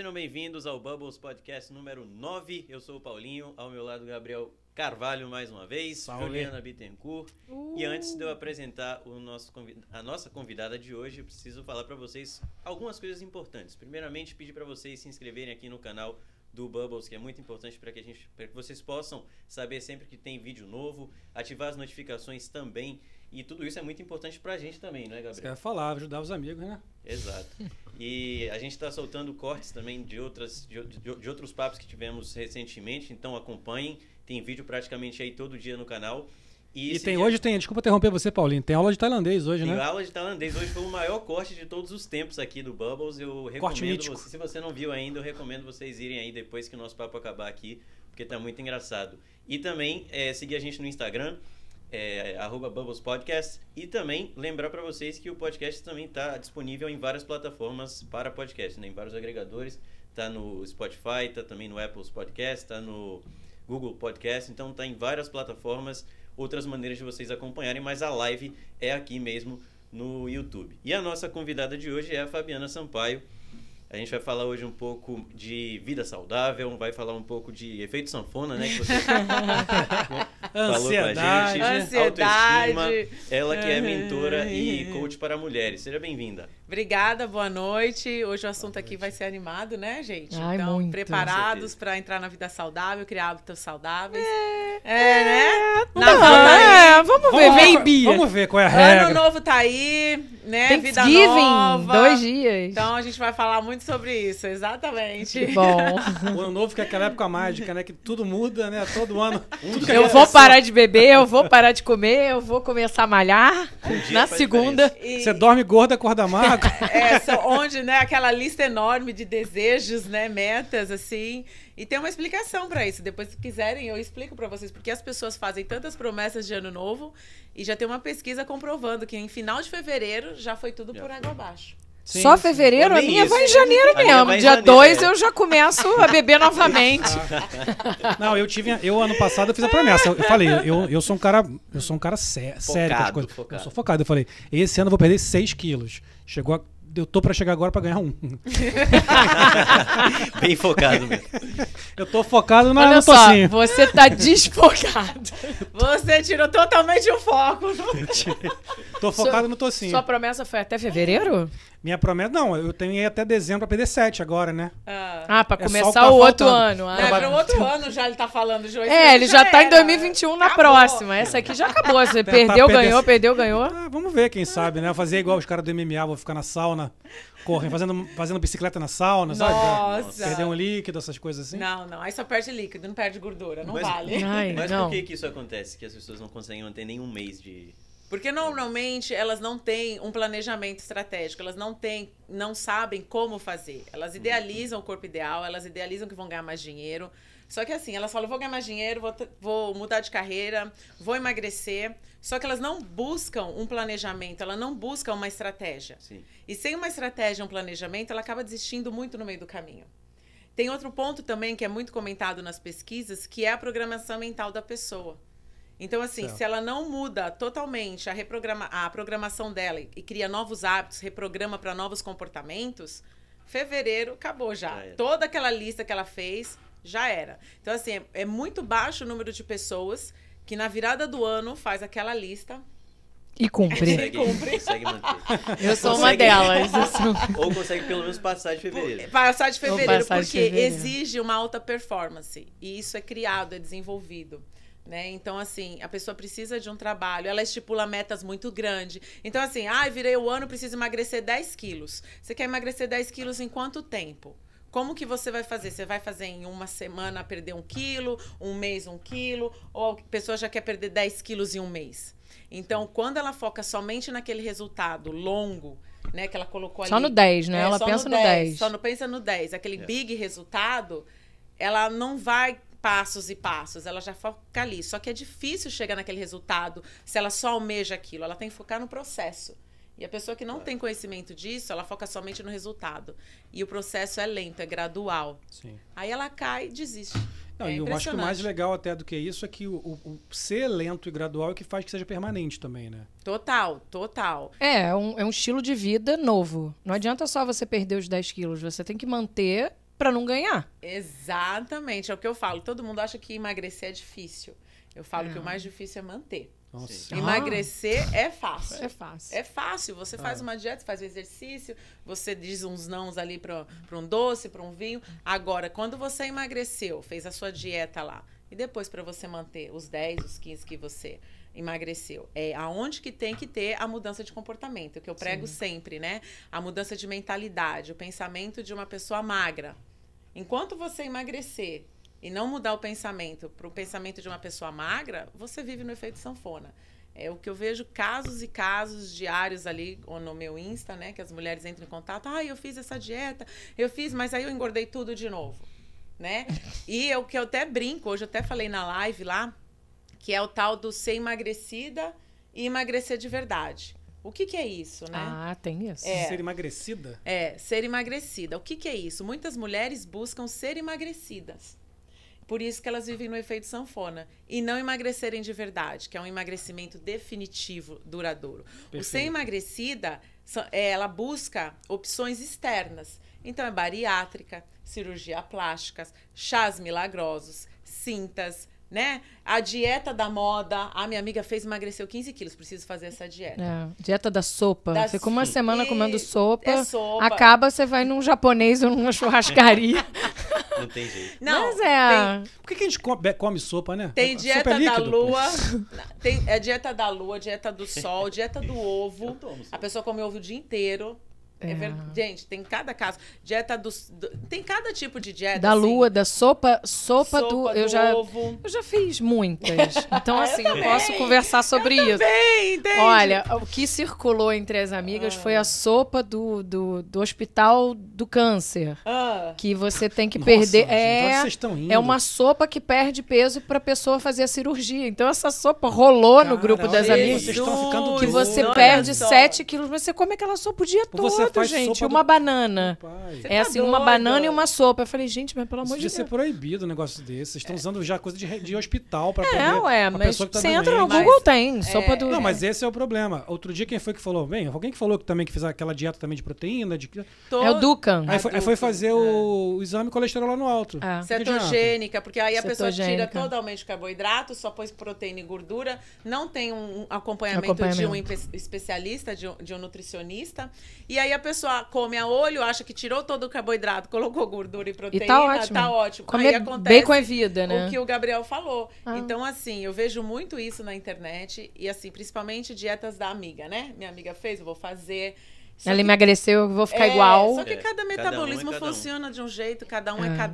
Sejam bem-vindos ao Bubbles Podcast número 9. Eu sou o Paulinho, ao meu lado Gabriel Carvalho mais uma vez, Salve. Juliana Bittencourt. E antes de eu apresentar a nossa convidada de hoje, eu preciso falar para vocês algumas coisas importantes. Primeiramente, pedir para vocês se inscreverem aqui no canal do Bubbles, que é muito importante para que vocês possam saber sempre que tem vídeo novo, ativar as notificações também. E tudo isso é muito importante pra gente também, não é, Gabriel? Você quer falar, ajudar os amigos, né? Exato. E a gente está soltando cortes também de outros papos que tivemos recentemente, então acompanhem. Tem vídeo praticamente aí todo dia no canal. Desculpa interromper você, Paulinho, tem aula de tailandês hoje, né? Tem aula de tailandês. Hoje foi o maior corte de todos os tempos aqui do Bubbles. Eu recomendo se você não viu ainda, eu recomendo vocês irem aí depois que o nosso papo acabar aqui, porque tá muito engraçado. E também seguir a gente no Instagram, @Bubbles Podcast, e também lembrar para vocês que o podcast também está disponível em várias plataformas para podcast, né? Em vários agregadores, tá no Spotify, tá também no Apple Podcast, tá no Google Podcast, então tá em várias plataformas, outras maneiras de vocês acompanharem, mas a live é aqui mesmo no YouTube. E a nossa convidada de hoje é a Fabiana Sampaio. A gente vai falar hoje um pouco de vida saudável, vai falar um pouco de efeito sanfona, né? Que você falou com a gente. Autoestima. Ela que é mentora e coach para mulheres. Seja bem-vinda. Obrigada, boa noite. Hoje o assunto aqui vai ser animado, né, gente? Ai, então, muito, preparados para entrar na vida saudável, criar hábitos saudáveis. Né? Vamos ver, vem, Bia. Vamos ver qual é a regra. Ano novo tá aí, né? Vida Thanksgiving, nova. 2 dias. Então a gente vai falar muito sobre isso, exatamente. Bom. O ano novo que é aquela época mágica, né? Que tudo muda, né? Todo ano. Eu vou parar de beber, eu vou parar de comer, eu vou começar a malhar na segunda. Você dorme gorda, acorda magra. Onde, né, aquela lista enorme de desejos, né, metas, assim. E tem uma explicação para isso. Depois, se quiserem, eu explico para vocês. Porque as pessoas fazem tantas promessas de ano novo e já tem uma pesquisa comprovando que em final de fevereiro já foi tudo por água abaixo. Sim, Só fevereiro? A minha vai em janeiro mesmo. Dia 2 eu já começo a beber novamente. Não, eu ano passado eu fiz a promessa. Eu falei, eu sou um cara sério com as coisas. Focado. Eu sou focado. Eu falei, esse ano eu vou perder 6 quilos. Eu tô pra chegar agora pra ganhar 1. Bem focado mesmo. Eu tô focado no Olha só, tocinho. você tá desfocado. Você tirou totalmente o foco. Tô focado no tocinho. Sua promessa foi até fevereiro? Minha promessa, não, eu tenho até dezembro pra perder 7 agora, né? Pra É começar só o que tá o outro faltando. ano. Para o outro ano já ele tá falando, João. Ele já tá em 2021 na Acabou. próxima. Essa aqui já acabou. Você perdeu, ganhou. Vamos ver, quem sabe, né? Eu fazer igual os caras do MMA, vou ficar na sauna, fazendo bicicleta na sauna, sabe? Nossa. Perder um líquido, essas coisas assim. Não. Aí só perde líquido, não perde gordura. Não Mas- vale. Mas não. por que isso acontece? Que as pessoas não conseguem manter nenhum mês de... Porque normalmente elas não têm um planejamento estratégico, elas não sabem como fazer. Elas idealizam o corpo ideal, elas idealizam que vão ganhar mais dinheiro. Só que assim, elas falam, vou ganhar mais dinheiro, vou mudar de carreira, vou emagrecer. Só que elas não buscam um planejamento, elas não buscam uma estratégia. Sim. E sem uma estratégia, um planejamento, ela acaba desistindo muito no meio do caminho. Tem outro ponto também que é muito comentado nas pesquisas, que é a programação mental da pessoa. Então, assim, Certo. se ela não muda totalmente a programação dela e cria novos hábitos, reprograma para novos comportamentos, fevereiro acabou já. Toda aquela lista que ela fez já era. Então, assim, é muito baixo o número de pessoas que na virada do ano faz aquela lista. E cumpre. Consegue manter. Eu sou uma delas. Ou consegue pelo menos passar de fevereiro. Passar de fevereiro, passar de porque fevereiro. exige uma alta performance. E isso é criado, é desenvolvido. Né? Então, assim, a pessoa precisa de um trabalho, ela estipula metas muito grandes. Então, assim, virei o ano, preciso emagrecer 10 quilos. Você quer emagrecer 10 quilos em quanto tempo? Como que você vai fazer? Você vai fazer em uma semana perder 1 quilo, um mês 1 quilo, ou a pessoa já quer perder 10 quilos em um mês? Então, quando ela foca somente naquele resultado longo, né, que ela colocou ali... Só no 10, né? Ela só pensa no 10. Só não pensa no 10. Aquele big resultado, ela não vai passos e passos, ela já foca ali. Só que é difícil chegar naquele resultado se ela só almeja aquilo. Ela tem que focar no processo. E a pessoa que não tem conhecimento disso, ela foca somente no resultado. E o processo é lento, é gradual. Sim. Aí ela cai e desiste. Não, e eu acho que o mais legal até do que isso é que o ser lento e gradual é que faz que seja permanente também, né? Total, total. É um estilo de vida novo. Não adianta só você perder os 10 quilos. Você tem que manter pra não ganhar. Exatamente, é o que eu falo. Todo mundo acha que emagrecer é difícil. Eu falo que o mais difícil é manter. Nossa. Emagrecer é fácil. É fácil. É fácil. Você faz uma dieta, faz um exercício, você diz uns nãos ali para um doce, para um vinho. Agora, quando você emagreceu, fez a sua dieta lá, e depois para você manter os 10, os 15 que você emagreceu, é aonde que tem que ter a mudança de comportamento, que eu prego sempre, né? A mudança de mentalidade, o pensamento de uma pessoa magra. Enquanto você emagrecer e não mudar o pensamento para o pensamento de uma pessoa magra, você vive no efeito sanfona. É o que eu vejo casos e casos diários ali no meu Insta, né? Que as mulheres entram em contato. Eu fiz essa dieta, mas aí eu engordei tudo de novo, né? E o que eu até brinco, hoje eu até falei na live lá, que é o tal do ser emagrecida e emagrecer de verdade. O que é isso, né? Ah, tem isso. Ser emagrecida? Ser emagrecida. O que é isso? Muitas mulheres buscam ser emagrecidas. Por isso que elas vivem no efeito sanfona. E não emagrecerem de verdade, que é um emagrecimento definitivo, duradouro. Perfeito. O ser emagrecida, ela busca opções externas. Então, é bariátrica, cirurgia plástica, chás milagrosos, cintas, né? A dieta da moda. A minha amiga emagreceu 15 quilos, preciso fazer essa dieta. Dieta da sopa. Ficou uma semana comendo sopa, sopa. Acaba, você vai num japonês ou numa churrascaria. Não tem jeito. Não, mas Por que a gente come sopa, né? Tem dieta sopa é líquido, da lua, tem dieta da lua, dieta do sol, dieta do ovo. A pessoa come ovo o dia inteiro. Gente, tem cada caso. Tem cada tipo de dieta. Da lua, da sopa do eu já ovo. Eu já fiz muitas. Então, assim, eu posso conversar sobre isso. Também, entende? Olha, o que circulou entre as amigas foi a sopa do hospital do câncer. Que você tem que perder. Gente, vocês estão rindo. É uma sopa que perde peso pra pessoa fazer a cirurgia. Então, essa sopa rolou no grupo das amigas. Vocês estão ficando que você perde 7 quilos, mas você come aquela sopa o dia todo. Gente, uma banana. É assim, uma banana e uma sopa. Eu falei, gente, mas pelo amor de Deus. Devia ser proibido um negócio desse. Vocês estão usando já coisa de hospital pra poder... mas pessoa que tá você entra no Google, tem. Sopa do... Não, mas esse é o problema. Outro dia, quem foi que falou? Bem, alguém que falou que fez aquela dieta também de proteína? É o Dukan. Aí foi fazer o exame colesterol lá no alto. Cetogênica, porque aí a pessoa tira totalmente o carboidrato, só põe proteína e gordura, não tem um acompanhamento. De um especialista, de um nutricionista, e aí a pessoa come a olho, acha que tirou todo o carboidrato, colocou gordura e proteína, tá ótimo. Comer aí acontece bacon é vida, né? O que o Gabriel falou. Então, assim, eu vejo muito isso na internet, e assim, principalmente dietas da amiga, né? Minha amiga fez, eu vou fazer. Ela emagreceu, eu vou ficar igual. Só que cada metabolismo funciona de um jeito, cada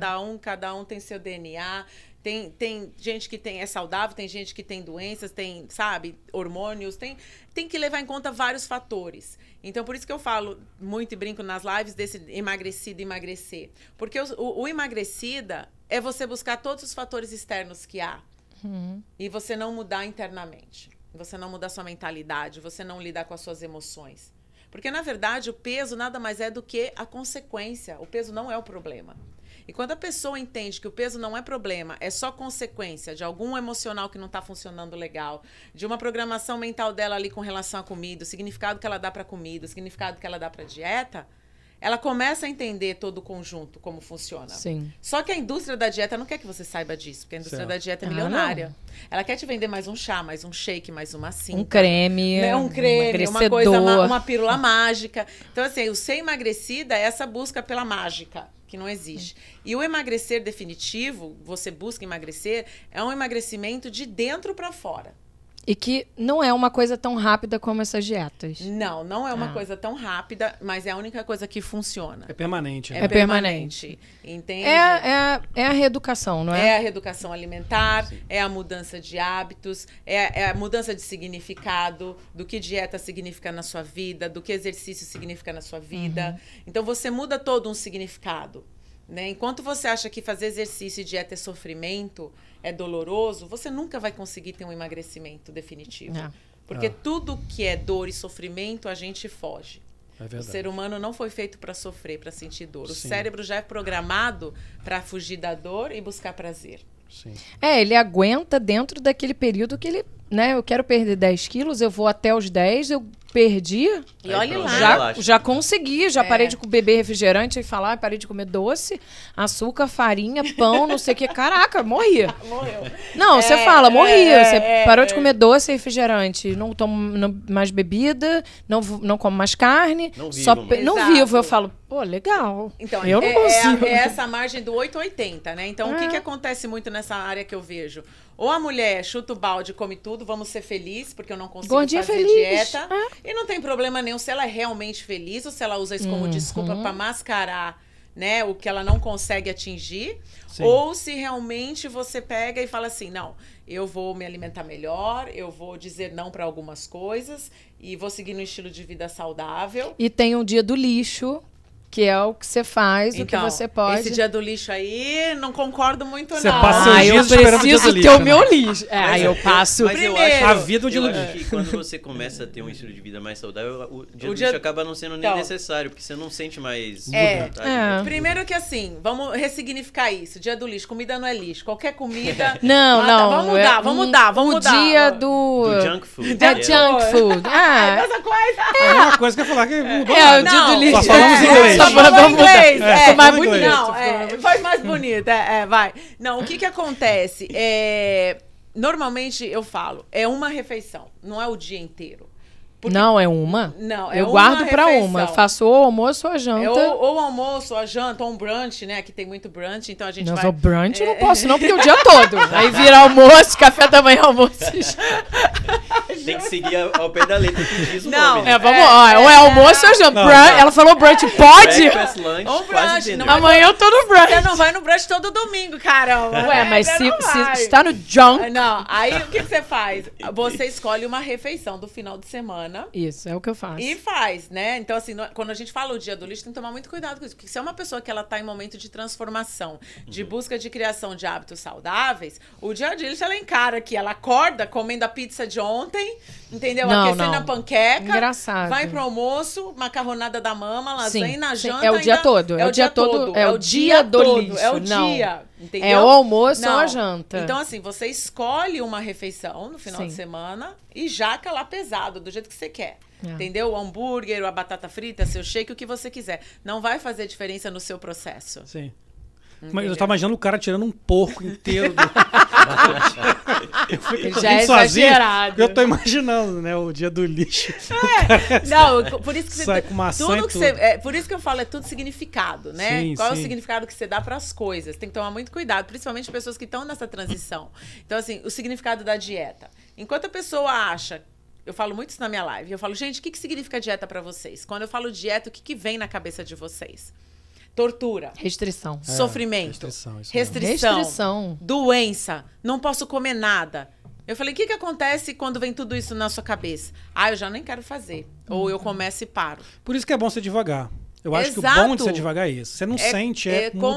um tem seu DNA. Tem gente que é saudável, tem gente que tem doenças, tem, sabe, hormônios, tem que levar em conta vários fatores. Então, por isso que eu falo muito e brinco nas lives desse emagrecido e emagrecer. Porque o emagrecida é você buscar todos os fatores externos que há. E você não mudar internamente. Você não mudar sua mentalidade, você não lidar com as suas emoções. Porque, na verdade, o peso nada mais é do que a consequência. O peso não é o problema. E quando a pessoa entende que o peso não é problema, é só consequência de algum emocional que não está funcionando legal, de uma programação mental dela ali com relação à comida, o significado que ela dá para a comida, o significado que ela dá para a dieta, ela começa a entender todo o conjunto, como funciona. Sim. Só que a indústria da dieta não quer que você saiba disso, porque a indústria da dieta é milionária. Ela quer te vender mais um chá, mais um shake, mais uma cinta. Um creme. Né? Um creme, uma coisa, uma pílula mágica. Então, assim, o ser emagrecida é essa busca pela mágica, que não existe. E o emagrecer definitivo, você busca emagrecer, é um emagrecimento de dentro para fora. E que não é uma coisa tão rápida como essas dietas. Não é uma coisa tão rápida, mas é a única coisa que funciona. É permanente. É permanente. Entende? É a reeducação, não é? É a reeducação alimentar, é a mudança de hábitos, é a mudança de significado, do que dieta significa na sua vida, do que exercício significa na sua vida. Então, você muda todo um significado. Né? Enquanto você acha que fazer exercício e dieta é sofrimento, é doloroso, você nunca vai conseguir ter um emagrecimento definitivo. Porque tudo que é dor e sofrimento, a gente foge. O ser humano não foi feito para sofrer, para sentir dor. O cérebro já é programado para fugir da dor e buscar prazer. Ele aguenta dentro daquele período que ele... né? Eu quero perder 10 quilos, eu vou até os 10, eu perdi. E olha lá. Já consegui, já parei de beber refrigerante e falar, parei de comer doce, açúcar, farinha, pão, não sei o que. Caraca, morri. Morreu. Não, você fala, morri. Você parou de comer doce e refrigerante, não tomo mais bebida, não como mais carne. Não vivo. Eu falo, pô, legal. Então, eu não consigo. É essa margem do 8-80, né? Então, o que acontece muito nessa área que eu vejo? Ou a mulher chuta o balde e come tudo, vamos ser felizes, porque eu não consigo Gordinha fazer feliz. dieta. E não tem problema nenhum se ela é realmente feliz ou se ela usa isso como desculpa para mascarar, né, o que ela não consegue atingir. Sim. Ou se realmente você pega e fala assim, não, eu vou me alimentar melhor, eu vou dizer não para algumas coisas e vou seguir no estilo de vida saudável. E tem um dia do lixo, que é o que você faz, então, o que você pode. Esse dia do lixo aí, não concordo muito, você não. Passa eu preciso ter o meu lixo. Aí eu passo. Mas primeiro. Eu acho, a vida do lixo. Que quando você começa a ter um estilo de vida mais saudável, o dia do lixo acaba não sendo nem necessário, porque você não sente mais vontade. Primeiro que assim, vamos ressignificar isso. Dia do lixo, comida não é lixo. Qualquer comida... Não. Vamos mudar. O dia do junk food. Junk food. Essa coisa. É uma coisa que eu ia falar que mudou. O dia do lixo. Só falamos inglês. Vamos inglês. Foi mais bonito. Não, foi mais bonito. Vai. Não, o que acontece? Normalmente eu falo, é uma refeição, não é o dia inteiro. Porque... Não, é uma? Não, é eu uma guardo pra refeição. uma. Eu faço ou almoço ou a janta. Ou almoço, ou a janta, ou um brunch, né? Aqui tem muito brunch, então a gente vai... Não, brunch eu não posso não, porque o dia todo. Aí vira almoço, café da manhã, almoço. Tem que seguir ao pé da letra que diz o não, nome. Né? Ou é almoço ou janta. Ela falou brunch, pode? Breakfast, lunch, ou brunch. Amanhã eu tô no brunch. Você não vai no brunch todo domingo, caramba. Mas se está no junk... Não, aí o que você faz? Você escolhe uma refeição do final de semana. Isso, é o que eu faço. E faz, né? Então, assim, quando a gente fala o dia do lixo, tem que tomar muito cuidado com isso. Porque se é uma pessoa que ela tá em momento de transformação, de busca de criação de hábitos saudáveis, o dia do lixo ela encara que ela acorda comendo a pizza de ontem, entendeu? Aquecendo a panqueca. Engraçado. Vai pro almoço, macarronada da mama, lasanha na janta. É o dia todo. É o dia todo. É o dia do lixo. É o dia. Entendeu? É o almoço ou a janta. Então, assim, você escolhe uma refeição no final de semana e jaca lá pesado, do jeito que você quer. Entendeu? O hambúrguer, a batata frita, seu shake, o que você quiser. Não vai fazer diferença no seu processo. Sim. Mas eu tô imaginando o cara tirando um porco inteiro do... Eu fico já é exagerado. Eu tô imaginando, né, o dia do lixo. Não, por isso que sai com maçã tudo que você, por isso que eu falo, é tudo significado, né? Sim, Qual é o significado que você dá para as coisas? Tem que tomar muito cuidado, principalmente pessoas que estão nessa transição. Então, assim, o significado da dieta. Enquanto a pessoa acha... Eu falo muito isso na minha live. Eu falo, gente, o que significa dieta para vocês? Quando eu falo dieta, o que vem na cabeça de vocês? Tortura. Restrição. Sofrimento. Restrição. Doença. Não posso comer nada. Eu falei, o que acontece quando vem tudo isso na sua cabeça? Eu já nem quero fazer. Ou eu começo e paro. Por isso que é bom ser devagar. Eu acho que o bom de ser devagar é isso. Você não sente,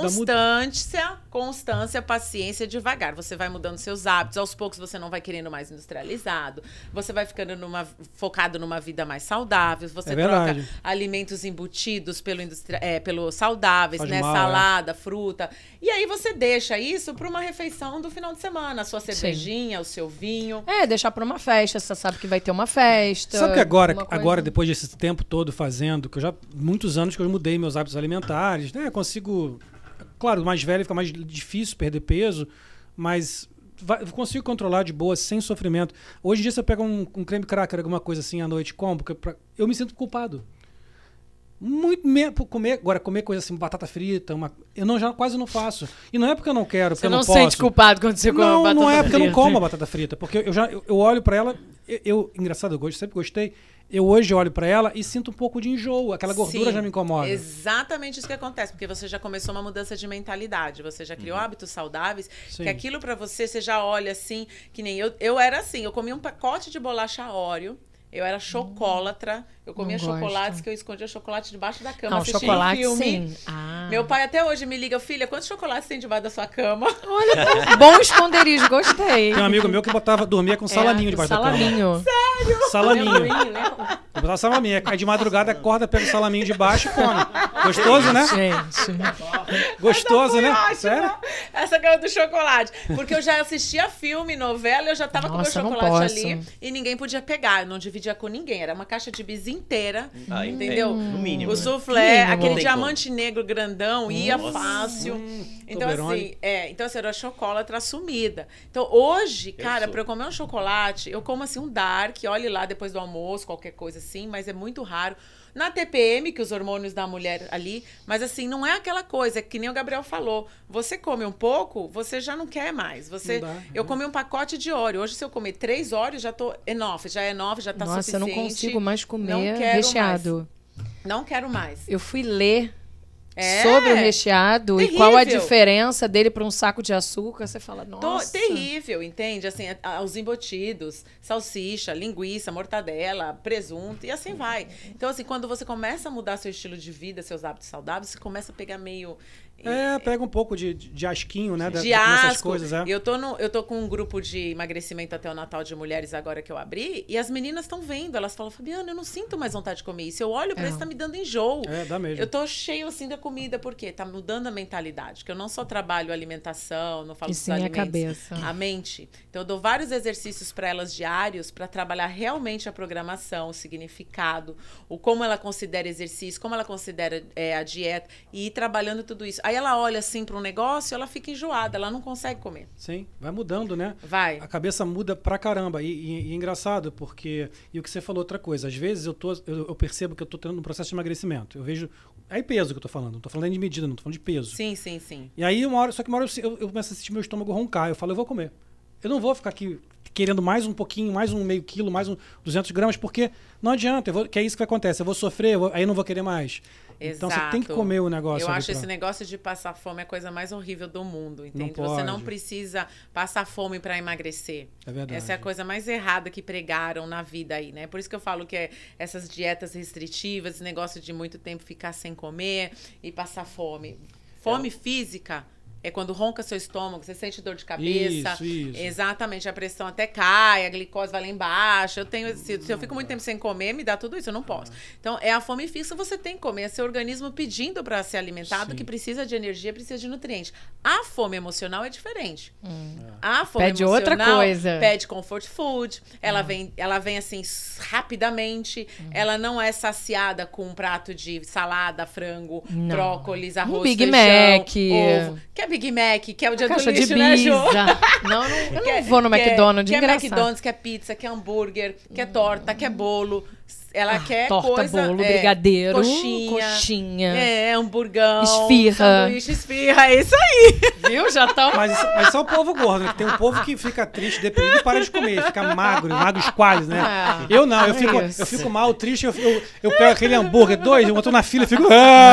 constância, paciência, devagar. Você vai mudando seus hábitos. Aos poucos você não vai querendo mais industrializado. Você vai ficando focado numa vida mais saudável. Você troca alimentos embutidos pelo saudáveis, né? Salada, fruta. E aí você deixa isso para uma refeição do final de semana. A sua cervejinha, o seu vinho. Deixar para uma festa. Você sabe que vai ter uma festa. Sabe que agora, depois desse tempo todo fazendo, que eu já muitos anos que eu mudei meus hábitos alimentares, né? Eu consigo... Claro, mais velho fica mais difícil perder peso, mas eu consigo controlar de boa, sem sofrimento. Hoje em dia, se eu pego um creme cracker, alguma coisa assim à noite, como, eu me sinto culpado. Muito mesmo por comer coisa assim, batata frita, eu quase não faço. E não é porque eu não quero, porque eu não posso. Você não sente culpado quando você come batata frita? Não é porque eu não como a batata frita, porque eu olho pra ela, engraçado, eu sempre gostei, eu hoje olho pra ela e sinto um pouco de enjoo, aquela gordura já me incomoda. Exatamente isso que acontece, porque você já começou uma mudança de mentalidade, você já criou hábitos saudáveis, que aquilo pra você já olha assim, que nem eu era assim, eu comia um pacote de bolacha Oreo, eu era chocólatra. Eu comia chocolates que eu escondia chocolate debaixo da cama. Não, chocolate filme. Sim. Meu pai até hoje me liga, filha, quantos chocolates tem debaixo da sua cama? Olha, bom esconderijo, gostei. Tem um amigo meu que dormia com salaminho debaixo da cama. Sério? Salaminho. Eu botava salaminho. Aí de madrugada acorda, pega o salaminho de baixo e come. Gostoso, né? Gente. Gostoso, né? Ótimo. Sério? Essa ganhou do chocolate. Porque eu já assistia filme, novela, eu já tava com meu chocolate ali e ninguém podia pegar. Eu não dividia com ninguém. Era uma caixa de bis inteira. Entendeu? No mínimo. O soufflé, aquele diamante negro grandão, ia fácil. Então assim, era chocolate assumida. Então hoje, cara, pra eu comer um chocolate, eu como assim um dark, olhe lá depois do almoço, qualquer coisa assim, mas é muito raro. Na TPM, que os hormônios da mulher ali, mas assim, não é aquela coisa, que nem o Gabriel falou. Você come um pouco, você já não quer mais. Eu comi um pacote de Oreo. Hoje, se eu comer 3 Oreos, já tô enough, já tá Nossa, suficiente. eu não consigo mais comer recheado. Não quero mais. Eu fui ler sobre o recheado terrível. E qual a diferença dele para um saco de açúcar. Você fala, nossa. Terrível, entende? Assim, os embutidos, salsicha, linguiça, mortadela, presunto e assim vai. Então, assim, quando você começa a mudar seu estilo de vida, seus hábitos saudáveis, você começa a pegar meio... pega um pouco de asquinho, né? De asco. Coisas, Eu tô com um grupo de emagrecimento até o Natal de mulheres agora que eu abri, e as meninas estão vendo, elas falam, Fabiana, eu não sinto mais vontade de comer isso. Eu olho pra isso, tá me dando enjoo. Dá mesmo. Eu tô cheio, assim, da comida, por quê? Tá mudando a mentalidade, que eu não só trabalho alimentação, não falo dos alimentos. A cabeça. A mente. Então, eu dou vários exercícios para elas diários, para trabalhar realmente a programação, o significado, como ela considera exercício, como ela considera a dieta, e ir trabalhando tudo isso. Aí ela olha assim para um negócio, ela fica enjoada, ela não consegue comer. Sim, vai mudando, né? Vai. A cabeça muda pra caramba. E é engraçado, porque... E o que você falou, outra coisa. Às vezes eu percebo que eu tô tendo um processo de emagrecimento. Eu vejo... É peso que eu tô falando. Não tô falando de medida, não tô falando de peso. Sim, sim, sim. E aí, uma hora eu começo a sentir meu estômago roncar. Eu falo, eu vou comer. Eu não vou ficar aqui querendo mais um pouquinho, mais um meio quilo, mais 200 gramas, porque não adianta, que é isso que acontece. Eu vou sofrer, aí eu não vou querer mais. Exato. Então você tem que comer o negócio. Eu acho esse negócio de passar fome a coisa mais horrível do mundo, entende? Você não precisa passar fome para emagrecer. É verdade. Essa é a coisa mais errada que pregaram na vida aí, né? Por isso que eu falo que essas dietas restritivas, esse negócio de muito tempo ficar sem comer e passar fome. Fome física é quando ronca seu estômago, você sente dor de cabeça. Isso. Exatamente, a pressão até cai, a glicose vai lá embaixo. Se eu fico muito tempo sem comer, me dá tudo isso, eu não posso. Então, é a fome física, você tem que comer. É seu organismo pedindo para ser alimentado, que precisa de energia, precisa de nutrientes. A fome emocional é diferente. A fome pede emocional outra coisa. Pede comfort food. Ela vem assim, rapidamente. Ela não é saciada com um prato de salada, frango, brócolis, arroz, Big feijão, Mac. ovo. Quer Big Mac, quer o dia do caixa lixo, de né, Ju? Não, eu não vou no McDonald's, quer engraçado. McDonald's, quer pizza, quer hambúrguer, quer torta, quer bolo. Ela quer torta, coisa... bolo, brigadeiro, coxinha. Hamburgão. Esfirra. Esfirra, é isso aí. Viu? Já tá... Mas isso é o povo gordo, né? Tem um povo que fica triste, deprimido e para de comer. Fica magro esquales, né? Eu não, eu fico mal, triste, eu pego aquele hambúrguer, 2, eu boto na fila e fico...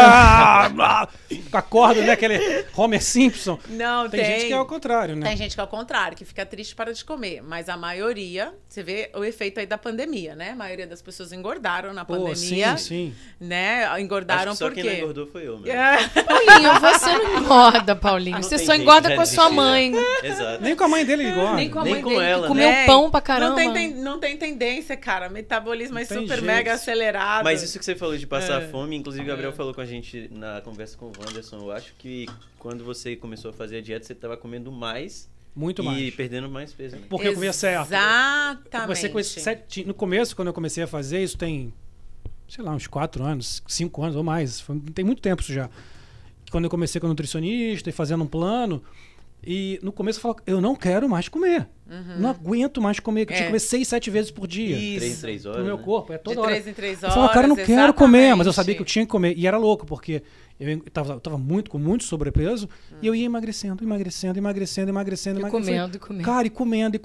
Acordo, né? Aquele Homer Simpson. Não, tem gente que é ao contrário, né? Tem gente que é ao contrário, que fica triste e para de comer. Mas a maioria, você vê o efeito aí da pandemia, né? A maioria das pessoas engordaram na pandemia. Sim. Né? Engordaram Acho que porque... só quem não engordou foi eu, mesmo. Paulinho, você não engorda, Paulinho. Você só engorda com a sua mãe. Exato. Nem com a mãe dele engorda. Nem com a mãe dele, ela, que comeu pão pra caramba. Não tem tendência, cara. Metabolismo é super jeito. mega acelerado. Mas isso que você falou de passar fome, inclusive o Gabriel falou com a gente na conversa com o Wanderson, eu acho que quando você começou a fazer a dieta, você estava comendo mais. Muito mais. E perdendo mais peso. Né? Porque eu comia certo. Exatamente. No começo, quando eu comecei a fazer, isso tem, sei lá, uns 4 anos, 5 anos ou mais. Tem muito tempo isso já. Quando eu comecei com a nutricionista e fazendo um plano, e no começo eu falava, eu não quero mais comer. Não aguento mais comer, eu tinha que comer 6, 7 vezes por dia. Isso. 3 em 3 horas. No meu corpo, é toda hora. De 3 em 3 horas. Eu falava, cara, eu não quero comer, mas eu sabia que eu tinha que comer. E era louco, porque eu tava com muito sobrepeso e eu ia emagrecendo. Comendo. Cara, emagrecendo.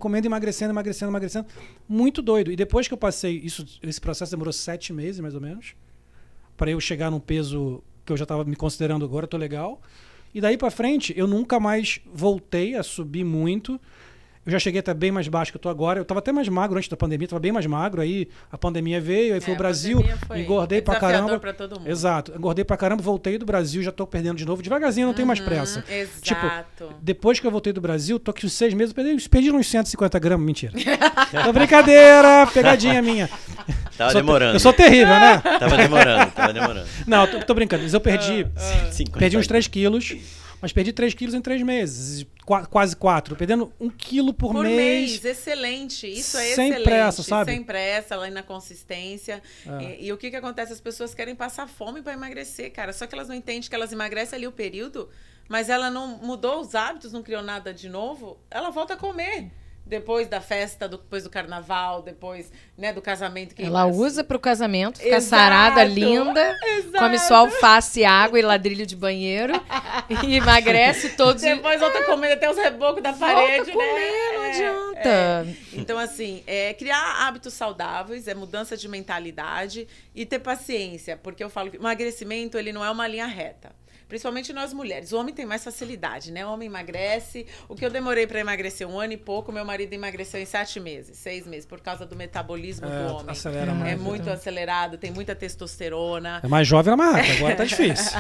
Muito doido. E depois que eu passei, esse processo demorou 7 meses, mais ou menos, para eu chegar num peso que eu já estava me considerando agora, tô legal. E daí para frente, eu nunca mais voltei a subir muito. Eu já cheguei até bem mais baixo que eu tô agora. Eu tava até mais magro antes da pandemia, tava bem mais magro. Aí a pandemia veio, aí foi o Brasil, engordei pra caramba. Pra todo mundo. Exato, engordei pra caramba, voltei do Brasil, já tô perdendo de novo. Devagarzinho, não tenho mais pressa. Exato. Tipo, depois que eu voltei do Brasil, tô aqui uns 6 meses, perdi uns 150 gramas. Mentira. Brincadeira, pegadinha minha. Tava demorando. Eu sou terrível, né? Tava demorando. Não, tô brincando. Mas eu perdi uns 3 quilos. Mas perdi 3 quilos em 3 meses. Quase 4. Perdendo 1 quilo por mês. Por mês, excelente. Isso é sem excelente. Sem pressa, sabe? Sem pressa, lá na consistência. E o que acontece? As pessoas querem passar fome para emagrecer, cara. Só que elas não entendem que elas emagrecem ali o período, mas ela não mudou os hábitos, não criou nada de novo, ela volta a comer. Depois da festa, depois do carnaval, depois, né, do casamento. Que ela usa pro casamento, fica sarada, linda, come só alface, água e ladrilho de banheiro e emagrece todos. Depois volta comendo até os rebocos da parede, volta comer, não adianta. Então, assim, criar hábitos saudáveis, mudança de mentalidade e ter paciência, porque eu falo que o emagrecimento, ele não é uma linha reta. Principalmente nós mulheres. O homem tem mais facilidade, né? O homem emagrece. O que eu demorei para emagrecer 1 ano e pouco, meu marido emagreceu em 7 meses, 6 meses, por causa do metabolismo do homem. Acelera mais. É muito acelerado, tem muita testosterona. É mais jovem, era mais rápido. Agora tá difícil.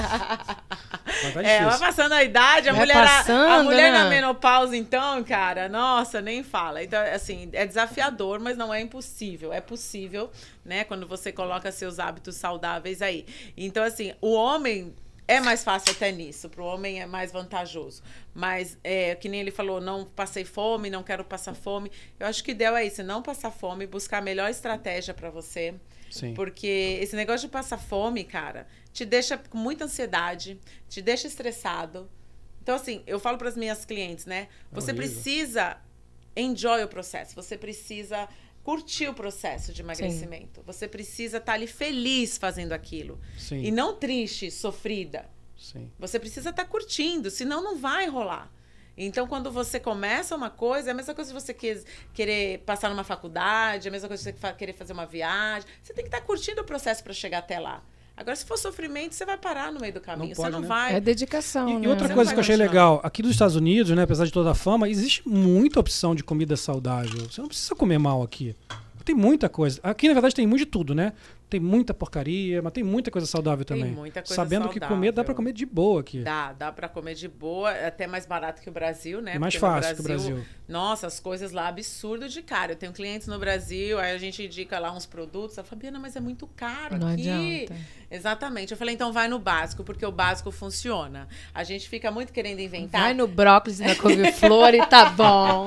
Vai passando a idade, a mulher na menopausa, então, cara, nossa, nem fala. Então, assim, é desafiador, mas não é impossível. É possível, né? Quando você coloca seus hábitos saudáveis aí. Então, assim, o homem... É mais fácil até nisso, para o homem é mais vantajoso. Mas, que nem ele falou, não passei fome, não quero passar fome. Eu acho que o ideal é isso, não passar fome, buscar a melhor estratégia para você. Sim. Porque esse negócio de passar fome, cara, te deixa com muita ansiedade, te deixa estressado. Então, assim, eu falo para as minhas clientes, né? Você precisa enjoy o processo, você precisa... curtir o processo de emagrecimento. Sim. Você precisa estar ali feliz fazendo aquilo. Sim. E não triste, sofrida. Sim. Você precisa estar curtindo, senão não vai rolar. Então, quando você começa uma coisa, é a mesma coisa de você querer passar numa faculdade, é a mesma coisa de você querer fazer uma viagem. Você tem que estar curtindo o processo para chegar até lá. Agora, se for sofrimento, você vai parar no meio do caminho. Você não vai... É dedicação, né? E outra coisa que eu achei legal, aqui dos Estados Unidos, né, apesar de toda a fama, existe muita opção de comida saudável. Você não precisa comer mal aqui. Tem muita coisa. Aqui, na verdade, tem muito de tudo, né? Tem muita porcaria, mas tem muita coisa saudável também. Tem muita coisa Sabendo saudável. Que comer, dá pra comer de boa aqui. Dá pra comer de boa, até mais barato que o Brasil, né? E mais fácil que o Brasil. Nossa, as coisas lá absurdo de caro. Eu tenho clientes no Brasil, aí a gente indica lá uns produtos. A Fabiana, mas é muito caro não aqui. Adianta. Exatamente. Eu falei, então vai no básico, porque o básico funciona. A gente fica muito querendo inventar. Vai no brócolis e na couve-flor e tá bom.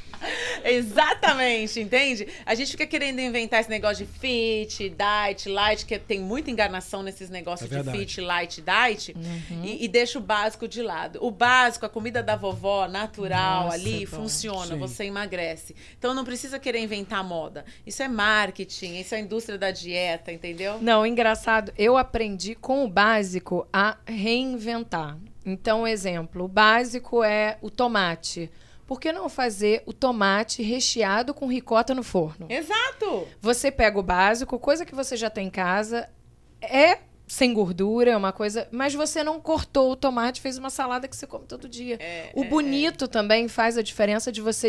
Exatamente, entende? A gente fica querendo inventar esse negócio de fit, diet, light, que tem muita enganação nesses negócios de fit, light, diet, e deixa o básico de lado. O básico, a comida da vovó, natural, ali, funciona, você emagrece. Então não precisa querer inventar moda. Isso é marketing, isso é a indústria da dieta, entendeu? Não, engraçado, eu aprendi com o básico a reinventar. Então, exemplo, o básico é o tomate. Por que não fazer o tomate recheado com ricota no forno? Exato! Você pega o básico, coisa que você já tem em casa, sem gordura, é uma coisa... Mas você não cortou o tomate, fez uma salada que você come todo dia. O bonito também faz a diferença de você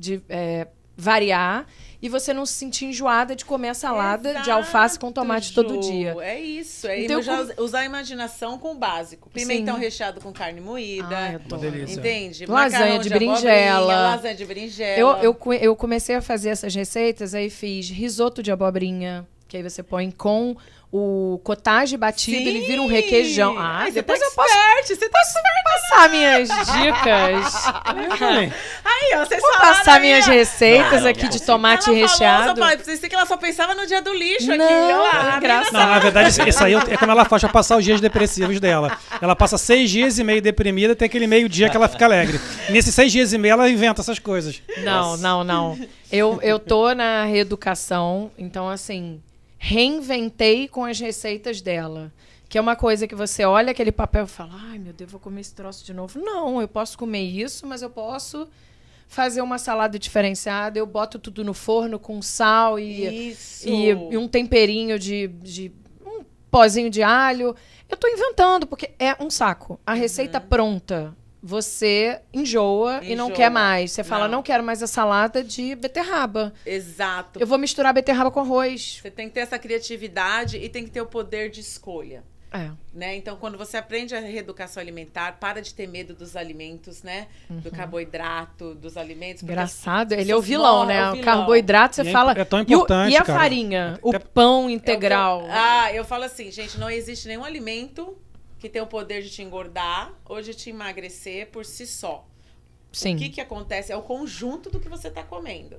variar e você não se sentir enjoada de comer a salada de alface com tomate todo dia. É isso. Então, usar a imaginação com o básico. Pimentão recheado com carne moída. Uma delícia. Entende? Lasanha de berinjela. Lasanha de berinjela. Eu comecei a fazer essas receitas, aí fiz risoto de abobrinha, que aí você põe com o cottage batido, ele vira um requeijão. Depois eu posso passar minhas dicas. Aí, ó, vocês vou passar minhas receitas aqui de tomate recheado. Vocês que ela só pensava no dia do lixo aqui. Engraçado. Não, na verdade, isso aí é quando ela faz pra passar os dias depressivos dela. Ela passa 6 dias e meio deprimida, tem aquele meio dia que ela fica alegre. Nesses 6 dias e meio, ela inventa essas coisas. Não. Eu tô na reeducação, então, assim... Reinventei com as receitas dela. Que é uma coisa que você olha aquele papel e fala, ai, meu Deus, vou comer esse troço de novo. Não, eu posso comer isso, mas eu posso fazer uma salada diferenciada. Eu boto tudo no forno com sal e um temperinho de um pozinho de alho. Eu tô inventando, porque é um saco. A receita pronta, você enjoa e não quer mais. Você fala, não quero mais a salada de beterraba. Exato. Eu vou misturar beterraba com arroz. Você tem que ter essa criatividade e tem que ter o poder de escolha. Né? Então, quando você aprende a reeducação alimentar, para de ter medo dos alimentos, né? Do carboidrato, dos alimentos. Engraçado, ele é o vilão, né? O carboidrato, você fala... É tão importante, e a farinha? O pão integral? Eu falo assim, gente, não existe nenhum alimento que tem o poder de te engordar ou de te emagrecer por si só. Sim. O que acontece? É o conjunto do que você está comendo.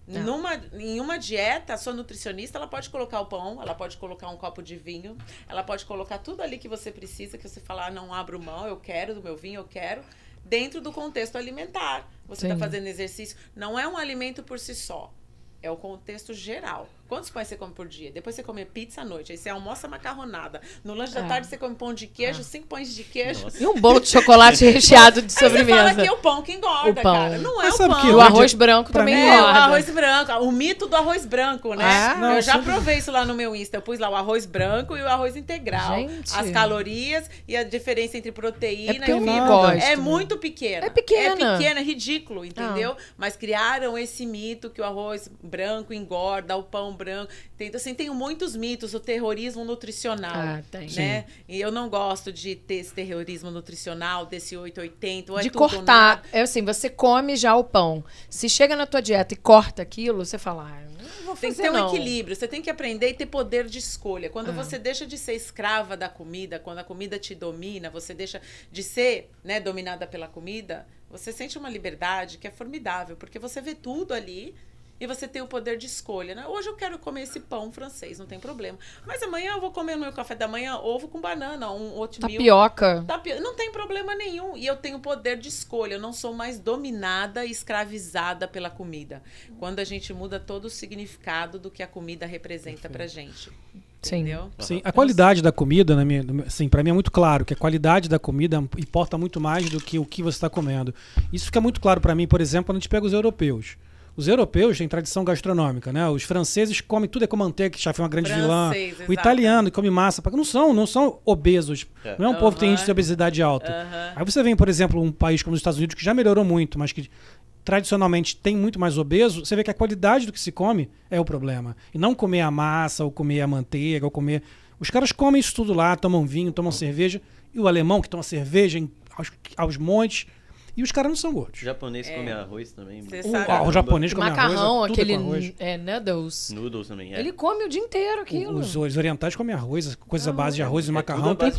Em uma dieta, a sua nutricionista, ela pode colocar o pão, ela pode colocar um copo de vinho, ela pode colocar tudo ali que você precisa, que você falar, não abro mão, eu quero do meu vinho, eu quero, dentro do contexto alimentar. Você está fazendo exercício. Não é um alimento por si só. É o contexto geral. Quantos pães você come por dia? Depois você come pizza à noite. Aí você almoça macarronada. No lanche da tarde você come pão de queijo, 5 pães de queijo. E um bolo de chocolate recheado de sobremesa. Aí você fala que é o pão que engorda, cara. Não é o pão. E o arroz branco também engorda. O arroz branco. O mito do arroz branco, né? Não, eu já provei isso lá no meu Insta. Eu pus lá o arroz branco e o arroz integral. Gente. As calorias e a diferença entre proteína e fibra. É muito pequena. É pequena. É pequena, é ridículo, entendeu? Mas criaram esse mito que o arroz branco engorda, o pão branco. Assim, tem muitos mitos, o terrorismo nutricional. Tem. Né? E eu não gosto de ter esse terrorismo nutricional, desse 880. De cortar. É assim, você come já o pão. Se chega na tua dieta e corta aquilo, você fala, não vou fazer, tem que ter um equilíbrio. Você tem que aprender e ter poder de escolha. Quando você deixa de ser escrava da comida, quando a comida te domina, você deixa de ser, né, dominada pela comida, você sente uma liberdade que é formidável, porque você vê tudo ali. E você tem o poder de escolha, né? Hoje eu quero comer esse pão francês, não tem problema. Mas amanhã eu vou comer no meu café da manhã ovo com banana, um oatmeal. Tapioca. Não tem problema nenhum. E eu tenho o poder de escolha. Eu não sou mais dominada e escravizada pela comida. Quando a gente muda todo o significado do que a comida representa pra gente. Entendeu? Sim, a qualidade da comida, assim, para mim é muito claro que a qualidade da comida importa muito mais do que o que você está comendo. Isso fica muito claro para mim, por exemplo, quando a gente pega os europeus. Os europeus têm tradição gastronômica, né? Os franceses comem tudo com manteiga, que já foi uma grande vilã. O italiano come massa, não são obesos. Não é um povo que tem índice de obesidade alta. Aí você vem, por exemplo, um país como os Estados Unidos, que já melhorou muito, mas que tradicionalmente tem muito mais obeso, você vê que a qualidade do que se come é o problema. E não comer a massa, ou comer a manteiga, ou comer... Os caras comem isso tudo lá, tomam vinho, tomam cerveja. E o alemão, que toma cerveja aos montes... E os caras não são gordos. O japonês come arroz também. O japonês come macarrão, arroz. Aquele noodles. Noodles também, Ele come o dia inteiro aquilo. Os orientais comem arroz, coisa à base de arroz e macarrão. Tem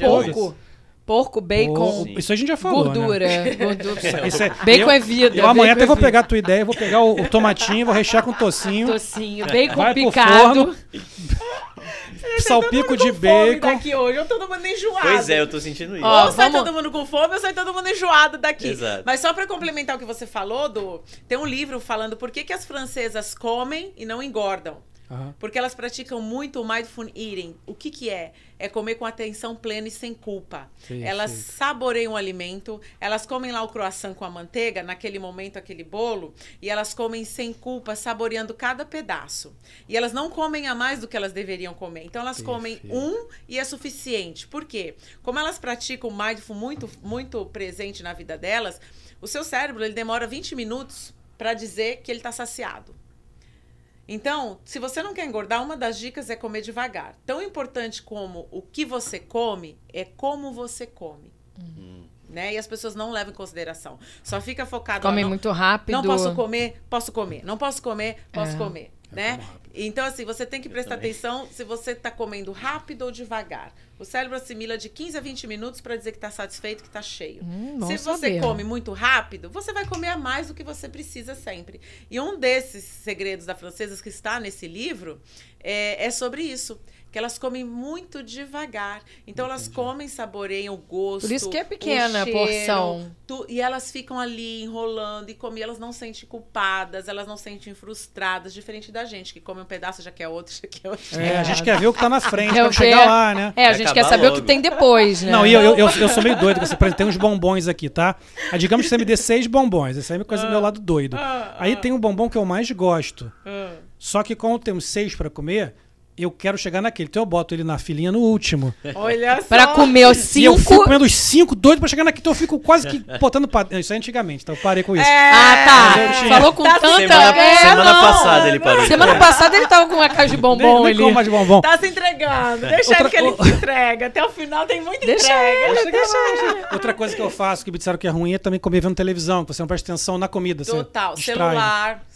porco, bacon. Isso a gente já falou, gordura. Né? Bacon é vida. Eu amanhã até vou pegar a tua ideia, vou pegar o tomatinho, vou rechear com tocinho. Bacon picado. Salpico de bacon. Daqui hoje, eu tô todo mundo enjoado. Pois é, eu tô sentindo isso. Ou sai todo mundo com fome, ou sai todo mundo enjoado daqui. Exato. Mas só pra complementar o que você falou, tem um livro falando por que as francesas comem e não engordam. Porque elas praticam muito o mindful eating. O que é? É comer com atenção plena e sem culpa. Elas saboreiam o alimento, elas comem lá o croissant com a manteiga, naquele momento, aquele bolo, e elas comem sem culpa, saboreando cada pedaço. E elas não comem a mais do que elas deveriam comer. Então, elas comem e é suficiente. Por quê? Como elas praticam o mindful muito, muito presente na vida delas, o seu cérebro ele demora 20 minutos para dizer que ele está saciado. Então, se você não quer engordar, uma das dicas é comer devagar. Tão importante como o que você come, é como você come. Né? E as pessoas não levam em consideração. Só fica focado... Come muito rápido. Não posso comer, posso comer. Não posso comer, posso comer. Né? Então, assim, você tem que prestar atenção se você está comendo rápido ou devagar. O cérebro assimila de 15 a 20 minutos para dizer que está satisfeito, que está cheio. Se você come muito rápido, você vai comer a mais do que você precisa sempre. E um desses segredos da francesa que está nesse livro é sobre isso. Que elas comem muito devagar. Então, elas comem, saboreiam o gosto. Por isso que é pequena a porção. E elas ficam ali enrolando e comem. Elas não se sentem culpadas, elas não se sentem frustradas. Diferente da gente, que come um pedaço, já quer outro, já quer outro. A gente quer ver o que tá na frente, pra chegar lá, né? A gente quer saber logo o que tem depois, né? Não, e eu sou meio doido. Por exemplo, tem uns bombons aqui, tá? Aí, digamos que você me dê 6 bombons. Essa é uma coisa do meu lado doido. Aí tem um bombom que eu mais gosto. Só que como temos 6 pra comer... Eu quero chegar naquele. Então eu boto ele na filinha no último. Olha só. Pra comer os 5. E eu fico comendo os 5 doidos pra chegar naquele. Então eu fico quase que botando... Isso é antigamente, então eu parei com isso. Tá. Falou com tanta... Semana passada ele parou. Semana passada ele tava com uma caixa de bombom ali. Mais de bombom. Tá se entregando. Deixa ele que ele se entrega. Até o final tem muita entrega. Deixa. Outra coisa que eu faço, que me disseram que é ruim, é também comer vendo televisão. Que você não presta atenção na comida. Total. Celular.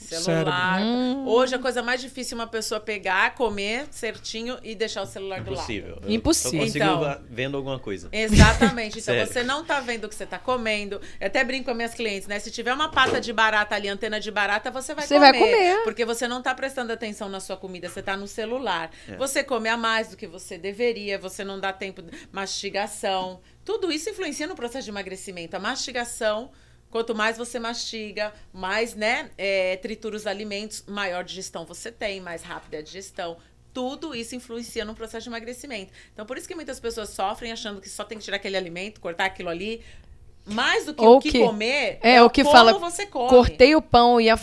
Celular. Hoje a coisa mais difícil é uma pessoa pegar, comer certinho e deixar o celular do lado. Impossível. Eu consigo vendo alguma coisa. Exatamente. Então você não tá vendo o que você tá comendo. Eu até brinco com as minhas clientes, né? Se tiver uma pata de barata ali, antena de barata, você vai comer. Porque você não tá prestando atenção na sua comida, você tá no celular. Você come a mais do que você deveria, você não dá tempo de mastigação. Tudo isso influencia no processo de emagrecimento. A mastigação, quanto mais você mastiga, mais, né, tritura os alimentos, maior digestão você tem, mais rápida a digestão. Tudo isso influencia no processo de emagrecimento. Então, por isso que muitas pessoas sofrem achando que só tem que tirar aquele alimento, cortar aquilo ali. Mais do que o que comer, o que como fala, você come. Cortei o pão e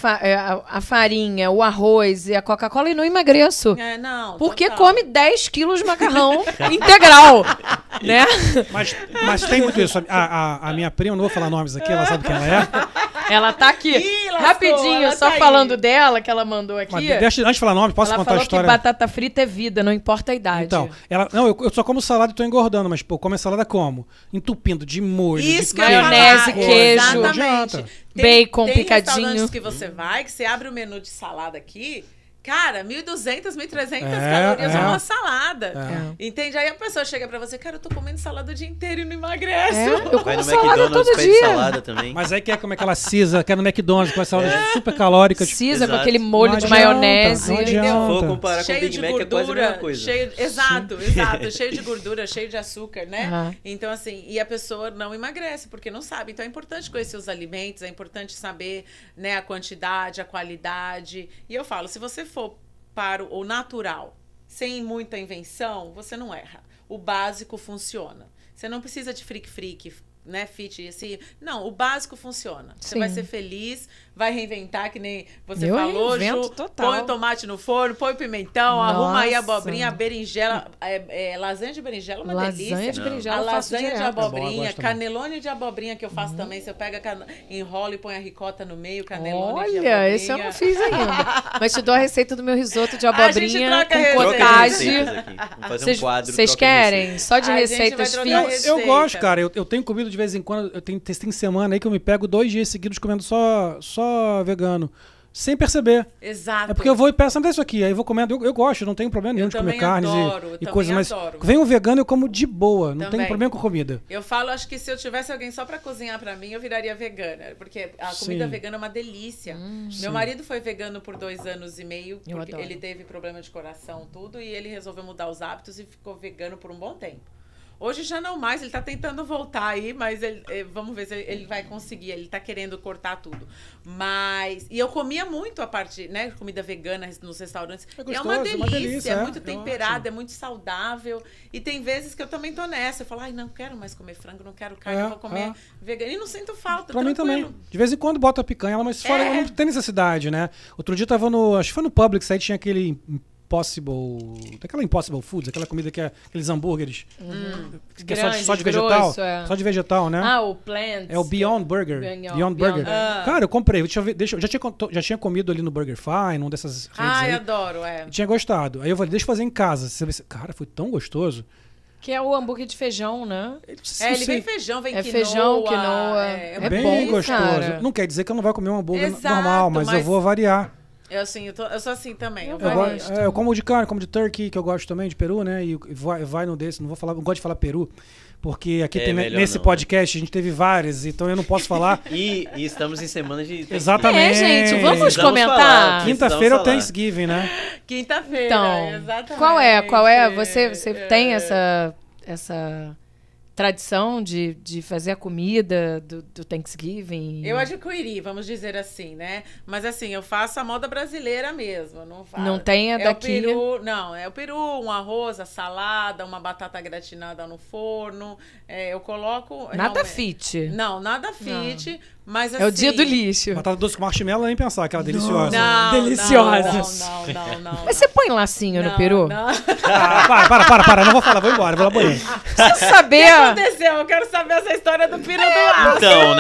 a farinha, o arroz e a Coca-Cola e não emagreço. Não, porque come 10 quilos de macarrão integral, né? Mas tem muito isso. A minha prima, não vou falar nomes aqui, ela sabe quem ela é. Ela tá aqui. Rapidinho, ela só tá falando dela, que ela mandou aqui. Mas antes de falar nome, posso contar a história? Ela falou que batata frita é vida, não importa a idade. Então, eu só como salada e tô engordando, mas, pô, come a salada como? Entupindo de molho, isso, de maionese, queijo, exatamente. Bacon tem picadinho. Tem restaurantes que você vai, que você abre o menu de salada aqui, cara, 1.200, 1.300 calorias uma salada. Entende? Aí a pessoa chega pra você, cara, eu tô comendo salada o dia inteiro e não emagreço. Eu Vai como no salada McDonald's, todo pede dia. salada também. Mas aí quer comer aquela Cisa, quer no McDonald's, com as saladas super calóricas. Cisa com Exato. aquele molho Não de adianta, maionese. não adianta. Se for comparar com o Cheio Big de Mac, é quase a mesma coisa. Exato. Cheio de gordura, cheio de açúcar, né? Então, assim, e a pessoa não emagrece, porque não sabe. Então, é importante conhecer os alimentos, é importante saber, né, a quantidade, a qualidade. E eu falo, se você for para o natural, sem muita invenção, você não erra. O básico funciona. Você não precisa de freak, né, fit, assim. Não, o básico funciona. Você vai ser feliz, vai reinventar, que nem você falou, Ju. Total. Põe o tomate no forno, põe o pimentão, arruma aí a abobrinha, a berinjela. Lasanha de berinjela é uma delícia. Lasanha de berinjela a eu faço lasanha de direto. abobrinha, É bom, canelone de abobrinha que eu faço também. Você pega, enrola e põe a ricota no meio, canelone de abobrinha. Olha, esse eu não fiz ainda. Mas te dou a receita do meu risoto de abobrinha com receita. cottage. Vamos fazer um quadro. Vocês querem? Só de receitas fiz. Eu gosto, cara. Eu tenho comido de vez em quando. Tem semana aí que eu me pego 2 dias seguidos comendo só vegano. Sem perceber. Exato. É porque eu vou e peço, não é isso aqui. Aí eu vou comendo. Eu gosto, não tenho problema nenhum de comer carnes e coisas. Mas vem um vegano, eu como de boa. Não tenho problema com comida. Eu falo, acho que se eu tivesse alguém só pra cozinhar pra mim, eu viraria vegana. Porque a comida vegana é uma delícia. Meu marido foi vegano por 2 anos e meio. Porque ele teve problema de coração, tudo. E ele resolveu mudar os hábitos e ficou vegano por um bom tempo. Hoje já não mais, ele tá tentando voltar aí, mas vamos ver se ele vai conseguir. Ele tá querendo cortar tudo. E eu comia muito a parte, né, comida vegana nos restaurantes. Gostoso, é uma delícia, é muito é temperada, ótimo. é muito saudável. E tem vezes que eu também tô nessa. Eu falo, não quero mais comer frango, não quero carne, eu vou comer vegano. E não sinto falta, pra tranquilo. mim também. De vez em quando bota a picanha, mas fora não tem necessidade, né? Outro dia eu tava acho que foi no Publix, aí tinha aquele aquela Impossible Foods, aquela comida que é aqueles hambúrgueres. Que grande, é só de vegetal. grosso, Só de vegetal, né? O Plants. É o Beyond Burger. Beyond Burger. Cara, eu comprei. Já tinha comido ali no BurgerFi, num dessas redes aí. Adoro, Tinha gostado. Aí eu falei, deixa eu fazer em casa. Cara, foi tão gostoso. Que é o hambúrguer de feijão, né? Ele vem feijão, vem quinoa. Feijão, quinoa. É bem bom, gostoso. Cara. Não quer dizer que eu não vou comer um hambúrguer normal, mas eu vou variar. Eu sou assim também. Eu como de carne, como de turkey, que eu gosto também, de peru, né? E vai no desse, não gosto de falar peru, porque aqui nesse podcast a gente teve várias, então eu não posso falar. E estamos em semana de... Exatamente. Gente, vamos comentar. Quinta-feira é o Thanksgiving, né? Quinta-feira, então, exatamente. Qual é? Você tem essa tradição de fazer a comida do Thanksgiving? Eu adquiri, vamos dizer assim, né? Mas assim, eu faço a moda brasileira mesmo. Não tem a daqui? É o peru, um arroz, a salada, uma batata gratinada no forno. Eu coloco... Nada fit. Não, nada fit. Mas assim... É o dia do lixo. Batata doce com marshmallow, nem pensar, aquela deliciosa. Não, deliciosa. Não. Mas você põe lacinho no peru? Não. Para, não vou falar, vou embora, vou lá banheiro. Preciso saber. O que aconteceu? Eu quero saber essa história do peru do laço.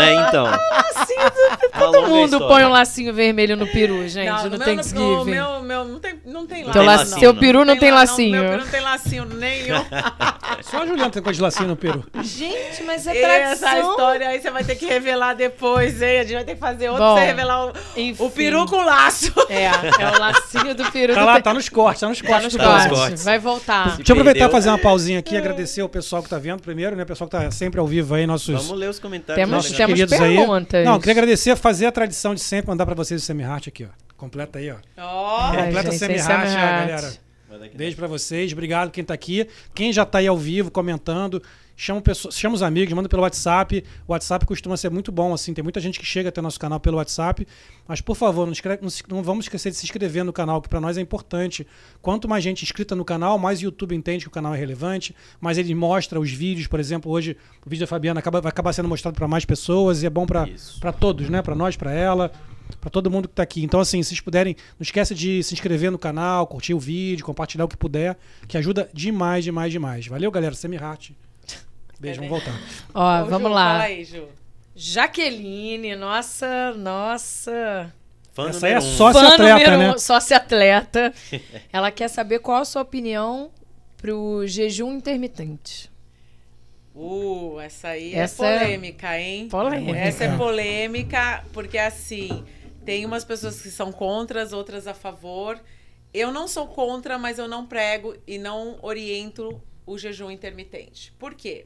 Todo mundo põe um lacinho vermelho no peru, gente, no Thanksgiving. Não tem laço. Seu peru não tem lacinho. Meu peru não tem lacinho nenhum. Só a Juliana tem coisa de lacinho no peru. Gente, mas é tradição. Essa história aí você vai ter que revelar depois, hein? A gente vai ter que fazer outra pra você revelar o peru com laço. É o lacinho do peru. Tá lá, tá nos cortes, do cortes. Vai voltar. Deixa eu aproveitar e fazer uma pausinha aqui, agradecer o pessoal que tá vendo primeiro, né? O pessoal que tá sempre ao vivo aí, nossos... Vamos ler os comentários. Nossos queridos perguntas aí. Não, queria agradecer, fazer a tradição de sempre, mandar pra vocês o Semi-Heart aqui, ó. Completa aí, ó. Completa Semi-Heart, galera. Beijo pra vocês, obrigado quem tá aqui. Quem já tá aí ao vivo, comentando, chama os amigos, manda pelo WhatsApp. O WhatsApp costuma ser muito bom, assim, tem muita gente que chega até o nosso canal pelo WhatsApp. Mas, por favor, não vamos esquecer de se inscrever no canal, que pra nós é importante. Quanto mais gente inscrita no canal, mais o YouTube entende que o canal é relevante, mais ele mostra os vídeos. Por exemplo, hoje o vídeo da Fabiana vai acabar sendo mostrado pra mais pessoas e é bom pra todos, né? Pra nós, pra ela, pra todo mundo que tá aqui. Então, assim, se vocês puderem, não esqueça de se inscrever no canal, curtir o vídeo, compartilhar o que puder, que ajuda demais, demais, demais. Valeu, galera. Semi-Heart. Beijo, vamos voltar. Ó, vamos lá. Fala aí, Ju. Jaqueline, nossa. Essa aí é sócia-atleta, né? Sócia-atleta. Ela quer saber qual a sua opinião pro jejum intermitente. Essa aí é polêmica, hein? Polêmica. Essa é polêmica, porque assim, tem umas pessoas que são contra, as outras a favor. Eu não sou contra, mas eu não prego e não oriento o jejum intermitente. Por quê?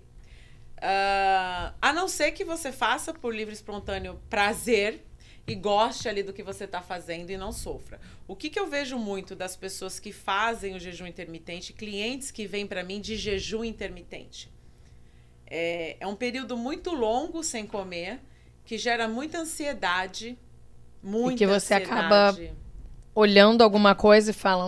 A não ser que você faça por livre e espontâneo prazer e goste ali do que você está fazendo e não sofra. O que eu vejo muito das pessoas que fazem o jejum intermitente, clientes que vêm para mim de jejum intermitente. É um período muito longo sem comer, que gera muita ansiedade, muita e que você ansiedade. Acaba olhando alguma coisa e fala...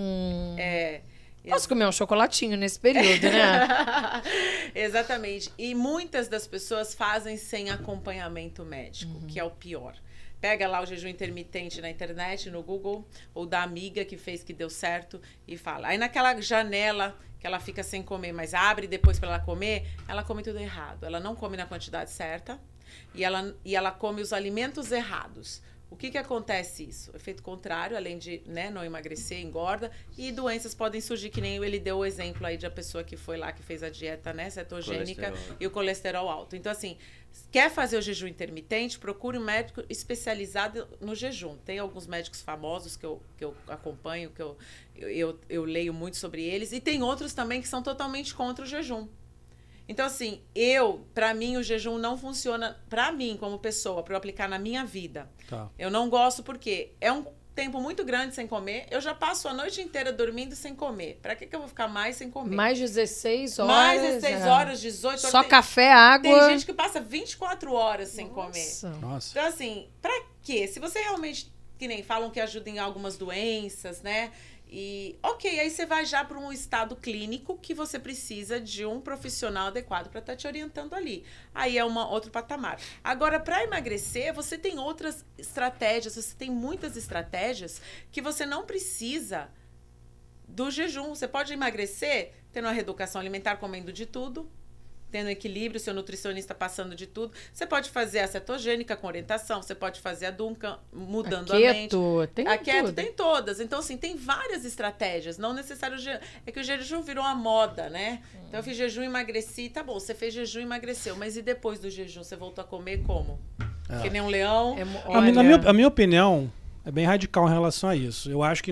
Posso comer um chocolatinho nesse período, né? Exatamente. E muitas das pessoas fazem sem acompanhamento médico, que é o pior. Pega lá o jejum intermitente na internet, no Google, ou da amiga que fez que deu certo e fala. Aí naquela janela que ela fica sem comer, mas abre depois para ela comer, ela come tudo errado. Ela não come na quantidade certa e ela come os alimentos errados. O que acontece isso? Efeito contrário, além de não emagrecer, engorda, e doenças podem surgir, que nem ele deu o exemplo aí de a pessoa que foi lá, que fez a dieta cetogênica e o colesterol alto. Então, assim, quer fazer o jejum intermitente, procure um médico especializado no jejum. Tem alguns médicos famosos que eu acompanho, que eu leio muito sobre eles, e tem outros também que são totalmente contra o jejum. Então, assim, pra mim, o jejum não funciona, pra mim, como pessoa, pra eu aplicar na minha vida. Tá. Eu não gosto porque é um tempo muito grande sem comer. Eu já passo a noite inteira dormindo sem comer. Pra que eu vou ficar mais sem comer? Mais 16 horas. Mais 16 horas, 18 horas. Só café, água. Tem gente que passa 24 horas sem comer. Nossa. Então, assim, pra quê? Se você realmente, que nem falam que ajuda em algumas doenças, né? E, aí você vai já para um estado clínico que você precisa de um profissional adequado para estar te orientando ali. Aí é outro patamar. Agora, para emagrecer, você tem outras estratégias, você tem muitas estratégias que você não precisa do jejum. Você pode emagrecer tendo uma reeducação alimentar, comendo de tudo, tendo equilíbrio, seu nutricionista passando de tudo. Você pode fazer a cetogênica com orientação, você pode fazer a Duncan mudando a mente. A keto tem todas. Então, assim, tem várias estratégias. Não necessário... É que o jejum virou uma moda, né? Então, eu fiz jejum e emagreci. Tá bom, você fez jejum e emagreceu. Mas e depois do jejum, você voltou a comer como? Que nem um leão? A minha opinião é bem radical em relação a isso. Eu acho que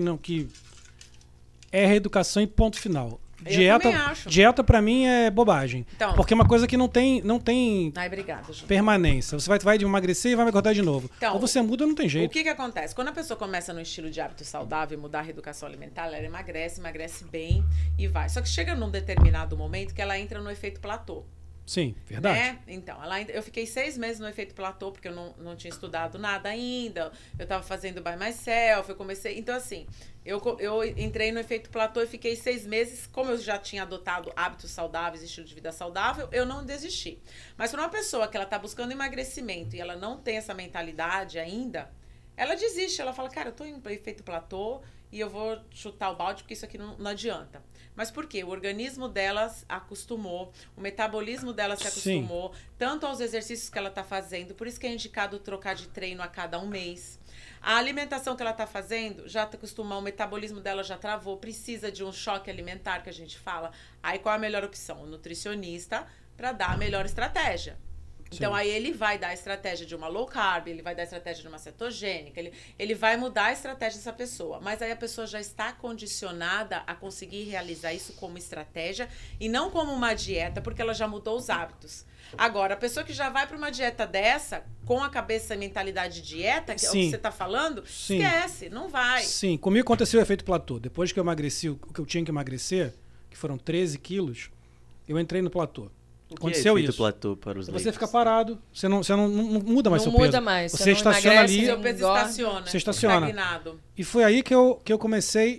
é reeducação e ponto final. Dieta pra mim é bobagem. Então, porque é uma coisa que não tem obrigada, Ju. Permanência. Você vai emagrecer e vai engordar de novo. Então, ou você muda, não tem jeito. O que acontece? Quando a pessoa começa no estilo de hábito saudável e mudar a reeducação alimentar, ela emagrece bem e vai. Só que chega num determinado momento que ela entra no efeito platô. Sim, verdade. Né? Então, eu fiquei 6 meses no efeito platô, porque eu não tinha estudado nada ainda. Eu tava fazendo by myself, eu comecei... Então, assim... Eu entrei no efeito platô e fiquei 6 meses. Como eu já tinha adotado hábitos saudáveis, estilo de vida saudável, eu não desisti. Mas para uma pessoa que ela tá buscando emagrecimento e ela não tem essa mentalidade ainda, ela desiste. Ela fala, cara, eu tô em efeito platô e eu vou chutar o balde porque isso aqui não adianta. Mas por quê? O organismo dela acostumou, o metabolismo dela se acostumou, tanto aos exercícios que ela está fazendo, por isso que é indicado trocar de treino a cada 1 mês. A alimentação que ela está fazendo já está acostumada, o metabolismo dela já travou, precisa de um choque alimentar que a gente fala. Aí qual é a melhor opção? O nutricionista para dar a melhor estratégia. Então, aí ele vai dar a estratégia de uma low carb, ele vai dar a estratégia de uma cetogênica, ele vai mudar a estratégia dessa pessoa. Mas aí a pessoa já está condicionada a conseguir realizar isso como estratégia e não como uma dieta, porque ela já mudou os hábitos. Agora, a pessoa que já vai para uma dieta dessa, com a cabeça e mentalidade de dieta, que é o que você está falando, esquece, não vai. Sim, comigo aconteceu o efeito platô. Depois que eu emagreci o que eu tinha que emagrecer, que foram 13 quilos, eu entrei no platô. Aconteceu isso. Platô para os você fica parado, você não muda mais não seu peso. Muda mais. Você estaciona ali. Seu peso estaciona. Você estaciona. E foi aí que eu comecei.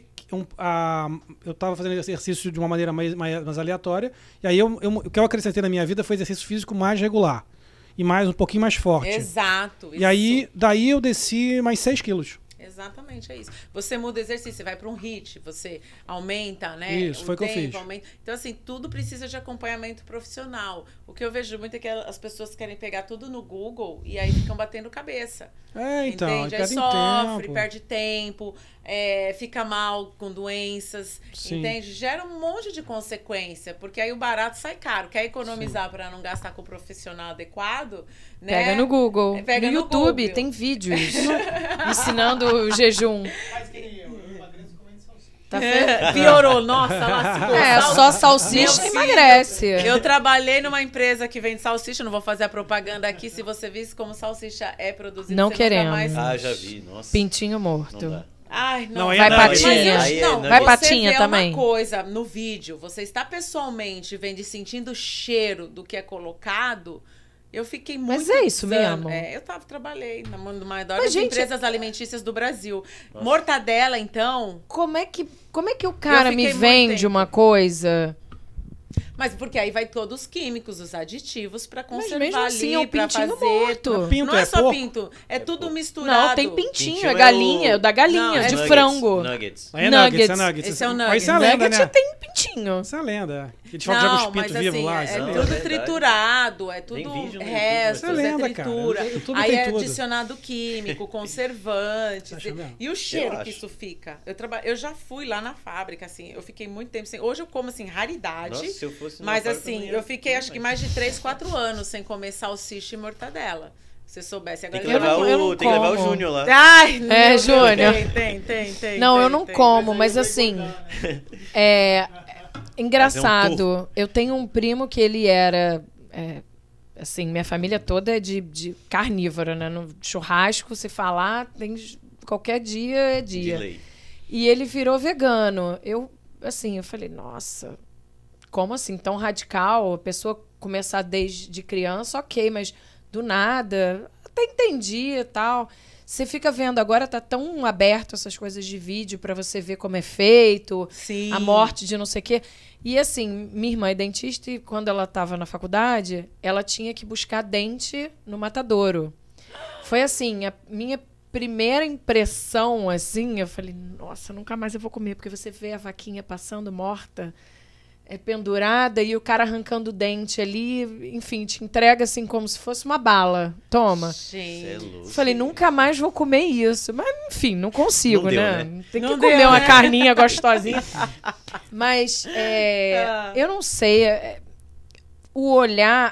Eu estava fazendo exercício de uma maneira mais aleatória. E aí o que eu acrescentei na minha vida foi exercício físico mais regular. E um pouquinho mais forte. Exato. E aí, daí eu desci mais 6 quilos. Exatamente, é isso. Você muda o exercício, você vai para um HIIT, você aumenta, né? Isso, foi o que eu fiz. Então, assim, tudo precisa de acompanhamento profissional. O que eu vejo muito é que as pessoas querem pegar tudo no Google e aí ficam batendo cabeça. Então, entende? Aí sofre, perde tempo, fica mal com doenças, entende? Gera um monte de consequência, porque aí o barato sai caro. Quer economizar para não gastar com o profissional adequado, né? Pega no Google. Pega no YouTube Google. Tem vídeos ensinando o jejum. Faz que nem eu emagreço comendo salsicha. Tá vendo? Piorou, nossa, lascou. Só salsicha emagrece. Eu trabalhei numa empresa que vende salsicha, não vou fazer a propaganda aqui. Se você visse como salsicha é produzida, não você queremos. nunca mais... Ah, já vi, nossa. Pintinho morto. Ai, não. Não, vai patinha. Vai você patinha vê também. uma coisa no vídeo, você está pessoalmente vendo e sentindo o cheiro do que é colocado. Eu fiquei muito... Mas é isso mesmo. Eu trabalhei numa das empresas alimentícias do Brasil. Nossa. Mortadela, então... Como é que o cara me vende uma coisa... Mas porque aí vai todos os químicos, os aditivos pra conservar mesmo assim, ali, é um pra pintinho fazer. morto. Pinto não é só porco? pinto, é tudo misturado. Não, tem pintinho, Pintinho é galinha, é da galinha, Não, de nuggets, frango. Nuggets. Aí é Nuggets. nuggets. Esse é o Aí nugget. isso é a lenda, Nugget né? tem pintinho. Isso é a lenda. Eles falam que joga os pintos vivos lá. é Não, tudo é verdade. triturado, é tudo vídeo no restos, YouTube, é lenda, cara. tritura. YouTube Aí tem é tudo. adicionado químico, conservantes. Acha mesmo? E o cheiro Eu que acho. isso fica. Eu já fui lá na fábrica, assim, eu fiquei muito tempo sem... Hoje eu como, assim, raridade. Nossa, se eu fosse Mas, numa fábrica, assim, não ia eu fiquei, acho que mais de 3, 4 anos sem comer salsicha e mortadela. Se você soubesse. Agora Tem que levar eu não o como. Júnior lá. Ai, Júnior. Tem. Não, eu não como, mas assim... Engraçado. Eu tenho um primo que ele era... assim, minha família toda é de carnívora, né? No churrasco, se falar, tem qualquer dia é dia. De lei. E ele virou vegano. Eu falei, nossa, como assim? Tão radical? A pessoa começar desde criança, ok, mas do nada, até entendi e tal. Você fica vendo, agora tá tão aberto essas coisas de vídeo pra você ver como é feito, Sim. a morte de não sei o quê. E assim, minha irmã é dentista e quando ela tava na faculdade, ela tinha que buscar dente no matadouro. Foi assim, a minha primeira impressão, assim, eu falei, nossa, nunca mais eu vou comer, porque você vê a vaquinha passando morta, pendurada, e o cara arrancando o dente ali, enfim, te entrega assim como se fosse uma bala. Toma. Gente. Cê é louco. Falei, nunca mais vou comer isso. Mas, enfim, não consigo, Não deu, né? né? Tem que Não comer deu, uma né? carninha gostosinha. Mas, eu não sei. O olhar,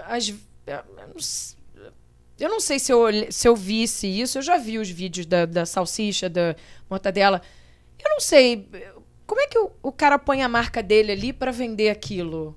eu não sei se eu visse isso. Eu já vi os vídeos da salsicha, da mortadela. Eu não sei. Como é que o cara põe a marca dele ali para vender aquilo?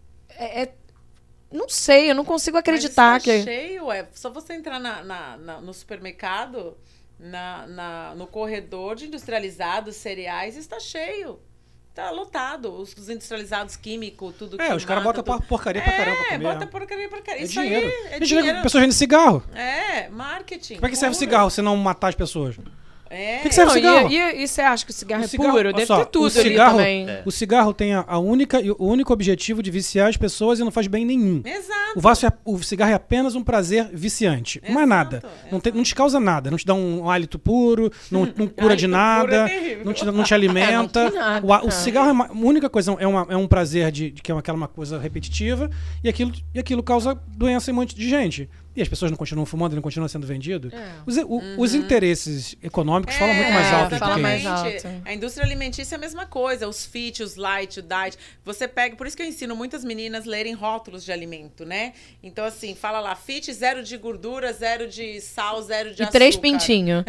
Não sei, eu não consigo acreditar. Mas está cheio, só você entrar no supermercado, no corredor de industrializados, cereais, está cheio. Tá lotado. Os industrializados químicos, tudo que os caras botam porcaria pra caramba pra comer. bota porcaria pra caramba. É Isso dinheiro. aí é dinheiro. Pessoas vendem cigarro. Marketing. Pra que serve puro. cigarro se não matar as pessoas? É. O que serve Não, cigarro? E você acha que o cigarro é cigarro- puro? olha Deve só, ter tudo o cigarro- ali também. O cigarro tem o único objetivo de viciar as pessoas e não faz bem nenhum. Exato. O cigarro é apenas um prazer viciante. Mais Exato, nada. Não te causa nada. Não te dá um hálito puro, não cura de Hálito nada, puro é terrível. não te alimenta. Não tem nada, O cigarro é a única coisa, é um prazer de que é uma coisa repetitiva e aquilo causa doença em um monte de gente. E as pessoas não continuam fumando, não continuam sendo vendido. Os interesses econômicos falam muito mais alto do fala que mais isso. alto. A indústria alimentícia é a mesma coisa. Os fit, os light, o diet. Você pega... Por isso que eu ensino muitas meninas lerem rótulos de alimento, né? Então, assim, fala lá, fit, 0 de gordura, 0 de sal, 0 de E açúcar. 3 pintinhos.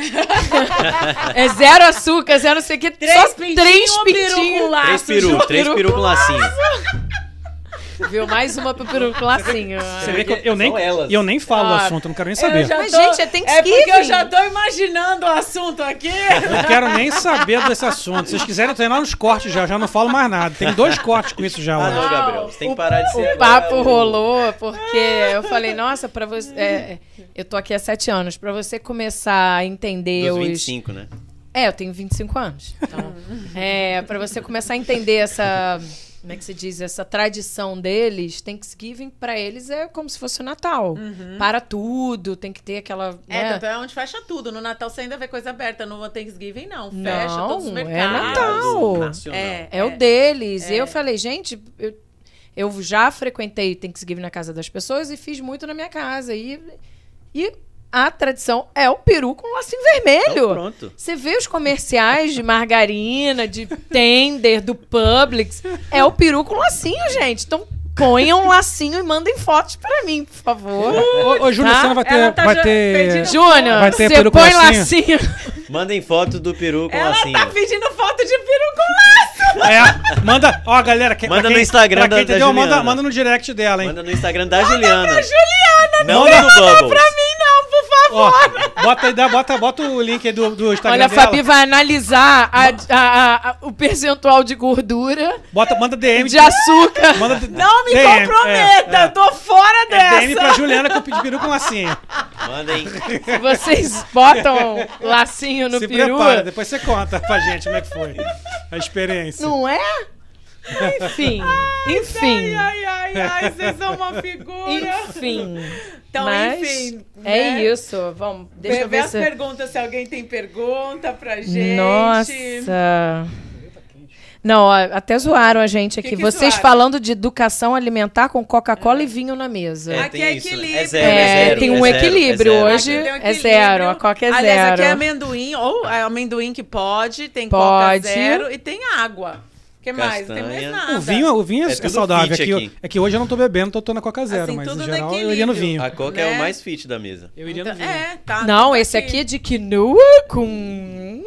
É 0 açúcar, 0 não sei o que. 3 Só pintinhos 3 ou peru com pintinhos. laço? Três peru com lacinho. Viu? Mais uma pro peru com lacinho. Você vê que eu nem, São elas. e eu nem falo o Ah, assunto, eu não quero nem saber. Mas, gente, é É Thanksgiving. porque eu já tô imaginando o assunto aqui. Eu não quero nem saber desse assunto. Se vocês quiserem, eu tô indo lá nos cortes já não falo mais nada. Tem 2 cortes com isso já. Ah, hoje. não, Gabriel. Você tem que parar de ser. O papo rolou porque eu falei, nossa, pra você. Eu tô aqui há 7 anos. Pra você começar a entender Dos os. 25, né? Eu tenho 25 anos. Então, pra você começar a entender essa. Como é que se diz? Essa tradição deles, Thanksgiving, pra eles é como se fosse o Natal. Para tudo, tem que ter aquela. né? Tanto é onde fecha tudo. No Natal você ainda vê coisa aberta. No Thanksgiving, não. Fecha Não, todos os é mercados. Natal. Nacional. É o deles. E eu falei, gente, eu já frequentei Thanksgiving na casa das pessoas e fiz muito na minha casa. E a tradição é o peru com lacinho vermelho. Então, pronto. Você vê os comerciais de margarina, de Tender, do Publix. É o peru com lacinho, gente. Então ponham um lacinho e mandem fotos pra mim, por favor. Ô, Júnior, Tá? você não vai Ela ter. tá vai já ter. pedindo- Júnior, Vai ter você peru com põe lacinho? lacinho. Mandem foto do peru com Ela lacinho. tá pedindo foto de peru com laço. Manda. Ó, galera. Manda no Instagram pra quem da entendeu, Juliana. manda no direct dela, hein? Manda no Instagram da Juliana. Juliana, Não no Bubbles. pra mim não, por favor. Ó, bota o link aí do Instagram Olha, a dela. Fabi vai analisar o percentual de gordura, Manda DM. de açúcar. Manda Não me DM, comprometa, eu tô fora dessa. DM pra Juliana que eu pedi peru com lacinho. Mandem. Se vocês botam lacinho no Se peru, prepara, depois você conta pra gente como é que foi a experiência. não é? Enfim. Ai, vocês são uma figura. Enfim. Então, Mas enfim. é né? isso. Vamos, deixa eu Vê ver as se... perguntas, se alguém tem pergunta pra gente. Nossa. Não, ó, até zoaram a gente aqui. Que Vocês zoaram? falando de educação alimentar com Coca-Cola e vinho na mesa. É, Aqui tem é isso. equilíbrio. É zero, tem um é zero, equilíbrio. é zero. Hoje Aqui tem um é equilíbrio. zero, a Coca é Aliás, zero. aqui é amendoim, ou é amendoim que pode, tem Coca Pode. zero e tem água. O que mais? Não tem mais Castanha. nada. O vinho é, É tudo saudável. fit aqui. É que hoje eu não tô bebendo, tô na Coca Zero, Assim, mas tudo em no geral eu iria no equilíbrio. vinho. A Coca é Né? o mais fit da mesa. Eu iria no Então, vinho. tá. Não, tudo esse aqui é de quinoa com...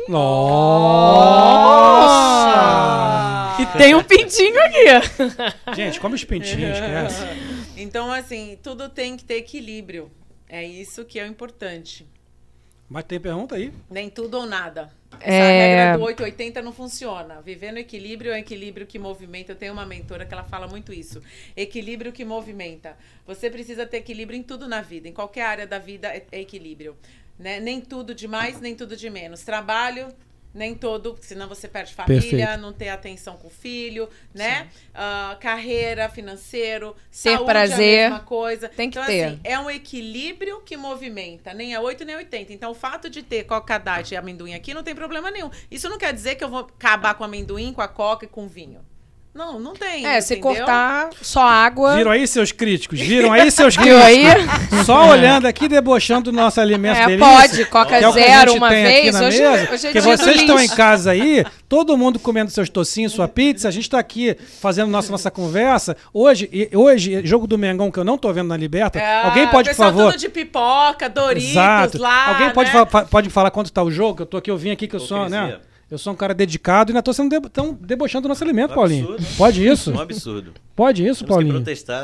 Nossa! E tem um pintinho aqui. Gente, come os pintinhos, esquece. Então, assim, tudo tem que ter equilíbrio. É isso que é o importante. Mas tem pergunta aí? Nem tudo ou nada. Essa É. regra do 880 não funciona. Viver no equilíbrio é um equilíbrio que movimenta. Eu tenho uma mentora que ela fala muito isso. Equilíbrio que movimenta. Você precisa ter equilíbrio em tudo na vida. Em qualquer área da vida é equilíbrio. Né? Nem tudo de mais, nem tudo de menos. Trabalho, nem todo, senão você perde família, Perfeito. não ter atenção com o filho, né? Carreira, financeiro, Ter saúde, prazer. a mesma coisa. Tem que então, ter. assim, é um equilíbrio que movimenta, nem é 8 nem 80. Então, o fato de ter Coca Diet e amendoim aqui não tem problema nenhum. Isso não quer dizer que eu vou acabar com amendoim, com a Coca e com vinho. Não, não tem. Se entendeu? cortar só água... Viram aí seus críticos? Viram aí seus Viu críticos? aí? Só olhando aqui, debochando do nosso alimento delícia. Pode, Coca que é o que a zero gente uma tem aqui vez. na Hoje, mesa, hoje é que dia do vocês estão em lixo. casa aí, todo mundo comendo seus tocinhos, sua pizza, a gente tá aqui fazendo nossa conversa. Hoje, jogo do Mengão que eu não tô vendo na Liberta, alguém pode, por pessoal favor... tudo de pipoca, Doritos Exato. lá, Alguém pode, né? pode falar quanto tá o jogo? Eu vim aqui que eu sou, né? Hipocrisia. Eu sou um cara dedicado e ainda tô sendo tão debochando do nosso alimento, Um Paulinho. absurdo. Pode isso? Um absurdo. Pode isso, Temos que Paulinho? protestar.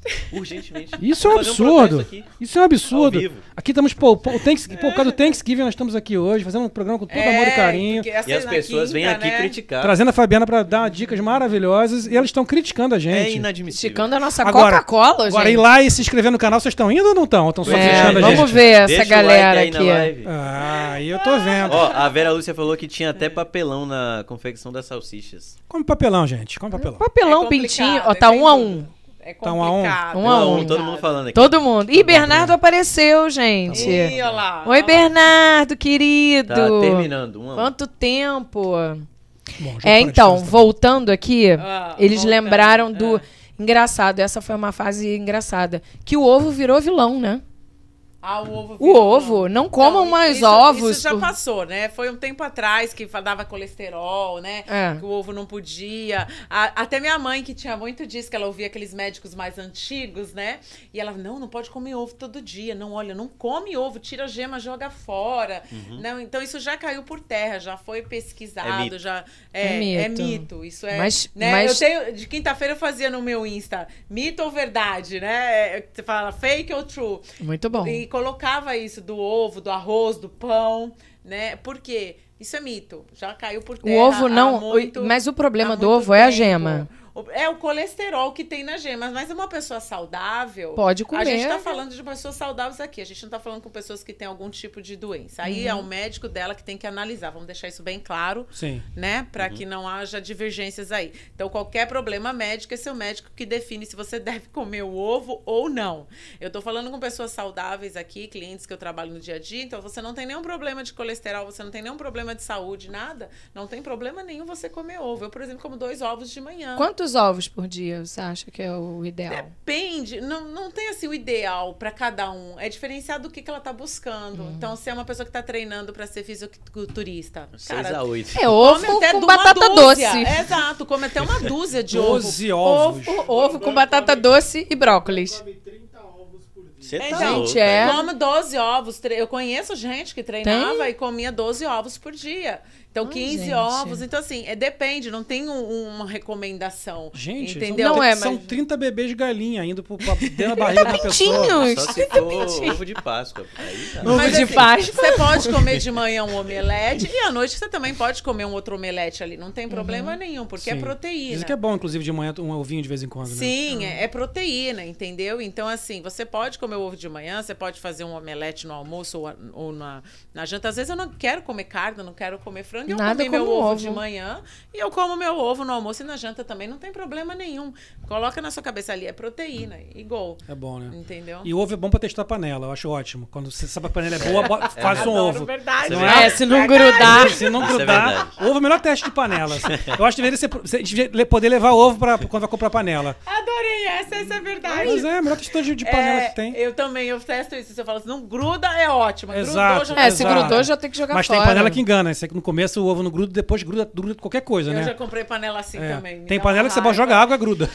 Urgentemente. Isso é um Vou fazer absurdo. protesto aqui, Isso é um absurdo. ao vivo. Aqui estamos, por causa do Thanksgiving, nós estamos aqui hoje, fazendo um programa com todo amor e carinho. porque essa E as na pessoas vêm quinta, aqui né? criticar. Trazendo a Fabiana para dar dicas maravilhosas e elas estão criticando a É gente. inadmissível. Criticando a nossa Agora, Coca-Cola, Agora, ir gente. lá e se inscrever no canal, vocês estão indo ou não estão? Ou estão só É, criticando a vamos gente? ver essa Deixa o galera like aí aqui. na live. Ah, aí eu tô vendo. Ó, a Vera Lúcia falou que tinha até papelão na confecção das salsichas. Come papelão, gente. Come papelão. Papelão, É pintinho. complicado, Ó, tá tem 1 a tudo. 1. É Tá 1 a 1. complicado. 1 a 1. Todo mundo falando aqui. Todo mundo. E Bernardo apareceu, gente. Ih, olha lá. Oi, Bernardo, querido. Tá terminando. 1 a 1. Quanto tempo. Bom, jogo É, fora de então, casa também. voltando aqui, eles voltando, lembraram do... Engraçado, essa foi uma fase engraçada. Que o ovo virou vilão, né? Ah, o ovo. O ovo, não comam mais ovos. Isso já por- passou, né? Foi um tempo atrás que dava colesterol, né? É. Que o ovo não podia. Até minha mãe, que tinha muito disso, que ela ouvia aqueles médicos mais antigos, né? E ela, não pode comer ovo todo dia. Não, olha, não come ovo, tira a gema, joga fora. Não, então isso já caiu por terra, já foi pesquisado, É mito. já É é mito. mito. Isso é, Mas- né? mas- Eu tenho, de quinta-feira eu fazia no meu Insta, mito ou verdade, né? Você fala fake ou true. Muito bom. E colocava isso do ovo, do arroz, do pão, né? Por quê? Isso é mito. Já caiu por terra. O ovo não... há muito- mas o problema há do muito ovo é a tempo. gema. É o colesterol que tem na gema. Mas uma pessoa saudável... Pode comer. A gente tá falando de pessoas saudáveis aqui. A gente não tá falando com pessoas que têm algum tipo de doença. Aí é o médico dela que tem que analisar. Vamos deixar isso bem claro, Sim. né? Para que não haja divergências aí. Então, qualquer problema médico, esse é o médico que define se você deve comer o ovo ou não. Eu tô falando com pessoas saudáveis aqui, clientes que eu trabalho no dia a dia, então você não tem nenhum problema de colesterol, você não tem nenhum problema de saúde, nada. Não tem problema nenhum você comer ovo. Eu, por exemplo, como 2 ovos de manhã. Quantos ovos por dia você acha que é o ideal? Depende, não tem assim o ideal para cada um. É diferenciado do que ela tá buscando. Então, se é uma pessoa que tá treinando para ser fisiculturista, 6 a 8. É ovo come até com uma batata dúzia. doce. Exato, come até uma dúzia de 12 ovo. ovos. Ovo com batata doce e brócolis. Come 30 ovos por dia. Você tá Gente, louco, é. velho. Come 12 ovos. Eu conheço gente que treinava e comia 12 ovos por dia. Então, 15 gente. ovos. Então, assim, depende, não tem uma recomendação. Gente, entendeu? Não é, são mas- 30 bebês galinha indo dentro da barriga da pessoa. Pintinhos. Só se for ovo de Páscoa. Aí tá. Ovo Mas, de assim, Páscoa. Você pode comer de manhã um omelete e à noite você também pode comer um outro omelete ali. Não tem problema nenhum, porque é Sim. proteína. Dizem que é bom, inclusive, de manhã um ovinho de vez em quando, né? Sim, é proteína, entendeu? Então, assim, você pode comer o ovo de manhã, você pode fazer um omelete no almoço ou na janta. Às vezes eu não quero comer carne, eu não quero comer frango. Eu Nada comi meu como ovo ovo. de manhã e eu como meu ovo no almoço e na janta também. Não tem problema nenhum. Coloca na sua cabeça ali, é proteína, igual. É bom, né? Entendeu? E ovo é bom pra testar a panela, eu acho ótimo. Quando você sabe que a panela é boa, faz um Adoro, ovo. verdade. Não é? Se não grudar. Se não Isso é grudar, verdade. ovo é o melhor teste de panela. Eu acho que deveria ser, você devia poder levar ovo quando vai comprar panela. Adorei essa é verdade. Mas é, o melhor testador de panela que tem. Eu também, eu testo isso. Se eu falo assim, não gruda, é ótimo. Exato. Grudou, já Se Exato. grudou, já tem que jogar Mas fora. tem panela que engana. Você, no começo o ovo não gruda, depois gruda qualquer coisa, Eu né? já comprei panela assim É. também. me Tem dá panela uma que você raiva. joga água, gruda.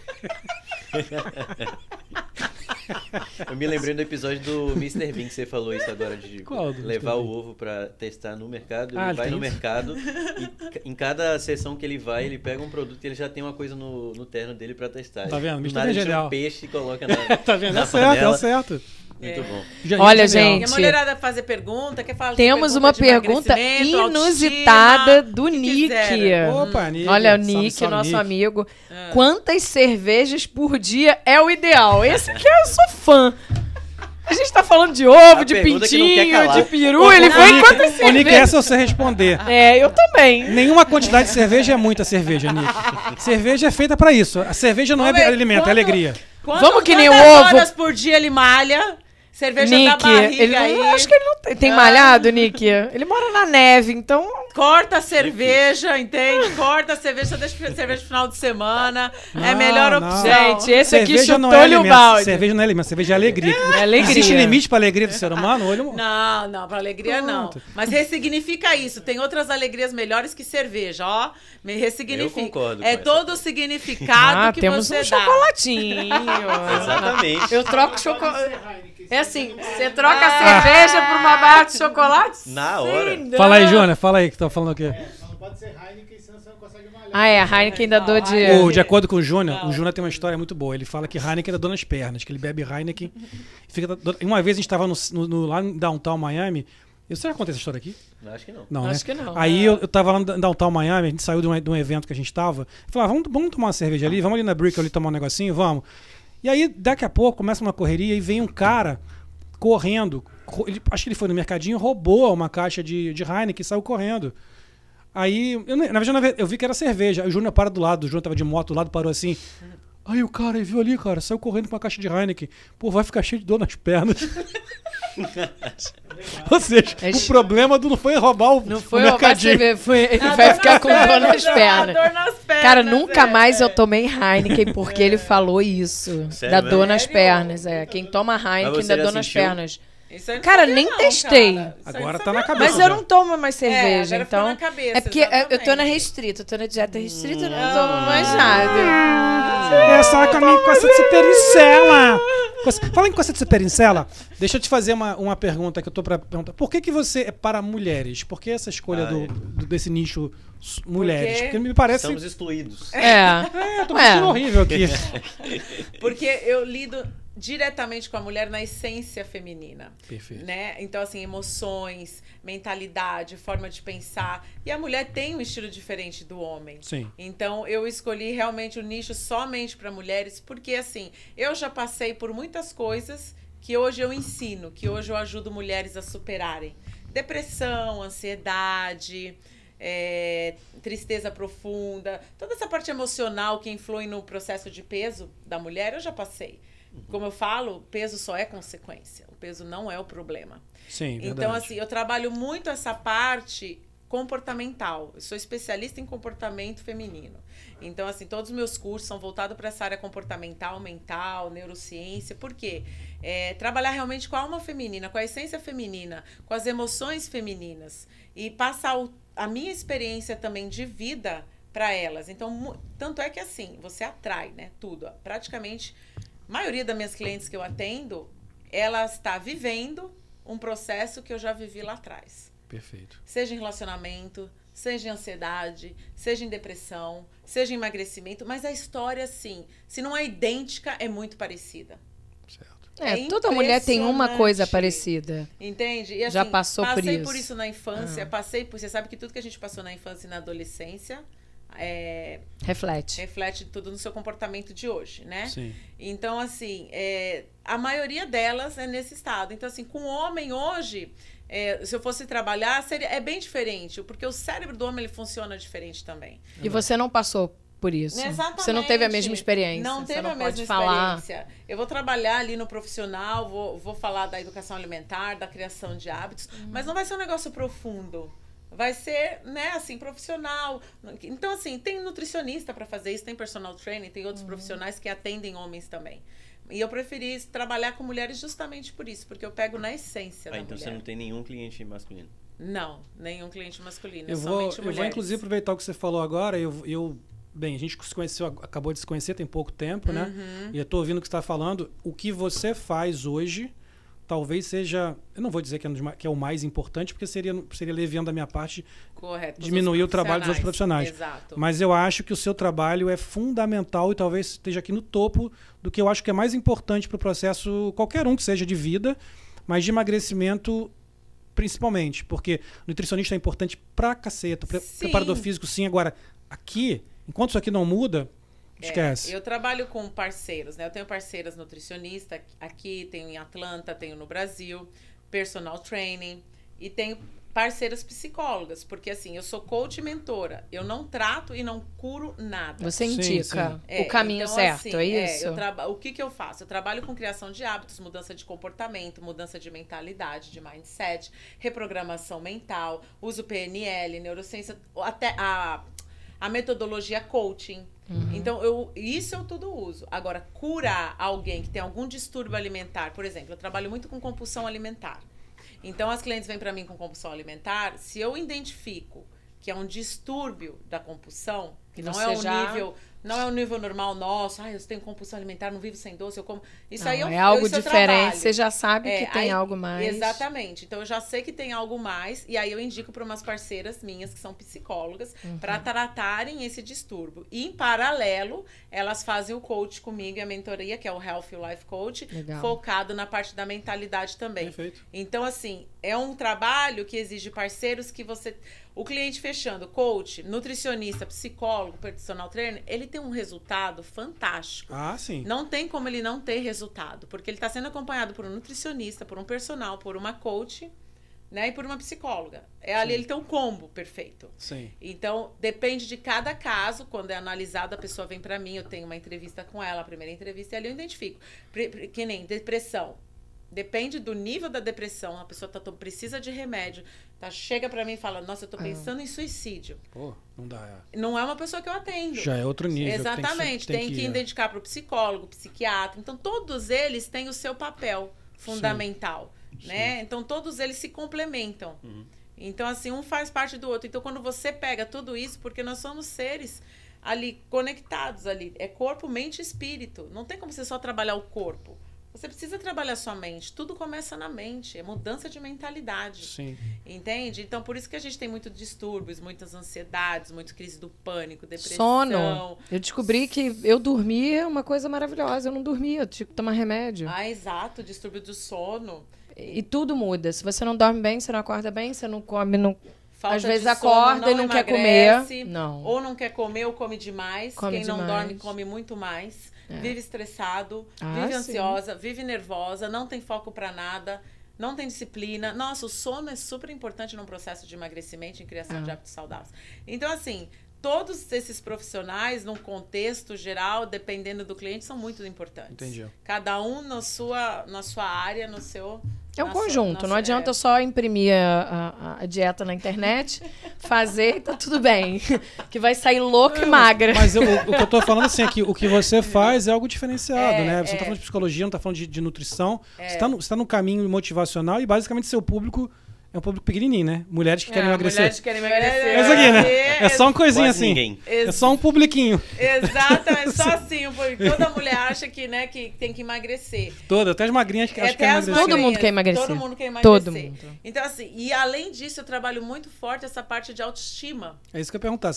Eu me lembrei do episódio do Mr. Bean que você falou isso agora, de Qual do levar Mr. o Bean? ovo pra testar no mercado. Ah, Ele vai tem no isso? mercado e em cada sessão que ele vai, ele pega um produto e ele já tem uma coisa no terno dele pra testar. Tá vendo? Do Mr. nada Bean ele tira genial. um peixe e coloca na, Tá vendo? na É certo, panela. é certo. Muito bom. Olha, Genial. E a gente, mulherada fazer pergunta, quer falar de temos uma de pergunta emagrecimento, inusitada autoestima, do o que Nick. quiser. Opa, Nick. Olha, o Salve, Nick, salve, nosso Nick. amigo. Quantas cervejas por dia é o ideal? Esse aqui eu sou fã. A gente tá falando de ovo, A de pergunta que não quer pintinho, calar. de peru. Ele foi em quantas Ô, Nick, cervejas? essa eu sei responder. É, eu também. Nenhuma quantidade de cerveja é muita cerveja, Nick. Cerveja é feita pra isso. A cerveja não é Vamos ver, alimento, é quanto- alegria. Vamos que nem o quantas ovo. horas por dia ele malha? Cerveja da Nick, barriga ele aí. não, acho que ele não tem malhado, Nick. Ele mora na neve, então... Corta a cerveja, entende? Corta a cerveja, só deixa a cerveja no final de semana. é a Não, melhor não. opção. Gente, esse aqui Cerveja não é chutou-lhe o alimento. balde. Cerveja não é alimento, cerveja é alegria. É alegria. Existe limite pra alegria do ser humano? Olha, Não, pra alegria Pronto. não. Mas ressignifica isso. Tem outras alegrias melhores que cerveja, ó. Me ressignifica. Eu concordo É com todo o significado que temos você um dá. chocolatinho. Exatamente. Eu troco chocolate. Heineken. É assim, você troca a cerveja por uma barra de chocolate? Na hora. Sim, fala aí, não. Jônia, fala aí que tá falando o quê? Só não pode ser Heineken, senão você não consegue malhar. Ah, é, a Heineken ainda dou de... De acordo com o Júnior tem uma história muito boa. Ele fala que Heineken é dor nas pernas, que ele bebe Heineken. Uma vez a gente estava lá em Downtown Miami. Eu já contei essa história aqui? Acho que não. Não, Acho né? que não. Aí eu tava lá em Downtown Miami, a gente saiu de um evento que a gente tava. Falei, vamos tomar uma cerveja ali, vamos ali na Brick ali tomar um negocinho, vamos. E aí, daqui a pouco, começa uma correria e vem um cara correndo. Acho que ele foi no mercadinho, roubou uma caixa de Heineken e saiu correndo. Aí, na verdade, eu vi que era cerveja. Aí o Júnior para do lado, o Júnior tava de moto do lado, parou assim. Aí o cara viu ali, cara, saiu correndo com uma caixa de Heineken. Pô, vai ficar cheio de dor nas pernas. Ou seja, o problema não foi roubar o mercadinho. Ele vai ficar com dor nas pernas. Cara, nunca mais eu tomei Heineken porque ele falou isso. Sério, da dor mesmo? nas pernas. Quem toma Heineken Mas você dá já dor nas sentiu? pernas. Isso eu não Cara, sabia nem não, testei. cara. Isso eu Agora não tá na sabia cabeça. Mas eu não tomo mais cerveja, agora ficou então... na cabeça, É porque eu tô na exatamente. restrita, eu tô na dieta restrita, eu não tomo mais nada. É só comigo com essa de superincela. Fala em coisa de superincela. Deixa eu te fazer uma pergunta que eu tô pra perguntar. Por que você é para mulheres? Por que essa escolha desse nicho mulheres? Porque me parece... Estamos excluídos. eu tô me sentindo horrível aqui. Porque eu lido diretamente com a mulher na essência feminina. Perfeito. Né? Então, assim, emoções, mentalidade, forma de pensar. E a mulher tem um estilo diferente do homem. Sim. Então, eu escolhi realmente o nicho somente para mulheres, porque, assim, eu já passei por muitas coisas que hoje eu ensino, que hoje eu ajudo mulheres a superarem. Depressão, ansiedade... tristeza profunda, toda essa parte emocional que influi no processo de peso da mulher, eu já passei. Como eu falo, peso só é consequência, o peso não é o problema. Sim, verdade. Então, assim, eu trabalho muito essa parte comportamental. Eu sou especialista em comportamento feminino. Então, assim, todos os meus cursos são voltados para essa área comportamental, mental, neurociência. Por quê? Trabalhar realmente com a alma feminina, com a essência feminina, com as emoções femininas. E passar a minha experiência também de vida para elas. Então, tanto é que, assim, você atrai, né? Tudo. Praticamente, a maioria das minhas clientes que eu atendo, ela está vivendo um processo que eu já vivi lá atrás. Perfeito. Seja em relacionamento, seja em ansiedade, seja em depressão, seja em emagrecimento, mas a história, sim, se não é idêntica, é muito parecida. Certo. Toda mulher tem uma coisa parecida. Entende? E, assim, já passou por isso. Passei por isso na infância, você sabe que tudo que a gente passou na infância e na adolescência reflete tudo no seu comportamento de hoje, né? Sim. Então, assim, a maioria delas é nesse estado. Então, assim, com o homem hoje... se eu fosse trabalhar, é bem diferente, porque o cérebro do homem ele funciona diferente também. E você não passou por isso? Exatamente. Você não teve a mesma experiência? Não teve a mesma experiência. Eu vou trabalhar ali no profissional, vou falar da educação alimentar, da criação de hábitos, mas não vai ser um negócio profundo. Vai ser, né, assim, profissional. Então, assim, tem nutricionista para fazer isso, tem personal training, tem outros profissionais que atendem homens também. E eu preferi trabalhar com mulheres justamente por isso, porque eu pego na essência da então mulher. você não tem nenhum cliente masculino? Não, nenhum cliente masculino, somente mulheres. Eu vou, inclusive, aproveitar o que você falou agora. Bem, a gente se conheceu, acabou de se conhecer tem pouco tempo, né? E eu tô ouvindo o que você está falando. O que você faz hoje talvez seja... Eu não vou dizer que é o mais importante, porque seria leviano da minha parte diminuir o trabalho dos outros profissionais. Exato. Mas eu acho que o seu trabalho é fundamental e talvez esteja aqui no topo do que eu acho que é mais importante para o processo, qualquer um que seja de vida, mas de emagrecimento principalmente. Porque nutricionista é importante pra caceta. Preparador físico, sim. Agora, aqui, enquanto isso aqui não muda... Esquece. Eu trabalho com parceiros, né? Eu tenho parceiras nutricionistas aqui, tenho em Atlanta, tenho no Brasil, personal training e tenho parceiras psicólogas, porque assim, eu sou coach e mentora. Eu não trato e não curo nada. Você indica o caminho então, certo, assim, é isso? O que eu faço? Eu trabalho com criação de hábitos, mudança de comportamento, mudança de mentalidade, de mindset, reprogramação mental, uso PNL, neurociência, até a metodologia coaching. Então, isso eu tudo uso. Agora, curar alguém que tem algum distúrbio alimentar, por exemplo, eu trabalho muito com compulsão alimentar. Então, as clientes vêm para mim com compulsão alimentar, se eu identifico que é um distúrbio da compulsão, que não é um nível Não é o nível normal nosso. Eu tenho compulsão alimentar, não vivo sem doce, eu como... Isso aí é algo isso diferente, você já sabe que tem aí, algo mais. Exatamente. Então, eu já sei que tem algo mais, e aí eu indico para umas parceiras minhas, que são psicólogas, para tratarem esse distúrbio. E, em paralelo, elas fazem o coach comigo e a mentoria, que é o Health Life Coach, focado na parte da mentalidade também. Perfeito. Então, assim, é um trabalho que exige parceiros que você... O cliente fechando, coach, nutricionista, psicólogo, personal trainer, ele tem um resultado fantástico. Ah, sim. Não tem como ele não ter resultado, porque ele está sendo acompanhado por um nutricionista, por um personal, por uma coach, né, e por uma psicóloga. Ali ele tem um combo perfeito. Sim. Então, depende de cada caso. Quando é analisado, a pessoa vem para mim, eu tenho uma entrevista com ela, a primeira entrevista, e ali eu identifico. Que nem depressão. Depende do nível da depressão. A pessoa precisa de remédio. Chega pra mim e fala, nossa, eu tô pensando em suicídio. Pô, não dá. Não é uma pessoa que eu atendo. Já é outro nível. Exatamente. Tem que identificar pro psicólogo, psiquiatra. Então, todos eles têm o seu papel fundamental. Né? Então, todos eles se complementam. Então, assim, um faz parte do outro. Então, quando você pega tudo isso, porque nós somos seres ali conectados ali. É corpo, mente e espírito. Não tem como você só trabalhar o corpo. Você precisa trabalhar sua mente. Tudo começa na mente. É mudança de mentalidade. Sim. Entende? Então, por isso que a gente tem muitos distúrbios, muitas ansiedades, muitas crises do pânico, depressão. Sono. Eu descobri que eu dormir é uma coisa maravilhosa. Eu não dormia, eu tinha que tomar remédio. Exato. Distúrbio do sono. E tudo muda. Se você não dorme bem, você não acorda bem, você não come... Falta às vezes de sono, acorda e não quer comer. Não. Ou não quer comer ou come demais. Quem não demais. dorme come muito mais. Vive estressado, vive ansiosa, vive nervosa, não tem foco pra nada, não tem disciplina. Nossa, o sono é super importante num processo de emagrecimento e criação de hábitos saudáveis. Então, assim, todos esses profissionais, num contexto geral, dependendo do cliente, são muito importantes. Entendi. Cada um na sua área, no seu... É um conjunto, não adianta só imprimir a dieta na internet, fazer e tá tudo bem. Que vai sair louca e magra. Mas o que eu tô falando assim é que o que você faz é algo diferenciado, né? Você não tá falando de psicologia, não tá falando de nutrição. Você tá num caminho motivacional e basicamente seu público é um público pequenininho, né? Mulheres que querem emagrecer. Mulheres que querem emagrecer. É isso aqui, né? É só uma coisinha Quase assim. Ninguém. É só um publiquinho. Exatamente, só assim. Toda mulher acha que, né, que tem que emagrecer. Até as magrinhas que acham que querem emagrecer. Todo mundo quer emagrecer. Todo mundo quer emagrecer. Todo mundo. Então, assim, e além disso, eu trabalho muito forte essa parte de autoestima. É isso que eu ia perguntar.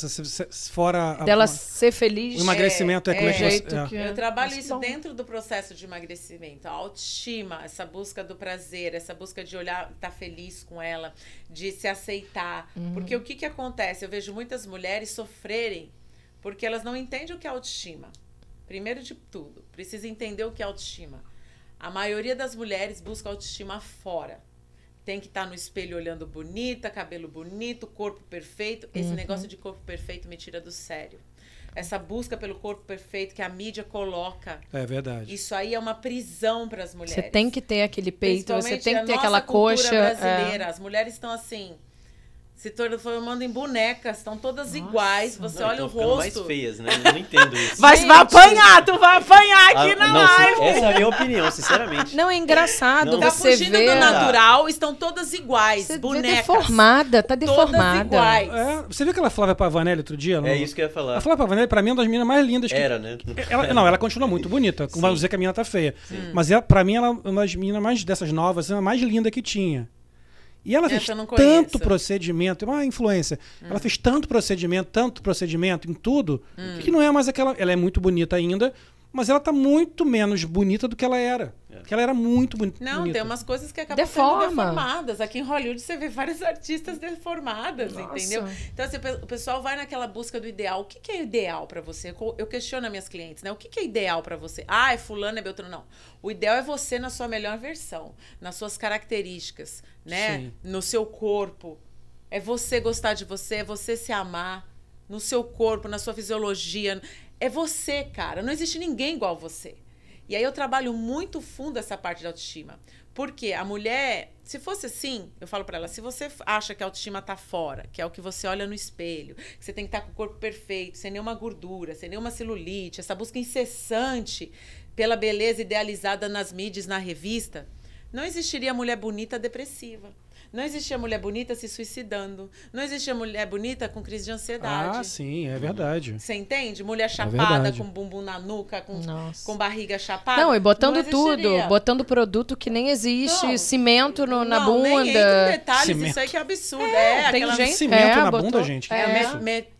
Fora dela ser feliz. O emagrecimento como é que você... Eu trabalho isso dentro do processo de emagrecimento. A autoestima, essa busca do prazer, essa busca de olhar, estar feliz com ela, de se aceitar. Porque o que acontece? Eu vejo muitas mulheres sofrerem porque elas não entendem o que é autoestima. Primeiro de tudo, precisa entender o que é autoestima. A maioria das mulheres busca autoestima fora. Tem que estar no espelho olhando bonita, cabelo bonito, corpo perfeito. Esse negócio de corpo perfeito me tira do sério. Essa busca pelo corpo perfeito que a mídia coloca. É verdade. Isso aí é uma prisão para as mulheres. Você tem que ter aquele peito, você tem que ter aquela cultura coxa. Brasileira. As mulheres estão assim, se transformando em bonecas, estão todas iguais. Você olha o rosto. Mais feias, né? Eu não entendo isso. Vai apanhar, tu vai apanhar aqui na live. Essa é a minha opinião, sinceramente. Não, é engraçado. Tá você fugindo vê... do natural, estão todas iguais, Você bonecas. vê deformada, tá deformada. Todas iguais. Você viu aquela Flávia Pavanelli outro dia? É isso que eu ia falar. A Flávia Pavanelli, pra mim, é uma das meninas mais lindas. Era, né? Ela continua muito bonita. Não vai dizer que a menina tá feia. Mas pra mim, ela é uma das meninas mais dessas novas, a mais linda que tinha. E ela fez tanto procedimento, é uma influência. Ela fez tanto procedimento em tudo, que não é mais aquela... Ela é muito bonita ainda, mas ela tá muito menos bonita do que ela era. Porque ela era muito bonita. Não, tem umas coisas que acabam sendo deformadas. Aqui em Hollywood você vê vários artistas deformadas, entendeu? Então, assim, o pessoal vai naquela busca do ideal. O que é ideal pra você? Eu questiono as minhas clientes, né? O que é ideal pra você? É fulano, é beltrano. Não. O ideal é você na sua melhor versão, nas suas características, né? Sim. No seu corpo. É você gostar de você, é você se amar no seu corpo, na sua fisiologia. É você, cara. Não existe ninguém igual a você. E aí eu trabalho muito fundo essa parte da autoestima. Porque a mulher, se fosse assim, eu falo pra ela, se você acha que a autoestima tá fora, que é o que você olha no espelho, que você tem que estar com o corpo perfeito, sem nenhuma gordura, sem nenhuma celulite, essa busca incessante pela beleza idealizada nas mídias, na revista, não existiria mulher bonita depressiva. Não existia mulher bonita se suicidando. Não existia mulher bonita com crise de ansiedade. Ah, sim, é verdade. Você entende? Mulher chapada, verdade. com bumbum na nuca, Nossa. com barriga chapada. Não, e botando não existiria. tudo. Botando produto que nem existe. Não. Cimento na Não, nem entra em bunda. detalhes, Cimento. isso aí que é absurdo. tem aquela... gente- Cimento na botou- bunda, gente. que é. isso?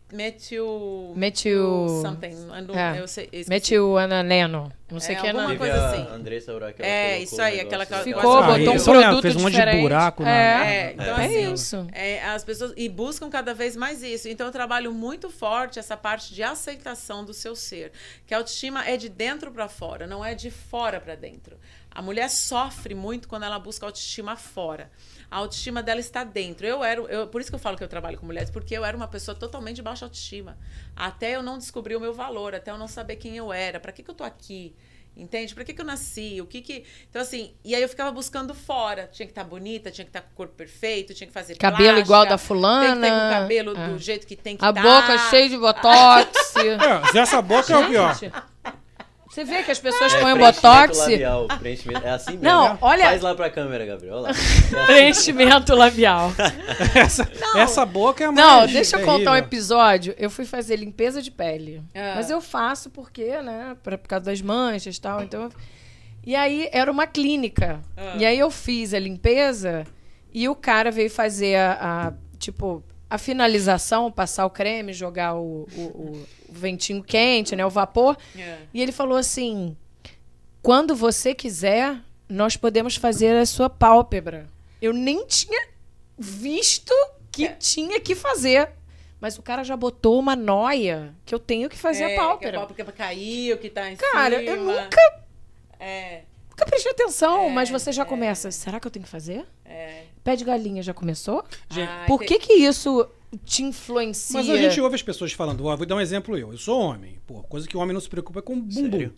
Metil... something. Eu sei, esqueci. Metil-ananeno. Não sei o que é, alguma não. coisa Teve assim. a Andressa Urach, ela É, colocou isso aí, um aquela negócio- que- Ficou, Ah, botou um isso eu lembro, produto fez um monte de diferente. buraco na- Então, É assim, isso. as pessoas e buscam cada vez mais isso. Então eu trabalho muito forte essa parte de aceitação do seu ser, que a autoestima é de dentro para fora, não é de fora para dentro. A mulher sofre muito quando ela busca autoestima fora. A autoestima dela está dentro. Por isso que eu falo que eu trabalho com mulheres, porque eu era uma pessoa totalmente de baixa autoestima. Até eu não descobrir o meu valor, até eu não saber quem eu era, para que eu tô aqui? Entende? Pra que eu nasci? Então, assim, e aí eu ficava buscando fora. Tinha que estar bonita, tinha que estar com o corpo perfeito, tinha que fazer Cabelo plástica, igual da fulana. tem que ter com o cabelo do jeito que tem que A estar. boca cheia de botox. É, essa boca é o pior. Gente, você vê que as pessoas põem preenchimento botox. labial, preenchimento. É assim mesmo. Não, olha- Faz lá pra câmera, Gabriel. Olha lá. Preenchimento labial. Essa boca é a Não, mais deixa eu terrível. contar um episódio. Eu fui fazer limpeza de pele. Ah. Mas eu faço porque, né? Por causa das manchas e tal. Então, e aí era uma clínica. Ah. E aí eu fiz a limpeza e o cara veio fazer a finalização, passar o creme, jogar o ventinho quente, né? O vapor. É. E ele falou assim: quando você quiser, nós podemos fazer a sua pálpebra. Eu nem tinha visto que tinha que fazer. Mas o cara já botou uma noia que eu tenho que fazer a Que pálpebra. a pálpebra caiu, que tá em Cara, cima. eu nunca É, prestei atenção, mas você já começa. Será que eu tenho que fazer? é. Pé de galinha já começou? Gente, Ai, Por que isso te influencia? Mas a gente ouve as pessoas falando, ó, vou dar um exemplo eu sou homem. Pô, coisa que o homem não se preocupa é com bumbum. Sério?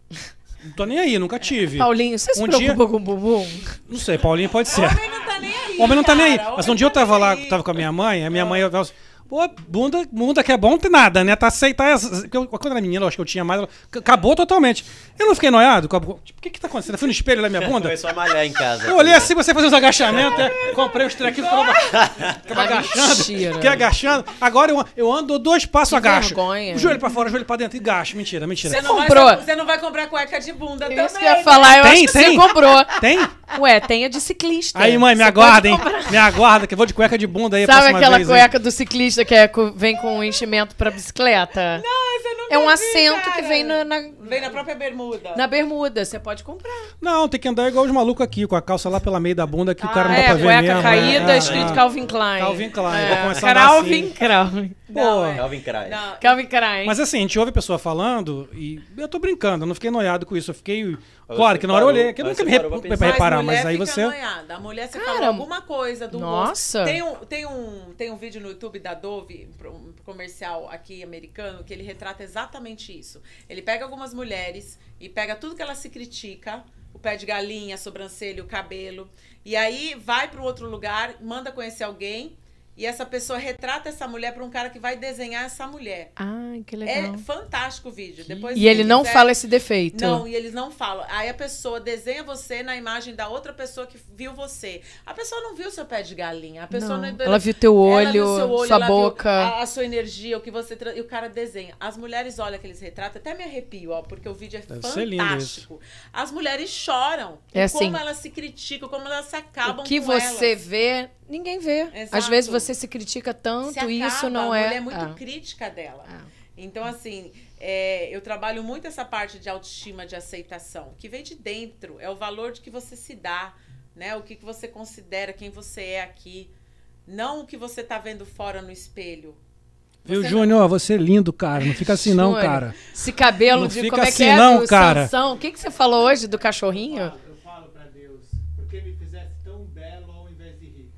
Não tô nem aí, nunca tive. Paulinho, você se Um preocupa dia- com o bumbum? Não sei, Paulinho pode ser. Homem não tá nem aí. O homem não tá nem aí. cara. Mas Homem um dia eu não tá tava nem lá, aí. tava com a minha mãe, a minha mãe falava assim, pô, bunda que é bom não tem nada, né? Tá aceitar. Quando eu era menina, eu acho que eu tinha mais. Acabou totalmente. Eu não fiquei noiado. Tipo, o que que tá acontecendo? Eu fui no espelho da minha bunda. Começou a malhar em casa. Eu olhei assim, você fazia os agachamentos, comprei os trequinhos, ficava agachando. Mentira. Fiquei agachando. Agora eu ando 2 passos, Que agacho. vergonha. O joelho pra fora, o joelho pra dentro e gacho. Mentira, mentira. Você não, comprou? você não vai comprar cueca de bunda também. Isso que eu ia né? falar, eu Tem, acho que tem. você comprou. Tem? Ué, tem a de ciclista. Aí, mãe, me Você aguarda, pode hein? comprar. Me aguarda, que eu vou de cueca de bunda aí a Sabe próxima aquela vez, hein? cueca do ciclista que vem com um enchimento pra bicicleta? Não, você nunca É um vi, assento cara. que vem Vem na própria bermuda. na bermuda. Você pode comprar. Não, tem que andar igual os malucos aqui, com a calça lá pela meio da bunda, que o cara não dá pra ver cueca mesmo. caída, é, escrito é. Calvin Klein. Calvin Klein, É, vou começar a andar Calvin assim. Klein. Não, Pô, Calvin Klein. Não, Calvin Klein. mas assim, a gente ouve a pessoa falando e eu tô brincando, eu não fiquei noiado com isso. Eu fiquei. Mas Claro você que na hora eu parou- olhei, que eu mas nunca você me parou pra pra pensar. reparar, mas mulher aí fica você. noiada. A mulher, você Cara, fala alguma coisa do nossa. rosto. Tem um vídeo no YouTube da Dove, um comercial aqui americano, que ele retrata exatamente isso. Ele pega algumas mulheres e pega tudo que ela se critica, o pé de galinha, a sobrancelha, o cabelo, e aí vai para o outro lugar, manda conhecer alguém, e essa pessoa retrata essa mulher para um cara que vai desenhar essa mulher. Ai, que legal. É fantástico o vídeo. Depois, E ele quem não quiser- fala esse defeito. Não, e eles não falam. Aí a pessoa desenha você na imagem da outra pessoa que viu você. A pessoa não viu seu pé de galinha. A pessoa Não. não, Ela viu teu ela viu olho, seu olho, sua ela viu boca. a sua energia, o que você... E o cara desenha. As mulheres olham aqueles retratos, até me arrepio, ó, porque o vídeo é Deve ser lindo fantástico. As mulheres choram. É com como assim. elas se criticam, como elas se acabam O que com você elas. vê, ninguém vê. Exato. Às vezes você se critica tanto, Se acaba, isso não a é. mulher é muito Ah. crítica dela. Ah. Então, assim, eu trabalho muito essa parte de autoestima, de aceitação, que vem de dentro. É o valor de que você se dá, né? O que você considera, quem você é aqui. Não o que você tá vendo fora no espelho. Viu, Você Júnior? Você é lindo, cara. Não fica assim, não, Júnior, cara. Esse cabelo Não de fica como é assim que é não, do cara. Sansão. O que você falou hoje do cachorrinho? Eu falo pra Deus, porque me fizesse tão belo ao invés de rico.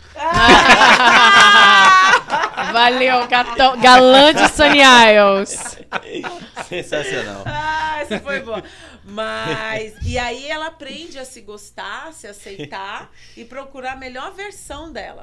Valeu, galã de Sunny Isles. Sensacional. Ah, essa foi boa. Mas, e aí ela aprende a se gostar, se aceitar e procurar a melhor versão dela.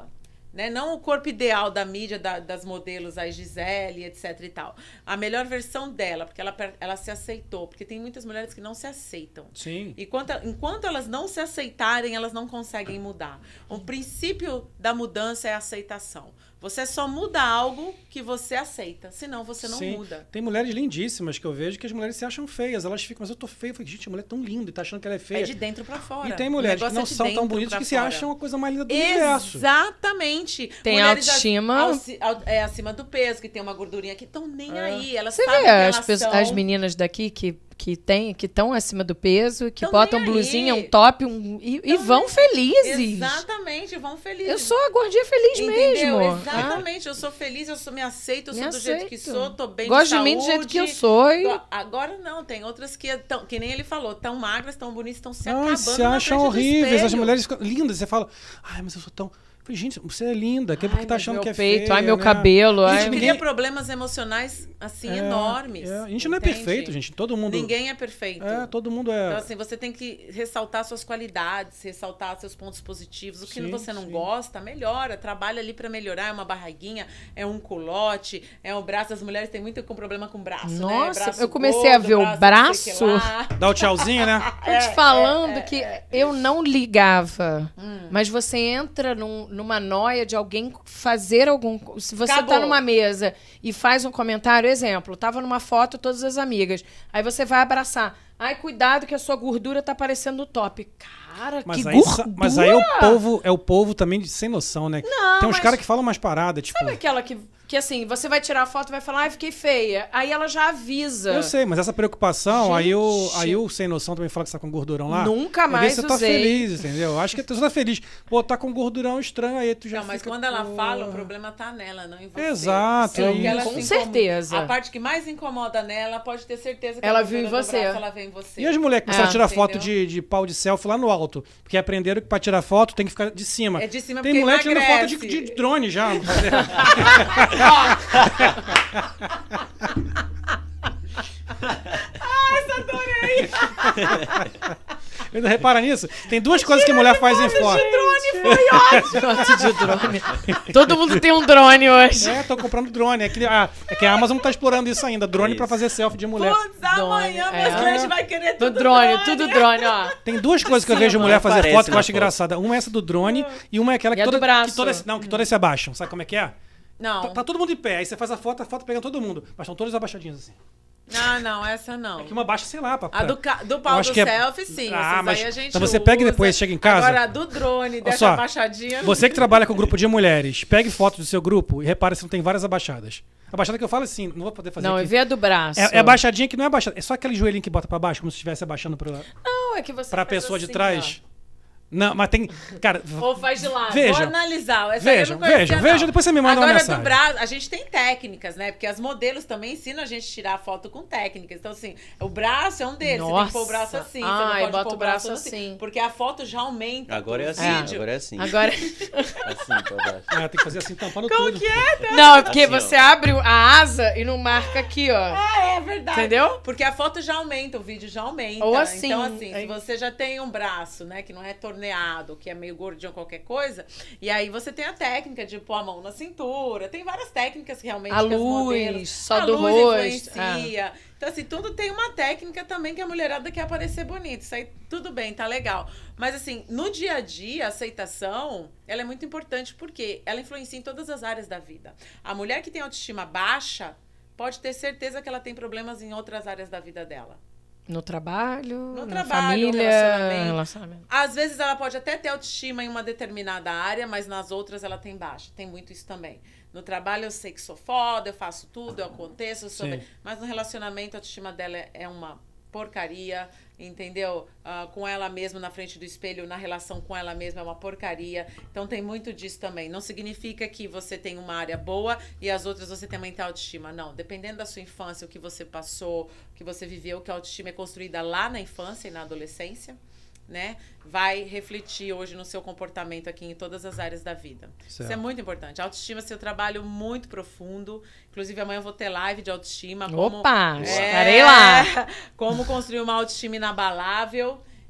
Né? Não o corpo ideal da mídia, das modelos, a Gisele, etc e tal. A melhor versão dela, porque ela se aceitou. Porque tem muitas mulheres que não se aceitam. Sim. E enquanto elas não se aceitarem, elas não conseguem mudar. O princípio da mudança é a aceitação. Você só muda algo que você aceita, senão você não muda. Tem mulheres lindíssimas que eu vejo que as mulheres se acham feias. Elas ficam, mas eu tô feia. Eu falei, gente, a mulher é tão linda e tá achando que ela é feia. É de dentro pra fora. E tem mulheres que não são tão bonitas que se acham a coisa mais linda do universo. Exatamente. Tem mulheres autoestima. Acima do peso, que tem uma gordurinha que estão nem aí. Elas Você sabem vê que elas são... as meninas daqui que estão acima do peso, que Tão botam nem blusinha, aí. um top e vão felizes. Exatamente, vão felizes. Eu sou a gordinha feliz Entendeu? mesmo. Exatamente, eu sou feliz, me aceito, eu sou do jeito que sou, tô bem Gosto de saúde. de mim do jeito que eu sou. Agora não, tem outras que nem ele falou, tão magras, tão bonitas, estão se Não, acabando se na acham frente do horríveis. As espelho. mulheres ficam lindas. Você fala, ai, mas eu sou tão... Eu falei, gente, você é linda. Porque tá achando meu que é peito, feia, ai, meu né? cabelo. A Ai, gente ninguém- cria problemas emocionais, assim, enormes. A gente não é entende? perfeito, gente. Todo mundo... Ninguém é perfeito. todo mundo é... Então, assim, você tem que ressaltar suas qualidades, ressaltar seus pontos positivos. O que Sim, você não sim. gosta, melhora. Trabalha ali pra melhorar. É uma barriguinha, é um culote, é um braço. As mulheres têm muito problema com braço, né? Nossa, Braço eu comecei gordo, a ver o não sei que braço. lá. Dá o tchauzinho, né? Tô te falando que eu não ligava. Mas você entra numa noia de alguém fazer algum... Se você Acabou. tá numa mesa e faz um comentário, exemplo, tava numa foto todas as amigas, aí você vai abraçar. Ai, cuidado que a sua gordura tá parecendo no top. Cara, Mas que aí, gordura! mas aí é o povo também sem noção, né? Não, Tem uns mas- caras que falam umas paradas, tipo... Sabe aquela que assim, você vai tirar a foto e vai falar, ai, fiquei feia. Aí ela já avisa. Eu sei, mas essa preocupação, Gente. aí o sem noção também fala que você tá com gordurão lá. Nunca Às vezes mais você tá usei. feliz, entendeu? Eu acho que você tá feliz. Pô, tá com gordurão estranho, aí tu já Não, mas fica, quando ela pô. fala, o problema tá nela, não em você. Exato, Se o que é ela isso. se Com incomoda- certeza. A parte que mais incomoda nela, pode ter certeza que Ela a viu em gordura do você. braço, ela vê em você. E as mulheres que começaram a tirar entendeu? foto de pau de selfie lá no alto? Porque aprenderam que pra tirar foto tem que ficar de cima. É de cima Tem porque mulher tirando foto emagrece. de drone já. Ainda repara nisso? Tem duas coisas que mulher faz em foto. Foto de drone. Todo mundo tem um drone hoje. Tô comprando drone. É que a Amazon tá explorando isso ainda. Drone pra fazer selfie de mulher. Putz, amanhã Drone, meus é. clientes vai querer Do tudo drone, tudo drone, ó. Tem duas coisas que eu vejo não mulher fazer aparece foto que eu na acho foto. engraçada. Uma é essa do drone e uma é aquela E a do braço. que todas se abaixam. Sabe como é que é? Não, Tá todo mundo de pé. Aí você faz a foto pegando todo mundo. Mas estão todas abaixadinhas assim. não, essa não. Que uma baixa, sei lá, papai. A do Eu pau acho do que é- selfie, sim. Ah, essas mas aí a gente então você pega e usa. depois chega em casa? Agora, a do drone, dessa só, abaixadinha... Você que trabalha com grupo de mulheres, pegue fotos do seu grupo e repare se não tem várias abaixadas. A baixada que eu falo assim, não vou poder fazer Não, aqui. vê a do braço. É abaixadinha que não é abaixada. É só aquele joelhinho que bota pra baixo, como se estivesse abaixando Não, é que você pra faz pessoa de assim, trás. Não, mas tem... Cara, ó. Ou faz de lado. Vejam. Vou analisar. Essa aí eu Vejam, não conhecia, vejam, não. vejam, depois você me manda uma Agora, mensagem. do braço, a gente tem técnicas, né? Porque as modelos também ensinam a gente a tirar foto com técnicas. Então, assim, o braço é um deles. Você tem que pôr o braço Nossa. assim. Ai, você não pode bota pôr o braço todo assim. Porque a foto já aumenta. Agora é o assim, vídeo. agora é assim. Agora... Assim, pra baixo. tem que fazer assim, tampando Como tudo. que é? Não, é porque Assim, ó. você abre a asa e não marca aqui, ó. Ah, é verdade. Entendeu? Porque a foto já aumenta, o vídeo já aumenta. Ou assim, Então, assim, aí- se você já tem um braço, né, que não é torneado, que é meio gordinho, qualquer coisa, e aí você tem a técnica de pôr a mão na cintura. Tem várias técnicas que realmente A que as luz, modelos... só a do luz rosto, influencia. Então, assim, tudo tem uma técnica também que a mulherada quer aparecer bonita. Isso aí, tudo bem, tá legal. Mas, assim, no dia a dia, a aceitação, ela é muito importante porque ela influencia em todas as áreas da vida. A mulher que tem autoestima baixa pode ter certeza que ela tem problemas em outras áreas da vida dela. No trabalho, No na trabalho, família, relacionamento. Às vezes ela pode até ter autoestima em uma determinada área, mas nas outras ela tem baixa. Tem muito isso também. No trabalho eu sei que sou foda, eu faço tudo, eu aconteço, eu sou Sim. bem. Mas no relacionamento a autoestima dela é uma porcaria, entendeu? Com ela mesma na frente do espelho, na relação com ela mesma é uma porcaria. Então tem muito disso também. Não significa que você tem uma área boa e as outras você também tem autoestima. Não, dependendo da sua infância, o que você passou, o que você viveu, que a autoestima é construída lá na infância e na adolescência, né? Vai refletir hoje no seu comportamento aqui em todas as áreas da vida. Certo. Isso é muito importante. A autoestima é seu trabalho muito profundo. Inclusive, amanhã eu vou ter live de autoestima. Opa, estarei lá. Como construir uma autoestima inabalável.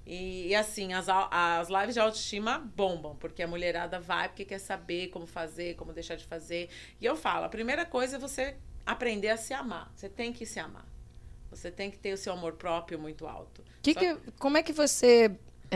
E assim, as lives de autoestima bombam, porque a mulherada vai porque quer saber como fazer, como deixar de fazer. E eu falo, a primeira coisa é você aprender a se amar. Você tem que se amar. Você tem que ter o seu amor próprio muito alto. Como é que você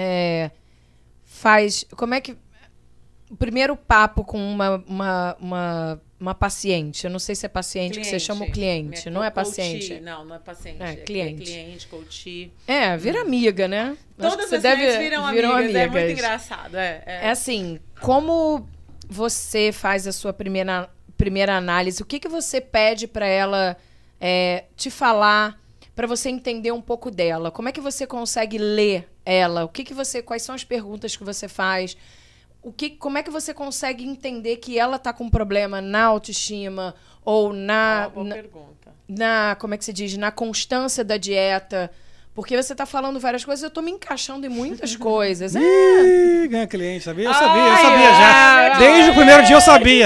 faz... Como é que... O primeiro papo com uma paciente, eu não sei se é paciente que você chama o cliente, não é paciente. Não é paciente. É cliente. É cliente, coach. Vira amiga, né? Todas as clientes viram amigas. É muito engraçado. É assim, como você faz a sua primeira análise? O que você pede para ela te falar, para você entender um pouco dela? Como é que você consegue ler ela? Quais são as perguntas que você faz? Como é que você consegue entender que ela está com um problema na autoestima ou como é que se diz? Na constância da dieta? Porque você está falando várias coisas, eu estou me encaixando em muitas coisas. Ganha cliente, sabia? Eu sabia já. Desde o primeiro dia eu sabia.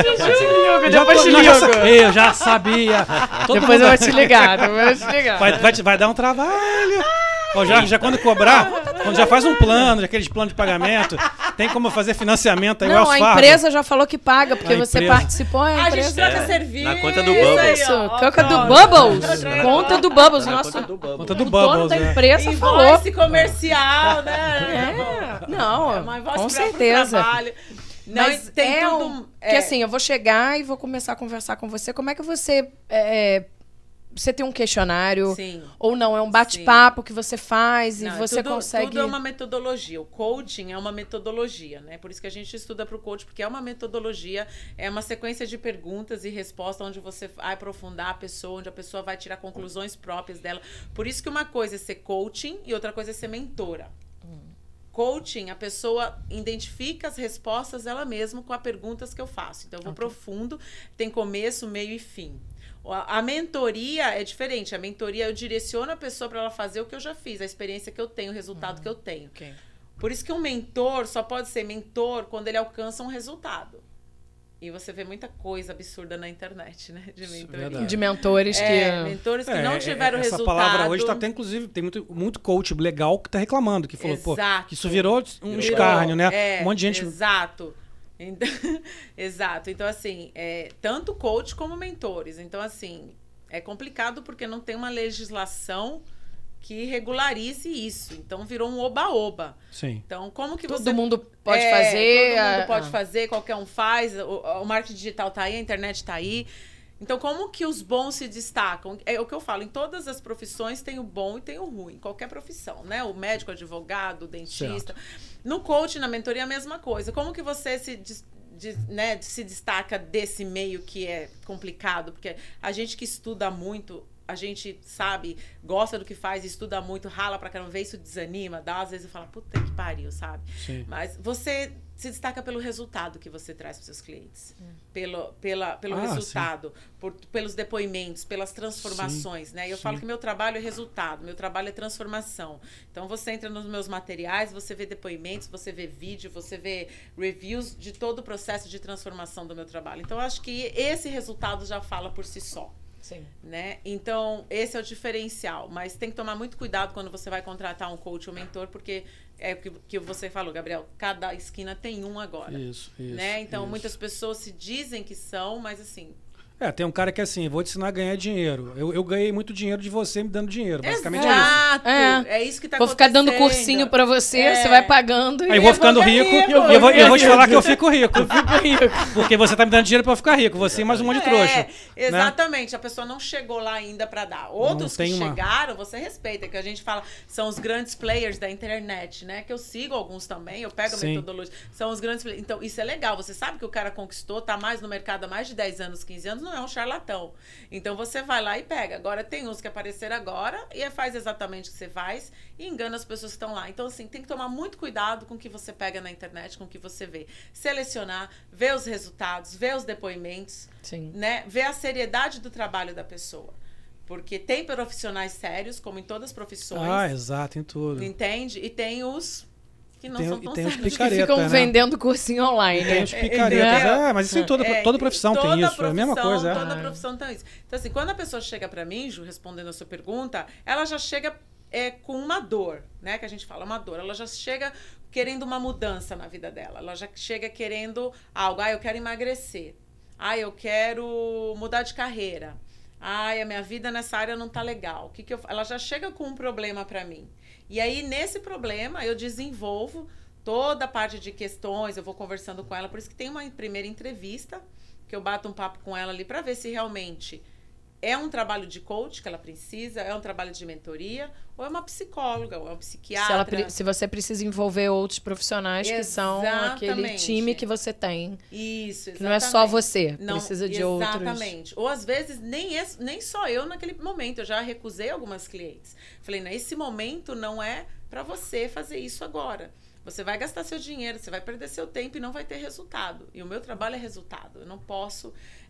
Eu já sabia. Depois eu vou te ligar. Vai dar um trabalho. Já quando cobrar, quando já faz um plano, aqueles planos de pagamento, tem como fazer financiamento aí. Não, a empresa já falou que paga, porque você participou. A gente troca serviço. Na conta do Bubbles. Conta do Bubbles. Conta do Bubbles. Nossa, conta do o Bubbles. dono da empresa falou. Invoice comercial, né? Com certeza. Mas tem tudo... Que assim, eu vou chegar e vou começar a conversar com você. Como é que você... Você tem um questionário? Sim. Ou não? É um bate-papo que você faz e você consegue... Tudo é uma metodologia. O coaching é uma metodologia, né? Por isso que a gente estuda para o coach, porque é uma metodologia, é uma sequência de perguntas e respostas onde você vai aprofundar a pessoa, onde a pessoa vai tirar conclusões próprias dela. Por isso que uma coisa é ser coaching e outra coisa é ser mentora. Coaching, a pessoa identifica as respostas ela mesma com as perguntas que eu faço. Então, eu vou profundo, tem começo, meio e fim. A mentoria é diferente. A mentoria, eu direciono a pessoa para ela fazer o que eu já fiz, a experiência que eu tenho, o resultado que eu tenho. Okay. Por isso que um mentor só pode ser mentor quando ele alcança um resultado. E você vê muita coisa absurda na internet, né? De mentoria. De mentores mentores que não tiveram essa resultado. Essa palavra hoje está até, inclusive, tem muito coach legal que está reclamando, que falou, que isso virou um escárnio, né? Um monte de gente... Exato. Então, assim, tanto coach como mentores. Então, assim, é complicado porque não tem uma legislação que regularize isso. Então, virou um oba-oba. Sim. Então, como que todo mundo pode fazer? Todo mundo pode fazer, qualquer um faz. O marketing digital tá aí, a internet tá aí. Então, como que os bons se destacam? É o que eu falo, em todas as profissões tem o bom e tem o ruim. Qualquer profissão, né? O médico, o advogado, o dentista. Certo. No coaching, na mentoria, a mesma coisa. Como que você se destaca desse meio que é complicado? Porque a gente que estuda muito, a gente sabe, gosta do que faz, estuda muito, rala pra caramba, vê isso desanima, às vezes eu falo, puta que pariu, sabe? Sim. Mas você se destaca pelo resultado que você traz para seus clientes. Pelo resultado, pelos depoimentos, pelas transformações, né? Eu falo que meu trabalho é resultado, meu trabalho é transformação. Então, você entra nos meus materiais, você vê depoimentos, você vê vídeo, você vê reviews de todo o processo de transformação do meu trabalho. Então, eu acho que esse resultado já fala por si só. Sim. Né? Então, esse é o diferencial. Mas tem que tomar muito cuidado quando você vai contratar um coach ou mentor, porque é o que você falou, Gabriel. Cada esquina tem um agora. Isso. Né? Então, muitas pessoas se dizem que são, mas assim... tem um cara que é assim, vou te ensinar a ganhar dinheiro. Eu ganhei muito dinheiro de você me dando dinheiro. Basicamente Exato. é isso. É isso que tá vou ficar dando cursinho pra você, você vai pagando. Aí eu vou ficando rico e eu vou te falar que eu fico rico. Porque você tá me dando dinheiro pra eu ficar rico. Você e mais um monte de trouxa. Exatamente. Né? A pessoa não chegou lá ainda pra dar. Outros que chegaram, você respeita. Que a gente fala, são os grandes players da internet, né? Que eu sigo alguns também, eu pego a metodologia. São os grandes players. Então, isso é legal. Você sabe que o cara conquistou, tá mais no mercado há mais de 10 anos, 15 anos, não é um charlatão. Então você vai lá e pega. Agora tem uns que apareceram agora e faz exatamente o que você faz e engana as pessoas que estão lá. Então, assim, tem que tomar muito cuidado com o que você pega na internet, com o que você vê. Selecionar, ver os resultados, ver os depoimentos, né? Ver a seriedade do trabalho da pessoa. Porque tem profissionais sérios, como em todas as profissões. Exato, em tudo. Entende? E tem os... que não são tão sérios. Que ficam vendendo cursinho online. Tem os picaretas. Mas isso em toda profissão tem isso. É a mesma coisa. Toda profissão tem isso. Então, assim, quando a pessoa chega pra mim, Ju, respondendo a sua pergunta, ela já chega com uma dor, né? Que a gente fala, uma dor. Ela já chega querendo uma mudança na vida dela. Ela já chega querendo algo. Eu quero emagrecer. Eu quero mudar de carreira. A minha vida nessa área não tá legal. Ela já chega com um problema para mim. E aí, nesse problema, eu desenvolvo toda a parte de questões, eu vou conversando com ela. Por isso que tem uma primeira entrevista, que eu bato um papo com ela ali para ver se realmente é um trabalho de coach que ela precisa, é um trabalho de mentoria, ou é uma psicóloga, ou é um psiquiatra. Se você precisa envolver outros profissionais que são aquele time que você tem. Isso, exatamente. Que não é só você, precisa de outros. Exatamente. Ou às vezes nem só eu naquele momento. Eu já recusei algumas clientes. Falei, nesse momento não é para você fazer isso agora. Você vai gastar seu dinheiro, você vai perder seu tempo e não vai ter resultado. E o meu trabalho é resultado. Eu não posso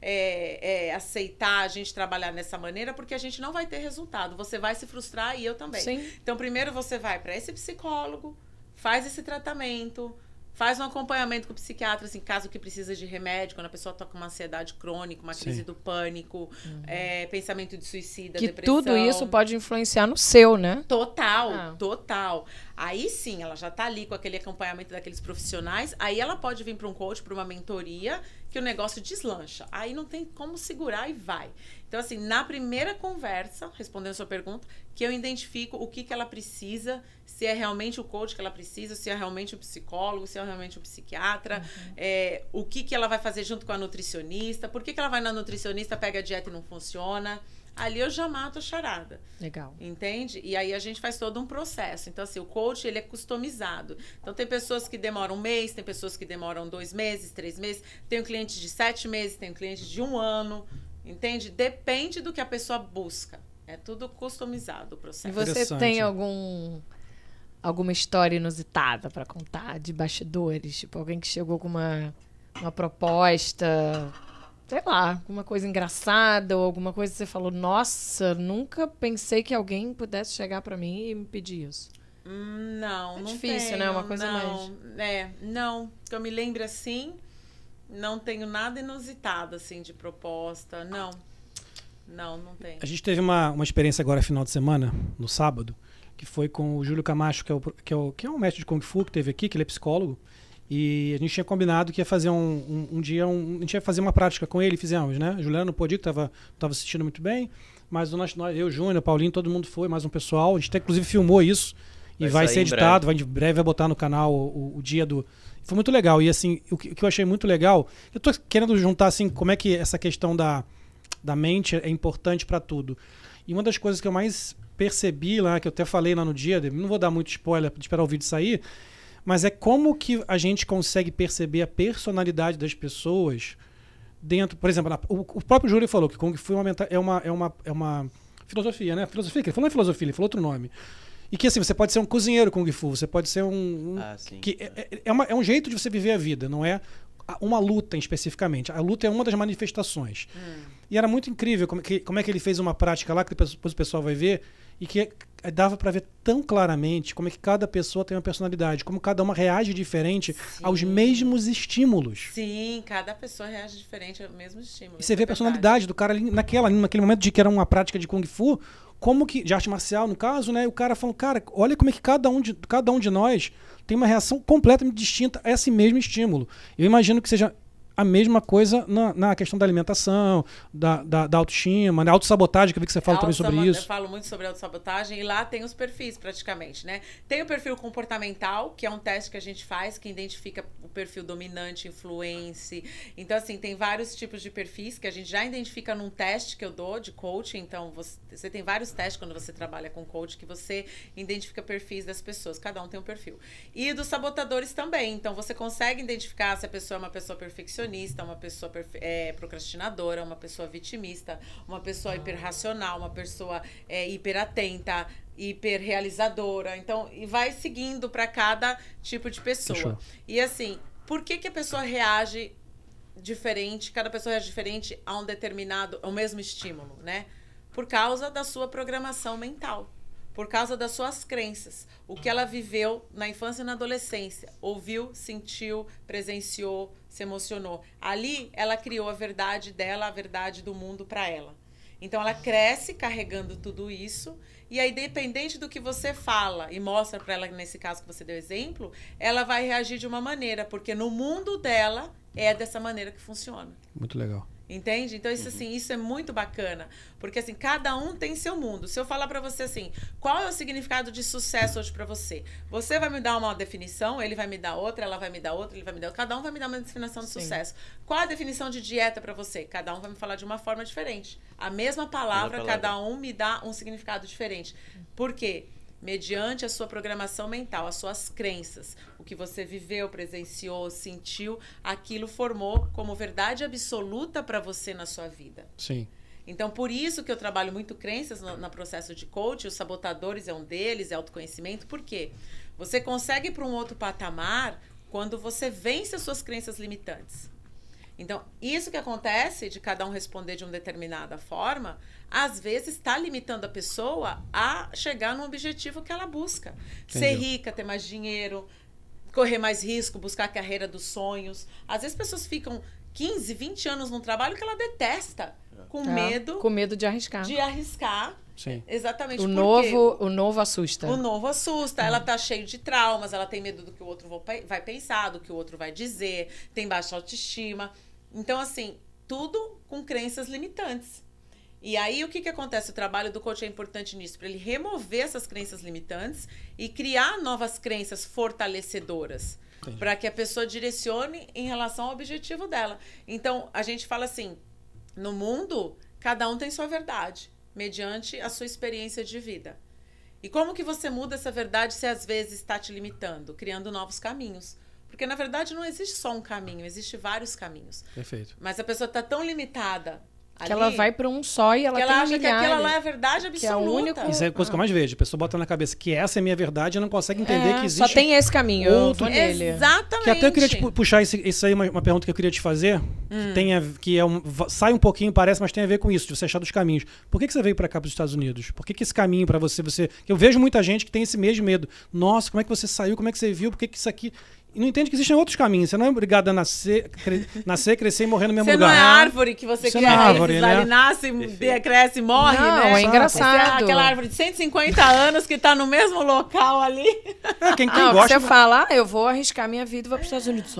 aceitar a gente trabalhar dessa maneira porque a gente não vai ter resultado. Você vai se frustrar e eu também. Sim. Então, primeiro você vai para esse psicólogo, faz esse tratamento, faz um acompanhamento com o psiquiatra, assim, caso que precisa de remédio, quando a pessoa está com uma ansiedade crônica, uma crise do pânico, pensamento de suicida, depressão. Tudo isso pode influenciar no seu, né? Total. Aí sim, ela já tá ali com aquele acompanhamento daqueles profissionais, aí ela pode vir para um coach, para uma mentoria, que o negócio deslancha. Aí não tem como segurar e vai. Então, assim, na primeira conversa, respondendo a sua pergunta, que eu identifico o que ela precisa, se é realmente o coach que ela precisa, se é realmente o psicólogo, se é realmente o psiquiatra, o que ela vai fazer junto com a nutricionista, por que ela vai na nutricionista, pega a dieta e não funciona. Ali eu já mato a charada. Legal. Entende? E aí a gente faz todo um processo. Então, assim, o coach, ele é customizado. Então, tem pessoas que demoram um mês, tem pessoas que demoram 2 meses, 3 meses. Tem um cliente de 7 meses, tem um cliente de 1 ano. Entende? Depende do que a pessoa busca. É tudo customizado o processo. E você tem alguma história inusitada para contar de bastidores? Tipo, alguém que chegou com uma proposta, sei lá, alguma coisa engraçada ou alguma coisa que você falou, nossa, nunca pensei que alguém pudesse chegar para mim e me pedir isso. Não, não difícil, tenho, né? Uma coisa mais... não. Que eu me lembre assim, não tenho nada inusitado, assim, de proposta. Não tem. A gente teve uma experiência agora, final de semana, no sábado, que foi com o Júlio Camacho, que é um mestre de Kung Fu que teve aqui, que ele é psicólogo. E a gente tinha combinado que ia fazer um dia, a gente ia fazer uma prática com ele, fizemos, né? A Juliana não pôde, estava assistindo muito bem, mas eu, Júnior, Paulinho, todo mundo foi, mais um pessoal. A gente até, inclusive, filmou isso e vai ser editado, em breve vai botar no canal o dia do... Foi muito legal. E, assim, o que eu achei muito legal, eu tô querendo juntar, assim, como é que essa questão da mente é importante para tudo. E uma das coisas que eu mais percebi lá, que eu até falei lá no dia, não vou dar muito spoiler para esperar o vídeo sair, mas é como que a gente consegue perceber a personalidade das pessoas dentro... Por exemplo, o próprio Júlio falou que Kung Fu é uma filosofia, né? Filosofia, ele falou filosofia, ele falou outro nome. E que assim, você pode ser um cozinheiro Kung Fu, você pode ser que é um jeito de você viver a vida, não é uma luta especificamente. A luta é uma das manifestações. E era muito incrível como é que ele fez uma prática lá, que depois o pessoal vai ver, e que dava para ver tão claramente como é que cada pessoa tem uma personalidade, como cada uma reage diferente aos mesmos estímulos. Sim, cada pessoa reage diferente ao mesmo estímulo. E você vê a personalidade do cara ali naquele momento de que era uma prática de Kung Fu, como que, de arte marcial no caso, né? E o cara falou, cara, olha como é que cada um de nós tem uma reação completamente distinta a esse mesmo estímulo. Eu imagino que seja a mesma coisa na questão da alimentação, da autoestima, da autossabotagem, que eu vi que você fala também sobre isso. Eu falo muito sobre autossabotagem e lá tem os perfis praticamente, né? Tem o perfil comportamental, que é um teste que a gente faz, que identifica o perfil dominante, influence. Então, assim, tem vários tipos de perfis que a gente já identifica num teste que eu dou de coaching. Então, você tem vários testes quando você trabalha com coach que você identifica perfis das pessoas. Cada um tem um perfil. E dos sabotadores também. Então, você consegue identificar se a pessoa é uma pessoa perfeccionista, uma pessoa procrastinadora, uma pessoa vitimista, uma pessoa hiperracional, uma pessoa hiperatenta, hiperrealizadora. Então, e vai seguindo para cada tipo de pessoa. Fechou. E assim, por que a pessoa reage diferente, cada pessoa reage diferente a ao mesmo estímulo, né? Por causa da sua programação mental. Por causa das suas crenças, o que ela viveu na infância e na adolescência, ouviu, sentiu, presenciou, se emocionou. Ali, ela criou a verdade dela, a verdade do mundo para ela. Então, ela cresce carregando tudo isso E aí, dependente do que você fala e mostra para ela, nesse caso que você deu exemplo, ela vai reagir de uma maneira, porque no mundo dela é dessa maneira que funciona. Muito legal. Entende? Então, isso, assim, isso é muito bacana. Porque, assim, cada um tem seu mundo. Se eu falar pra você, assim, qual é o significado de sucesso hoje pra você? Você vai me dar uma definição, ele vai me dar outra, ela vai me dar outra, ele vai me dar outra. Cada um vai me dar uma definição de sucesso. Qual a definição de dieta pra você? Cada um vai me falar de uma forma diferente. A mesma palavra, cada um me dá um significado diferente. Por quê? Mediante a sua programação mental, as suas crenças, o que você viveu, presenciou, sentiu, aquilo formou como verdade absoluta para você na sua vida. Sim. Então, por isso que eu trabalho muito crenças no processo de coaching, os sabotadores é um deles, é autoconhecimento, por quê? Você consegue ir para um outro patamar quando você vence as suas crenças limitantes. Então, isso que acontece de cada um responder de uma determinada forma, às vezes está limitando a pessoa a chegar num objetivo que ela busca. Entendeu? Ser rica, ter mais dinheiro, correr mais risco, buscar a carreira dos sonhos. Às vezes pessoas ficam 15, 20 anos num trabalho que ela detesta, com medo Com medo de arriscar. de arriscar. Sim. Exatamente. O novo assusta. O novo assusta. Ela tá cheia de traumas, ela tem medo do que o outro vai pensar, do que o outro vai dizer, tem baixa autoestima. Então, assim, tudo com crenças limitantes. E aí, o que acontece? O trabalho do coach é importante nisso, para ele remover essas crenças limitantes e criar novas crenças fortalecedoras, para que a pessoa direcione em relação ao objetivo dela. Então, a gente fala assim, no mundo, cada um tem sua verdade, mediante a sua experiência de vida. E como que você muda essa verdade se às vezes está te limitando? Criando novos caminhos. Porque, na verdade, não existe só um caminho, existe vários caminhos. Perfeito. Mas a pessoa está tão limitada ali, Que ela vai para um só e ela que tem ela acha que milhares. aquela lá é a verdade absoluta. Que é o único- Isso é a coisa que eu mais vejo. A pessoa bota na cabeça que essa é a minha verdade e não consegue entender que existe... Só tem esse caminho, eu outro- vou nele. Exatamente. Que até eu queria puxar isso aí, uma pergunta que eu queria te fazer, sai um pouquinho, parece, mas tem a ver com isso, de você achar dos caminhos. Por que você veio pra cá, pros Estados Unidos? Por que esse caminho pra você... Eu vejo muita gente que tem esse mesmo medo. Nossa, como é que você saiu? Como é que você viu? Por que isso aqui... E não entende que existem outros caminhos. Você não é obrigado a nascer, crescer e morrer no mesmo Você lugar. não é árvore que você Você cria não é raízes, árvore, né? ali nasce, cresce e morre, Não, né? é engraçado. Você é aquela árvore de 150 anos que tá no mesmo local ali. Quem Não, gosta... você fala, eu vou arriscar minha vida e vou para os Estados Unidos.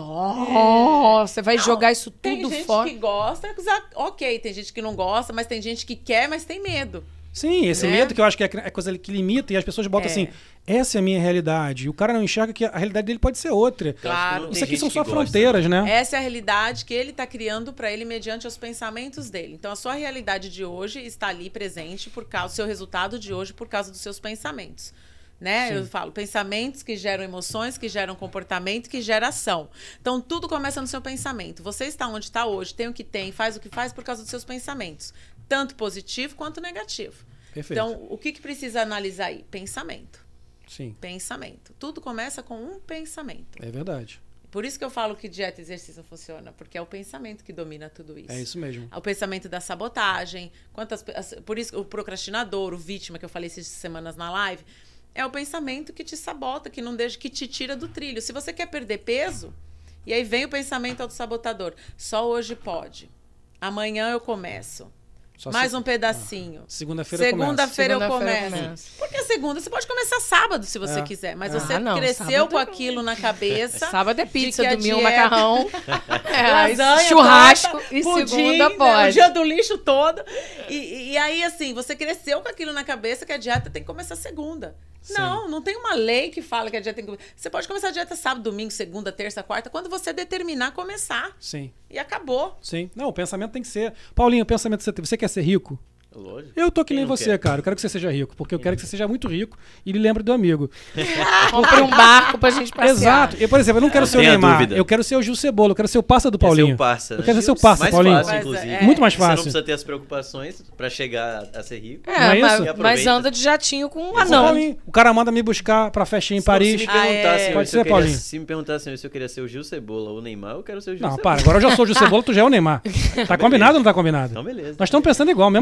Você vai jogar isso Tem tudo gente fora. que gosta, ok, tem gente que não gosta, mas tem gente que quer, mas tem medo. Sim, esse né? medo que eu acho que é coisa que limita e as pessoas botam assim, essa é a minha realidade. E o cara não enxerga que a realidade dele pode ser outra. Claro. Isso aqui são só gente que gosta, fronteiras, né? Essa é a realidade que ele está criando para ele mediante os pensamentos dele. Então, a sua realidade de hoje está ali presente por causa do seu resultado de hoje, por causa dos seus pensamentos. Né? Eu falo, pensamentos que geram emoções, que geram comportamento, que geram ação. Então, tudo começa no seu pensamento. Você está onde está hoje, tem o que tem, faz o que faz por causa dos seus pensamentos. Tanto positivo quanto negativo. Perfeito. Então, o que precisa analisar aí? Pensamento. Sim, Pensamento. Tudo começa com um pensamento. é verdade. Por isso que eu falo que dieta e exercício não funciona, porque é o pensamento que domina tudo isso. É isso mesmo. O pensamento da sabotagem, por isso o procrastinador, o vítima, que eu falei essas semanas na live, é o pensamento que te sabota, que não deixa, que te tira do trilho. Se você quer perder peso, e aí vem o pensamento autossabotador, só hoje pode. Amanhã eu começo. Só Mais se- um pedacinho. Segunda-feira eu Segunda-feira eu Segunda-feira começo. começa. Porque segunda, você pode começar sábado se você É. quiser, mas É. você Ah, não, cresceu sábado com não. aquilo na cabeça. Sábado é de pizza, que a domingo dieta- macarrão, Lasanha, churrasco torta, e pudim, segunda né, pode. o dia do lixo todo. E aí, assim, você cresceu com aquilo na cabeça que a dieta tem que começar segunda. Não tem uma lei que fala que a dieta tem que começar. Você pode começar a dieta sábado, domingo, segunda, terça, quarta, quando você determinar começar. Sim, E acabou. sim. Não, o pensamento tem que ser... Paulinho, o pensamento que você quer ser rico? Lógico. Eu tô que Quem nem não você, quer? cara. Eu quero que você seja rico, porque eu quero que você seja muito rico e lhe lembre do amigo. Compre um barco pra gente passear. Exato. Eu, por exemplo, eu não quero ser o Tenha Neymar. dúvida. Eu quero ser o Gil Cebola. Eu quero ser o parça do Quer ser Paulinho. o parça, né? Eu quero ser seu parça, mais Paulinho. Fácil, Mas, inclusive. Muito mais Você não fácil. precisa ter as preocupações pra chegar a ser rico. Não é mas, isso? E mas aproveita. anda de jatinho com um Ô, anão. Paulinho, o cara manda me buscar pra festinha em Paris. Se me perguntassem Pode se ser, eu queria- Paulinho. se me perguntassem se eu queria ser o Gil Cebola ou o Neymar, eu quero ser o Gil Não, Cebola. para. Agora eu já sou o Gil Cebola, tu já é o Neymar. Tá combinado ou não tá combinado? Então, beleza. Nós estamos pensando igual, mesma Não, coisa gente,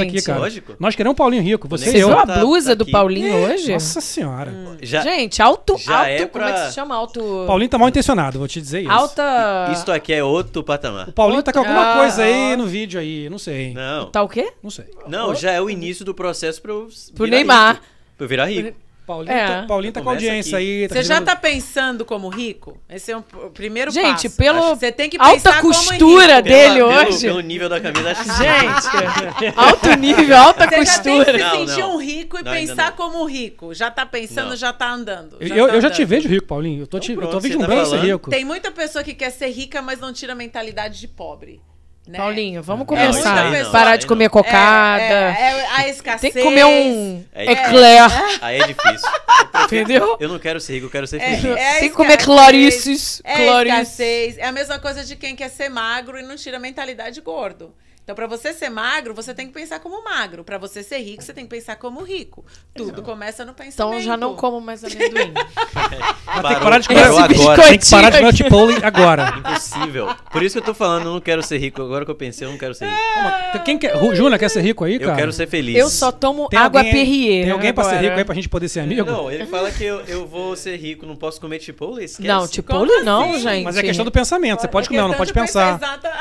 aqui, cara. Lógico. Nós queremos um Paulinho rico. Você Você e eu. viu a Tá- blusa tá do aqui. Paulinho hoje? Nossa senhora. Já, Gente, já é como é que pra- se chama? Alto... Paulinho tá mal intencionado, vou te dizer isso. Alta... Isto aqui é outro patamar. O Paulinho tá com alguma Ah, coisa aí no vídeo aí, não sei. Não, Tá o quê? Não sei. não, já é o início do processo pra eu Pro virar Neymar. rico. Pra eu virar rico. Paulinho, É. Paulinho tá com Começa audiência aqui. aí. Você já chegando- tá pensando como rico? Esse é o primeiro Gente, passo. pelo Você tem que alta pensar como costura rico. dele hoje. Pelo nível da camisa, acho que sim. Gente, alto nível, alta Você já tem costura. que se Não, sentir não. um rico e Não, ainda pensar não. como rico. Já tá pensando, Não. já tá andando. Eu já te vejo rico, Paulinho. Eu tô pronto, você vislumbrando tá ser falando. rico. Tem muita pessoa que quer ser rica, mas não tira a mentalidade de pobre. Né? Paulinho, vamos Não, isso começar. aí não, Parar isso de aí comer não. cocada. A escassez. Tem que comer um É eclair. Aí é difícil. Entendeu? Eu não quero ser rico, eu quero ser feliz. Tem que comer Clarices. Escassez. É a mesma coisa de quem quer ser magro e não tira a mentalidade de gordo. Então, pra você ser magro, você tem que pensar como magro. Pra você ser rico, você tem que pensar como rico. Tudo começa no pensamento. Então já não como mais amendoim. Mas tem que parar de comer parou Esse agora. Tem que parar de comer o Chipotle agora. Impossível. Por isso que eu tô falando, eu não quero ser rico. Agora que eu pensei, eu não quero ser rico. Quem quer? Júnior quer ser rico aí, cara? Eu quero ser feliz. Eu só tomo Tem água alguém aí- Perrier. Tem alguém pra ser agora. rico aí pra gente poder ser amigo? Não, ele fala que eu vou ser rico, não posso comer Chipotle? Esquece. Não, Chipotle Como não, assim? gente. Mas é questão do pensamento. Você pode comer, não pode pensar.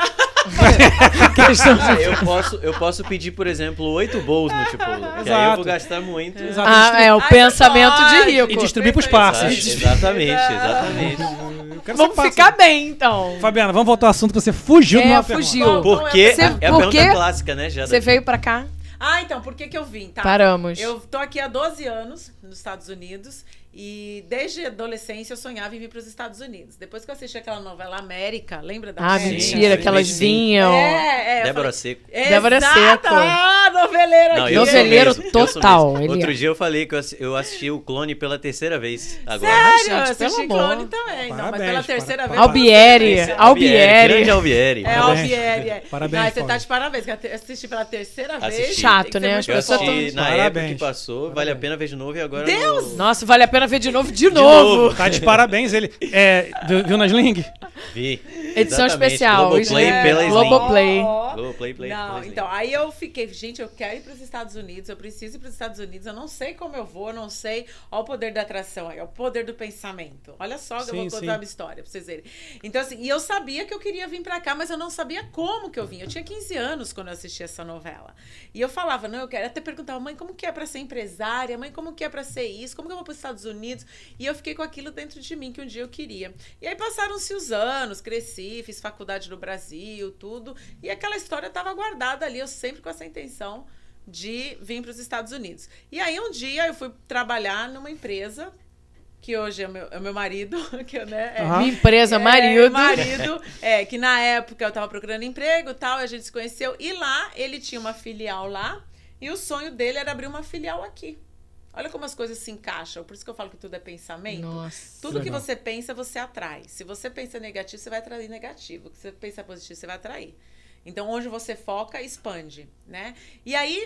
Questão de- Eu posso pedir, por exemplo, 8 bowls no Chipotle. Que aí eu Exato. vou gastar muito. Exato. Ah, é o Ai, pensamento de pode. rico. E distribuir pros Exato, parceiros. exatamente, exatamente. Eu quero ser Vamos parceiro. ficar bem, então. Fabiana, vamos voltar ao assunto que você fugiu É, de uma fugiu. pergunta. Porque Você- é a por pergunta quê? clássica, né, já. Você veio pra cá? Então, por que eu vim, tá? Paramos. Eu tô aqui há 12 anos nos Estados Unidos e desde a adolescência eu sonhava em vir para os Estados Unidos. Depois que eu assisti aquela novela América, lembra da Ah, América? mentira, que elas sim. vinham. eu Débora falei, Seco. Débora Exato! Seco. Ah, noveleiro Não, aqui. eu sou Noveleiro mesmo, eu sou total, mesmo. ele Outro é. dia eu falei que eu assisti o Clone pela terceira vez. Agora. Sério, gente, eu assisti pelo amor. Clone também. Não, mas Parabéns, pela terceira vez. Albieri. Grande Albieri. É, Parabéns. Albieri. Parabéns, Não, você tá Paulo. de parabéns, que eu assisti pela terceira vez. Assisti. Chato, Tem que ser né? muito As Eu pessoas assisti tão- na Parabéns. época que passou, vale a pena ver de novo e agora. Deus! Nossa, vale a pena ver de novo, de novo. novo. Tá de parabéns ele. Viu na Sling? Vi. Edição Exatamente. especial. Globoplay É, pela Sling. Globoplay. Globoplay, play. Não, pela Sling. então, aí eu fiquei, gente, eu quero ir para os Estados Unidos, eu preciso ir para os Estados Unidos, eu não sei como eu vou, eu não sei. Olha o poder da atração aí, é o poder do pensamento. Olha só que eu vou Sim, contar sim. uma história pra vocês verem. Então, assim, e eu sabia que eu queria vir para cá, mas eu não sabia como que eu vim. Eu tinha 15 anos quando eu assisti essa novela. E eu falava, não, eu quero. Até perguntava, mãe, como que é para ser empresária? Mãe, como que é para ser isso? Como que eu vou para os Estados Unidos? E eu fiquei com aquilo dentro de mim que um dia eu queria. E aí passaram-se os anos, cresci, fiz faculdade no Brasil, tudo. E aquela história estava guardada ali, eu sempre com essa intenção de vir para os Estados Unidos. E aí um dia eu fui trabalhar numa empresa que hoje é o meu marido, que eu, né, Aham. Minha empresa, marido. marido, que na época eu tava procurando emprego e tal, a gente se conheceu, e lá ele tinha uma filial lá, e o sonho dele era abrir uma filial aqui. Olha como as coisas se encaixam, por isso que eu falo que tudo é pensamento. Nossa. Tudo que legal. você pensa, você atrai. Se você pensa negativo, você vai atrair negativo. Se você pensa positivo, você vai atrair. Então, onde você foca, expande, né? E aí,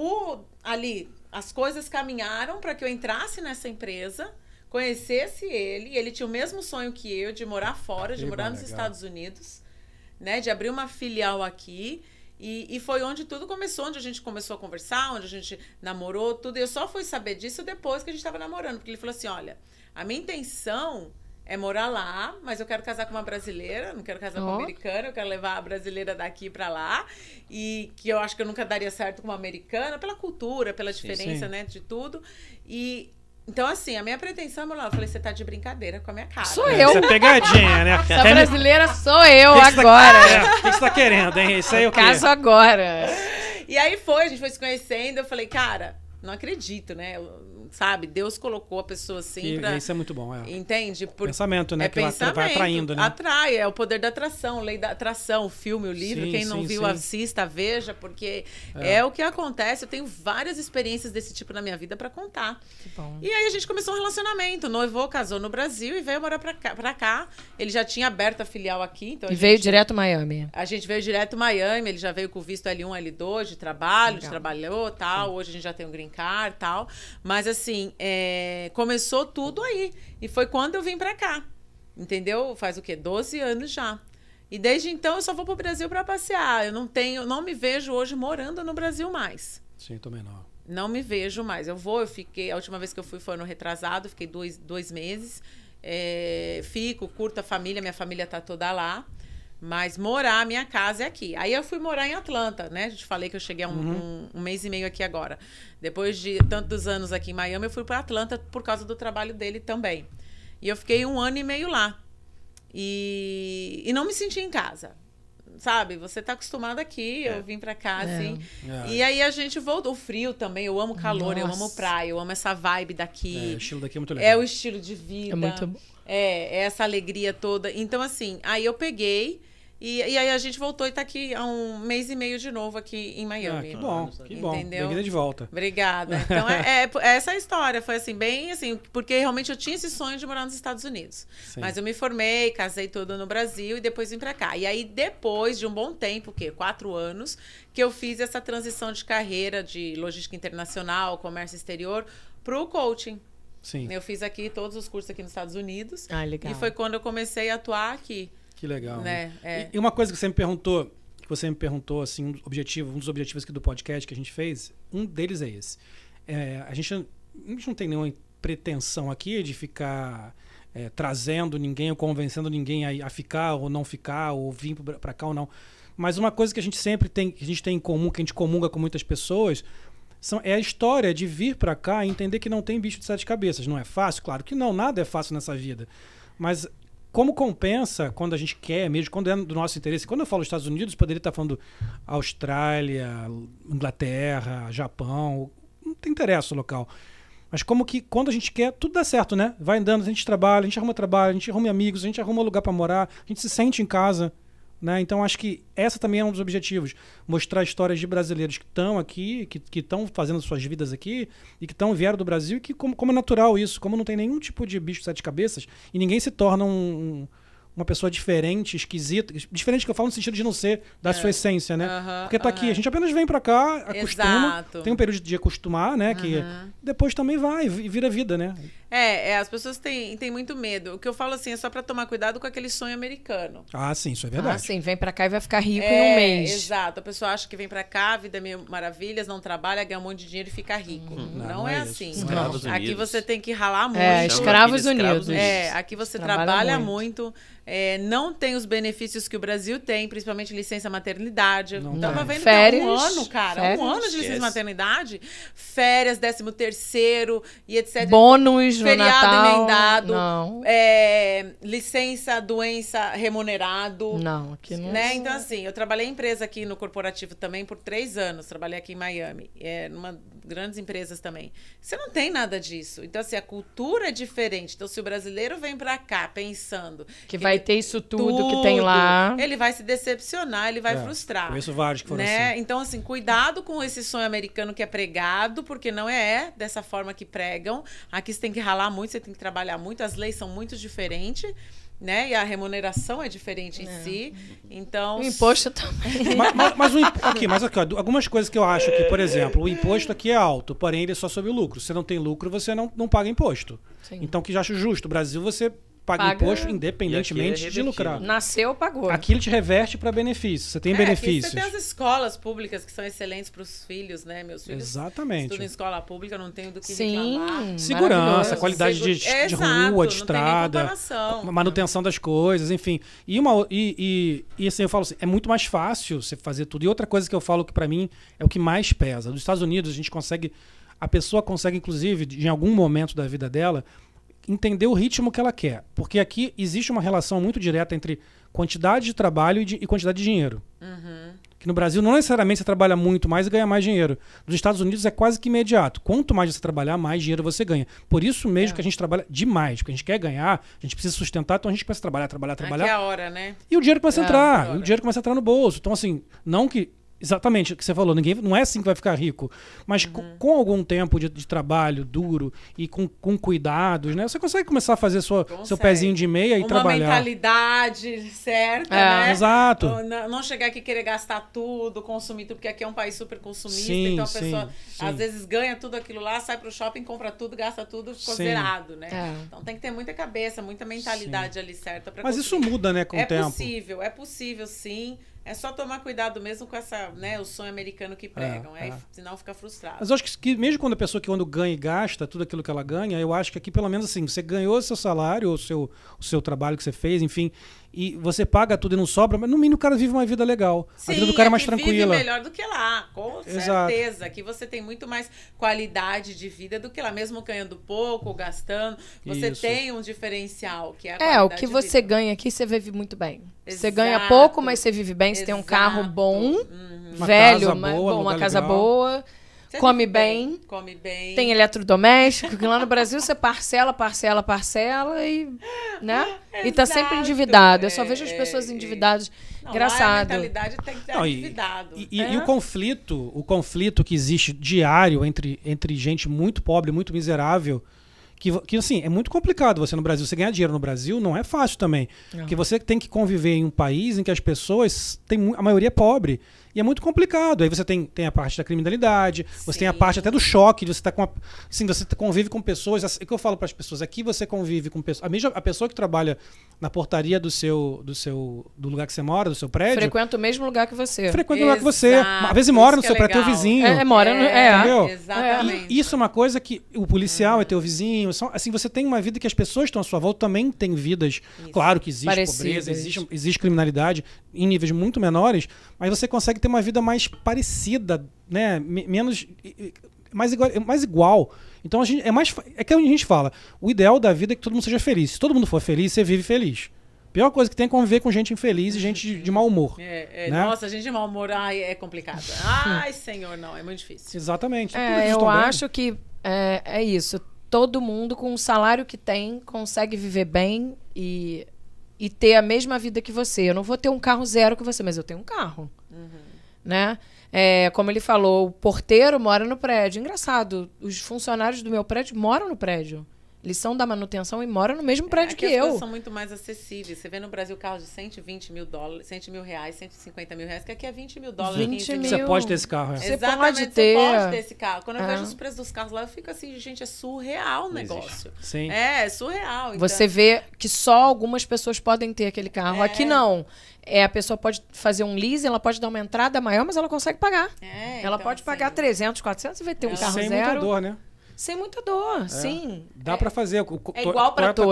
ali, as coisas caminharam para que eu entrasse nessa empresa, conhecesse ele, e ele tinha o mesmo sonho que eu, de morar fora, de Que morar bom, nos legal. Estados Unidos, né? De abrir uma filial aqui. E foi onde tudo começou, onde a gente começou a conversar, onde a gente namorou, tudo. E eu só fui saber disso depois que a gente estava namorando. Porque ele falou assim, olha, a minha intenção é morar lá, mas eu quero casar com uma brasileira, não quero casar com uma americana, eu quero levar a brasileira daqui pra lá. E que eu acho que eu nunca daria certo com uma americana, pela cultura, pela diferença, sim. né, de tudo. E... Então, assim, a minha pretensão é morar lá. Eu falei, você tá de brincadeira com a minha cara. Sou eu. Isso é pegadinha, né? Essa brasileira sou eu Que que você agora. O que você tá querendo, hein? Isso aí é o quê? Caso agora. E aí a gente foi se conhecendo, eu falei, cara, não acredito, né? Sabe, Deus colocou a pessoa assim pra... Isso é muito bom, é. Entende? Pensamento, né? É Que vai pensamento, atraindo, né? Atrai, é o poder da atração, lei da atração, o filme, o livro. Sim, Quem não sim, viu, sim. assista, veja, porque é o que acontece. Eu tenho várias experiências desse tipo na minha vida pra contar. Que bom. E aí a gente começou um relacionamento. Noivou, casou no Brasil e veio morar pra cá. Ele já tinha aberto a filial aqui. Então E veio direto Miami. a gente veio direto Miami, ele já veio com visto L1, L2 de trabalho, Legal. trabalhou, tal. Hoje a gente já tem um green card, tal. Mas assim, começou tudo aí. E foi quando eu vim pra cá. Entendeu? Faz o quê? 12 anos já. E desde então eu só vou pro Brasil para passear. Eu não me vejo hoje morando no Brasil mais. Sim, também não. Não me vejo mais. Eu fiquei, a última vez que eu fui foi ano retrasado, fiquei 2 meses. Curto a família, minha família tá toda lá. Mas morar, minha casa é aqui. Aí eu fui morar em Atlanta, né? A gente falei que eu cheguei há um mês e meio aqui agora. Depois de tantos anos aqui em Miami, eu fui para Atlanta por causa do trabalho dele também. E eu fiquei 1 ano e meio lá. E não me senti em casa. Sabe? Você tá acostumado aqui, eu vim pra cá, assim. E aí a gente voltou. O frio também, eu amo calor, eu amo praia, eu amo essa vibe daqui. O estilo daqui é muito legal. É o estilo de vida. É muito bom. É essa alegria toda. Então, assim, aí eu peguei e aí a gente voltou e tá aqui há 1 mês e meio de novo aqui em Miami. Que bom, que bom. Entendeu? Bem-vinda de volta. Obrigada. Então, essa história foi assim, bem assim, porque realmente eu tinha esse sonho de morar nos Estados Unidos. Sim. Mas eu me formei, casei tudo no Brasil e depois vim pra cá. E aí, depois de um bom tempo, 4 anos, que eu fiz essa transição de carreira de logística internacional, comércio exterior, pro coaching. Sim. Eu fiz aqui todos os cursos aqui nos Estados Unidos. Ah, legal. E foi quando eu comecei a atuar aqui. Que legal. Né? E uma coisa que você me perguntou, assim, um dos objetivos aqui do podcast que a gente fez, um deles é esse. A gente não tem nenhuma pretensão aqui de ficar trazendo ninguém ou convencendo ninguém a ficar ou não ficar, ou vir para cá ou não. Mas uma coisa que a gente sempre tem, que a gente tem em comum, que a gente comunga com muitas pessoas, é a história de vir para cá e entender que não tem bicho de 7 cabeças. Não é fácil? Claro que não, nada é fácil nessa vida. Mas como compensa quando a gente quer mesmo, quando é do nosso interesse. Quando eu falo Estados Unidos, poderia estar falando Austrália, Inglaterra, Japão, não tem interesse o local. Mas como que quando a gente quer, tudo dá certo, né? Vai andando, a gente trabalha, a gente arruma trabalho, a gente arruma amigos, a gente arruma lugar para morar, a gente se sente em casa, né? Então acho que essa também é um dos objetivos, mostrar histórias de brasileiros que estão aqui, que estão fazendo suas vidas aqui e que vieram do Brasil e que como é natural isso, como não tem nenhum tipo de bicho de 7 cabeças e ninguém se torna uma pessoa diferente, esquisita, diferente que eu falo no sentido de não ser da sua essência, né? Porque tá aqui, a gente apenas vem pra cá, acostuma, tem um período de acostumar, né? Que depois também vai e vira vida, né? As pessoas têm muito medo. O que eu falo assim é só pra tomar cuidado com aquele sonho americano. Ah, sim, isso é verdade. Ah, sim, vem pra cá e vai ficar rico em 1 mês. Exato. A pessoa acha que vem pra cá, a vida é mil maravilhas, não trabalha, ganha um monte de dinheiro e fica rico. Não é assim. Escravos Aqui Unidos. você tem que ralar muito. Escravos Unidos. Aqui você trabalha muito. Não tem os benefícios que o Brasil tem, principalmente licença maternidade. Eu tava vendo férias, que é 1 ano, cara. Férias. 1 ano de licença maternidade, férias, 13º e etc. Bônus no feriado Natal. emendado. Não. Licença, doença remunerado. Não, aqui não. Né? Então, assim, eu trabalhei em empresa aqui no corporativo também por 3 anos. Trabalhei aqui em Miami, numa grandes empresas também. Você não tem nada disso. Então, assim, a cultura é diferente. Então, se o brasileiro vem pra cá pensando que vai ter isso tudo que tem lá, ele vai se decepcionar, ele vai frustrar. Conheço vários que foram né? assim. Então, assim, cuidado com esse sonho americano que é pregado, porque não é dessa forma que pregam. Aqui você tem que ralar muito, você tem que trabalhar muito, as leis são muito diferentes. Né? E a remuneração é diferente em si. Então, o imposto também. Mas aqui, algumas coisas que eu acho que, por exemplo, o imposto aqui é alto, porém ele é só sobre o lucro. Se você não tem lucro, você não paga imposto. Sim. Então, que já acho justo. O Brasil, você paga imposto independentemente de lucrar. Nasceu, pagou. Aqui ele te reverte para benefício. Você tem benefícios. Aqui você tem as escolas públicas que são excelentes para os filhos, né? Meus filhos estudam em escola pública, não tenho do que reclamar. Segurança, qualidade de rua, de estrada, manutenção das coisas, enfim. E assim, eu falo assim, é muito mais fácil você fazer tudo. E outra coisa que eu falo que para mim é o que mais pesa. Nos Estados Unidos a pessoa consegue, inclusive, em algum momento da vida dela, entender o ritmo que ela quer. Porque aqui existe uma relação muito direta entre quantidade de trabalho e quantidade de dinheiro. Que no Brasil não necessariamente você trabalha muito mais e ganha mais dinheiro. Nos Estados Unidos é quase que imediato. Quanto mais você trabalhar, mais dinheiro você ganha. Por isso mesmo que a gente trabalha demais. Porque a gente quer ganhar, a gente precisa sustentar, então a gente começa a trabalhar. Aqui é a hora, né? E o dinheiro começa a entrar. E o dinheiro começa a entrar no bolso. Então, assim, não que Exatamente, o que você falou, ninguém, não é assim que vai ficar rico, mas com algum tempo de trabalho duro e com cuidados, né? Você consegue começar a fazer seu pezinho de meia e trabalhar. Uma mentalidade certa, né? Exato. Não chegar aqui e querer gastar tudo, consumir tudo, porque aqui é um país super consumista, Sim, então a pessoa sim. às vezes ganha tudo aquilo lá, sai pro shopping, compra tudo, gasta tudo, ficou zerado, né? Então tem que ter muita cabeça, muita mentalidade ali certa para Mas isso muda, né, com o tempo. É possível sim. É só tomar cuidado mesmo com essa, né, o sonho americano que pregam, senão fica frustrado. Mas eu acho que mesmo quando a pessoa quando ganha e gasta tudo aquilo que ela ganha, eu acho que aqui pelo menos assim, você ganhou seu salário, o seu trabalho que você fez, enfim, e você paga tudo e não sobra, mas no mínimo o cara vive uma vida legal. Sim, a vida do cara é mais tranquila. Vive melhor do que lá, com certeza. Aqui você tem muito mais qualidade de vida do que lá, mesmo ganhando pouco, gastando, você tem um diferencial, que é a qualidade o que você ganha aqui, você vive muito bem. Exato. Você ganha pouco, mas você vive bem, você tem um carro bom, velho, uma casa boa. Você come bem, tem eletrodoméstico, que lá no Brasil você parcela e, né? E tá sempre endividado. Eu só vejo as pessoas endividadas. Engraçado. A mentalidade tem que estar endividado. E o conflito que existe diário entre gente muito pobre, muito miserável, que assim, é muito complicado você no Brasil. Você ganhar dinheiro no Brasil não é fácil também. Porque você tem que conviver em um país em que as pessoas, a maioria é pobre. E é muito complicado. Aí você tem a parte da criminalidade, você tem a parte até do choque, de você tá você convive com pessoas. É o que eu falo para as pessoas. Aqui você convive com pessoas. A pessoa que trabalha na portaria do lugar que você mora, do seu prédio. Frequenta o mesmo lugar que você. Frequenta o lugar que você. Às vezes mora no seu prédio, teu vizinho. Entendeu? Exatamente. E isso é uma coisa que o policial é teu vizinho. Assim, você tem uma vida que as pessoas que estão à sua volta também têm vidas. Claro que existe pobreza, existe criminalidade em níveis muito menores, mas você consegue ter uma vida mais parecida, né? Mais igual. Então é que a gente fala, o ideal da vida é que todo mundo seja feliz. Se todo mundo for feliz, você vive feliz. Pior coisa que tem é conviver com gente infeliz e gente de mau humor. Né? Nossa, gente de mau humor, é complicado. Ai, senhor, não, é muito difícil. Exatamente. Eu acho que é isso. Todo mundo com o salário que tem consegue viver bem e ter a mesma vida que você. Eu não vou ter um carro zero que você, mas eu tenho um carro. Né? Como ele falou, o porteiro mora no prédio. Engraçado, os funcionários do meu prédio moram no prédio. Eles são da manutenção e moram no mesmo prédio que eu. As coisas são muito mais acessíveis. Você vê no Brasil carros de 120 mil dólares, 100 mil reais, 150 mil reais, que aqui é 20 mil dólares. 20 mil. Você pode ter esse carro. Você Exatamente, pode ter. Você pode ter esse carro. Quando eu vejo os preços dos carros lá, eu fico assim, gente, é surreal o negócio. Sim. É surreal. Então... Você vê que só algumas pessoas podem ter aquele carro. Aqui não. A pessoa pode fazer um leasing, ela pode dar uma entrada maior, mas ela consegue pagar. Ela então, pode pagar 300, 400 e vai ter um carro sem zero. Muita dor, né? Sem muita dor, sim. Dá pra fazer. É igual pra todos.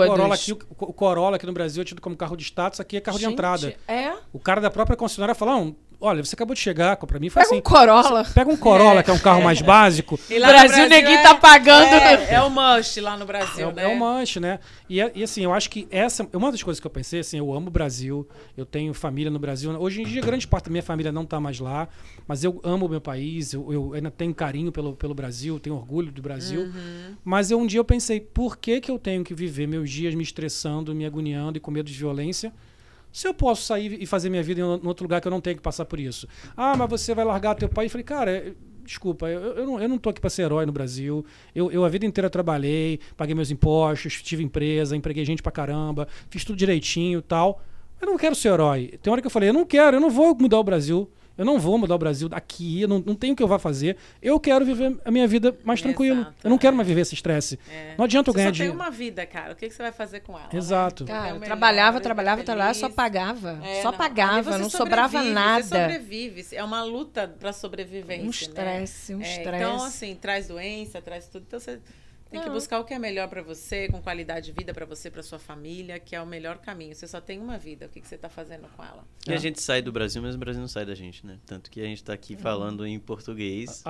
O Corolla aqui no Brasil é tido como carro de status, aqui é carro de entrada. É? O cara da própria concessionária fala, olha, você acabou de chegar, pra mim foi Pega assim. Um Corolla. Pega um Corolla, que é um carro mais básico. E lá no Brasil ninguém tá pagando. É o must lá no Brasil, né? É o must, né? E assim, eu acho que essa é uma das coisas que eu pensei, assim, eu amo o Brasil, eu tenho família no Brasil. Hoje em dia, grande parte da minha família não tá mais lá, mas eu amo o meu país, eu ainda tenho carinho pelo Brasil, tenho orgulho do Brasil. Mas um dia eu pensei, por que eu tenho que viver meus dias me estressando, me agoniando e com medo de violência, se eu posso sair e fazer minha vida em outro lugar que eu não tenho que passar por isso? Mas você vai largar teu país? Eu falei, cara, desculpa, eu não tô aqui para ser herói no Brasil. Eu a vida inteira trabalhei, paguei meus impostos, tive empresa, empreguei gente pra caramba, fiz tudo direitinho e tal. Eu não quero ser herói. Tem hora que eu falei, eu não vou mudar o Brasil. Eu não vou mudar o Brasil daqui, não tenho o que eu vá fazer. Eu quero viver a minha vida mais tranquilo. Eu não quero mais viver esse estresse. Não adianta eu ganhar dinheiro. Você só tem uma vida, cara. O que você vai fazer com ela? Exato. Né? Cara, eu trabalhava, só pagava. Só pagava, não sobrava nada. Você sobrevive. É uma luta pra sobrevivência. Um estresse. Então, assim, traz doença, traz tudo. Então, você... Tem que buscar o que é melhor pra você, com qualidade de vida pra você, pra sua família, que é o melhor caminho. Você só tem uma vida, o que você tá fazendo com ela? E a gente sai do Brasil, mas o Brasil não sai da gente, né? Tanto que a gente tá aqui falando em português.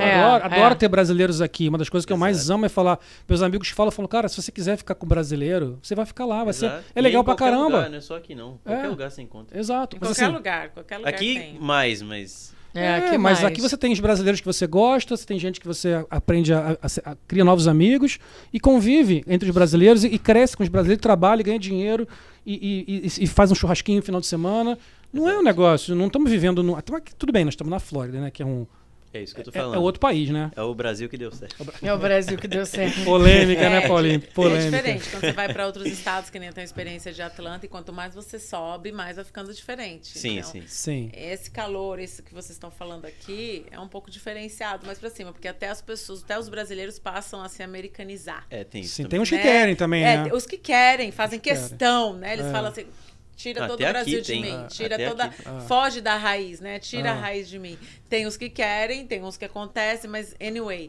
Adoro ter brasileiros aqui. Uma das coisas que eu mais amo é falar... Meus amigos falam, cara, se você quiser ficar com brasileiro, você vai ficar lá. É legal pra caramba. Lugar, não é só aqui, não. Qualquer lugar você encontra. Exato. Em qualquer lugar aqui tem. mas... Mas aqui você tem os brasileiros que você gosta, você tem gente que você aprende cria novos amigos e convive entre os brasileiros e cresce com os brasileiros, trabalha, ganha dinheiro e faz um churrasquinho no final de semana. Não é um negócio, não estamos vivendo... Tudo bem, nós estamos na Flórida, né? Que é um... É isso que eu tô falando. É outro país, né? É o Brasil que deu certo. É o Brasil que deu certo. Polêmica, né, Paulinho? Polêmica. É diferente. Quando você vai para outros estados que nem tem a experiência de Atlanta, e quanto mais você sobe, mais vai ficando diferente. Sim, então, sim. Esse calor, esse que vocês estão falando aqui, é um pouco diferenciado mais para cima, porque até as pessoas, até os brasileiros passam a se americanizar. Tem isso. Sim, também. tem uns que querem também, né? Os que querem, fazem questão, né? Eles falam assim... Tira todo o Brasil de mim. Tira toda. Foge da raiz, né? Tira a raiz de mim. Tem os que querem, tem uns que acontecem, mas anyway.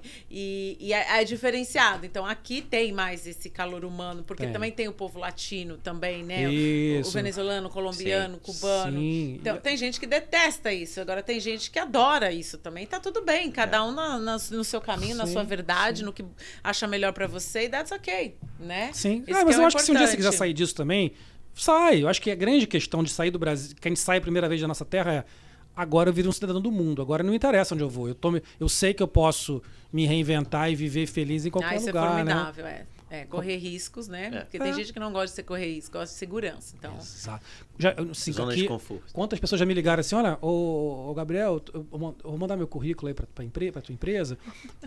E é diferenciado. Então aqui tem mais esse calor humano, porque também tem o povo latino também, né? O venezuelano, o colombiano, o cubano. Sim. Então tem gente que detesta isso. Agora tem gente que adora isso também. Tá tudo bem. Cada um no seu caminho, na sua verdade, no que acha melhor pra você. E that's okay, né? Sim. Isso Mas que eu é acho que se um dia você importante. quiser sair disso também, sai. Eu acho que a grande questão de sair do Brasil, que a gente sai a primeira vez da nossa terra é: agora eu viro um cidadão do mundo, agora não interessa onde eu vou. Eu sei que eu posso me reinventar e viver feliz em qualquer Isso lugar, é formidável, né? Correr riscos, né? Porque tem gente que não gosta de correr risco, gosta de segurança. Então, Exato. Já, assim, Zona aqui, de conforto. quantas pessoas já me ligaram assim: olha, ô Gabriel, eu vou mandar meu currículo aí pra tua empresa,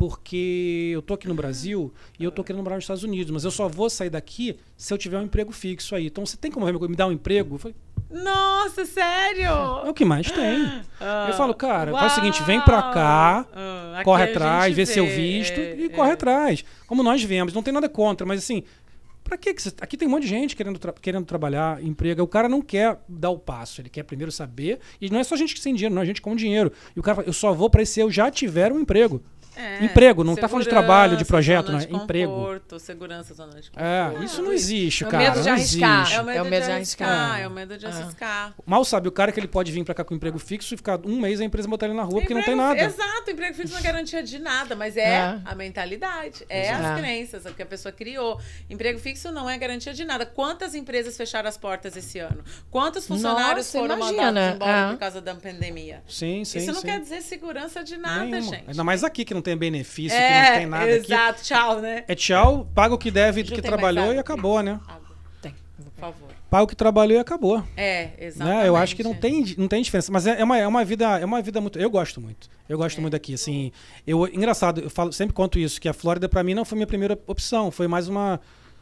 porque eu tô aqui no Brasil e eu tô querendo morar nos Estados Unidos, mas eu só vou sair daqui se eu tiver um emprego fixo aí. Então você tem como me dar um emprego? Eu falei, nossa, sério? é o que mais tem. Eu falo, cara, faz o seguinte: vem pra cá, corre atrás, vê seu visto e corre atrás. Como nós vemos, não tem nada contra, mas assim, pra que você... Aqui tem um monte de gente querendo trabalhar, emprego. O cara não quer dar o passo, ele quer primeiro saber. E não é só gente que sem dinheiro, não é gente com dinheiro. E o cara fala, eu só vou pra esse se eu já tiver um emprego. Emprego, não tá falando de trabalho, de projeto, não é emprego. Segurança, zona de conforto. Isso não existe, É o cara. medo de não arriscar. existe. É o medo de arriscar. É o medo de arriscar. Mal sabe o cara que ele pode vir pra cá com um emprego fixo e ficar um mês a empresa botar ele na rua porque não tem nada. Exato, emprego fixo não é garantia de nada, mas é a mentalidade, as crenças, o que a pessoa criou. Emprego fixo não é garantia de nada. Quantas empresas fecharam as portas esse ano? Quantos funcionários foram mandados embora por causa da pandemia? Sim. Isso não quer dizer segurança de nada, gente. Ainda mais aqui que não tem benefício, que não tem nada aqui. Exato, tchau, né? É tchau, paga o que deve do que Tem trabalhou mais e água? acabou, né? Água, Tem. por favor. Paga o que trabalhou e acabou. Exatamente. Né? Eu acho que não tem diferença. Mas é uma vida muito... Eu gosto muito. Eu gosto muito daqui, assim... Engraçado, eu sempre conto isso, que a Flórida pra mim não foi minha primeira opção. Foi mais uma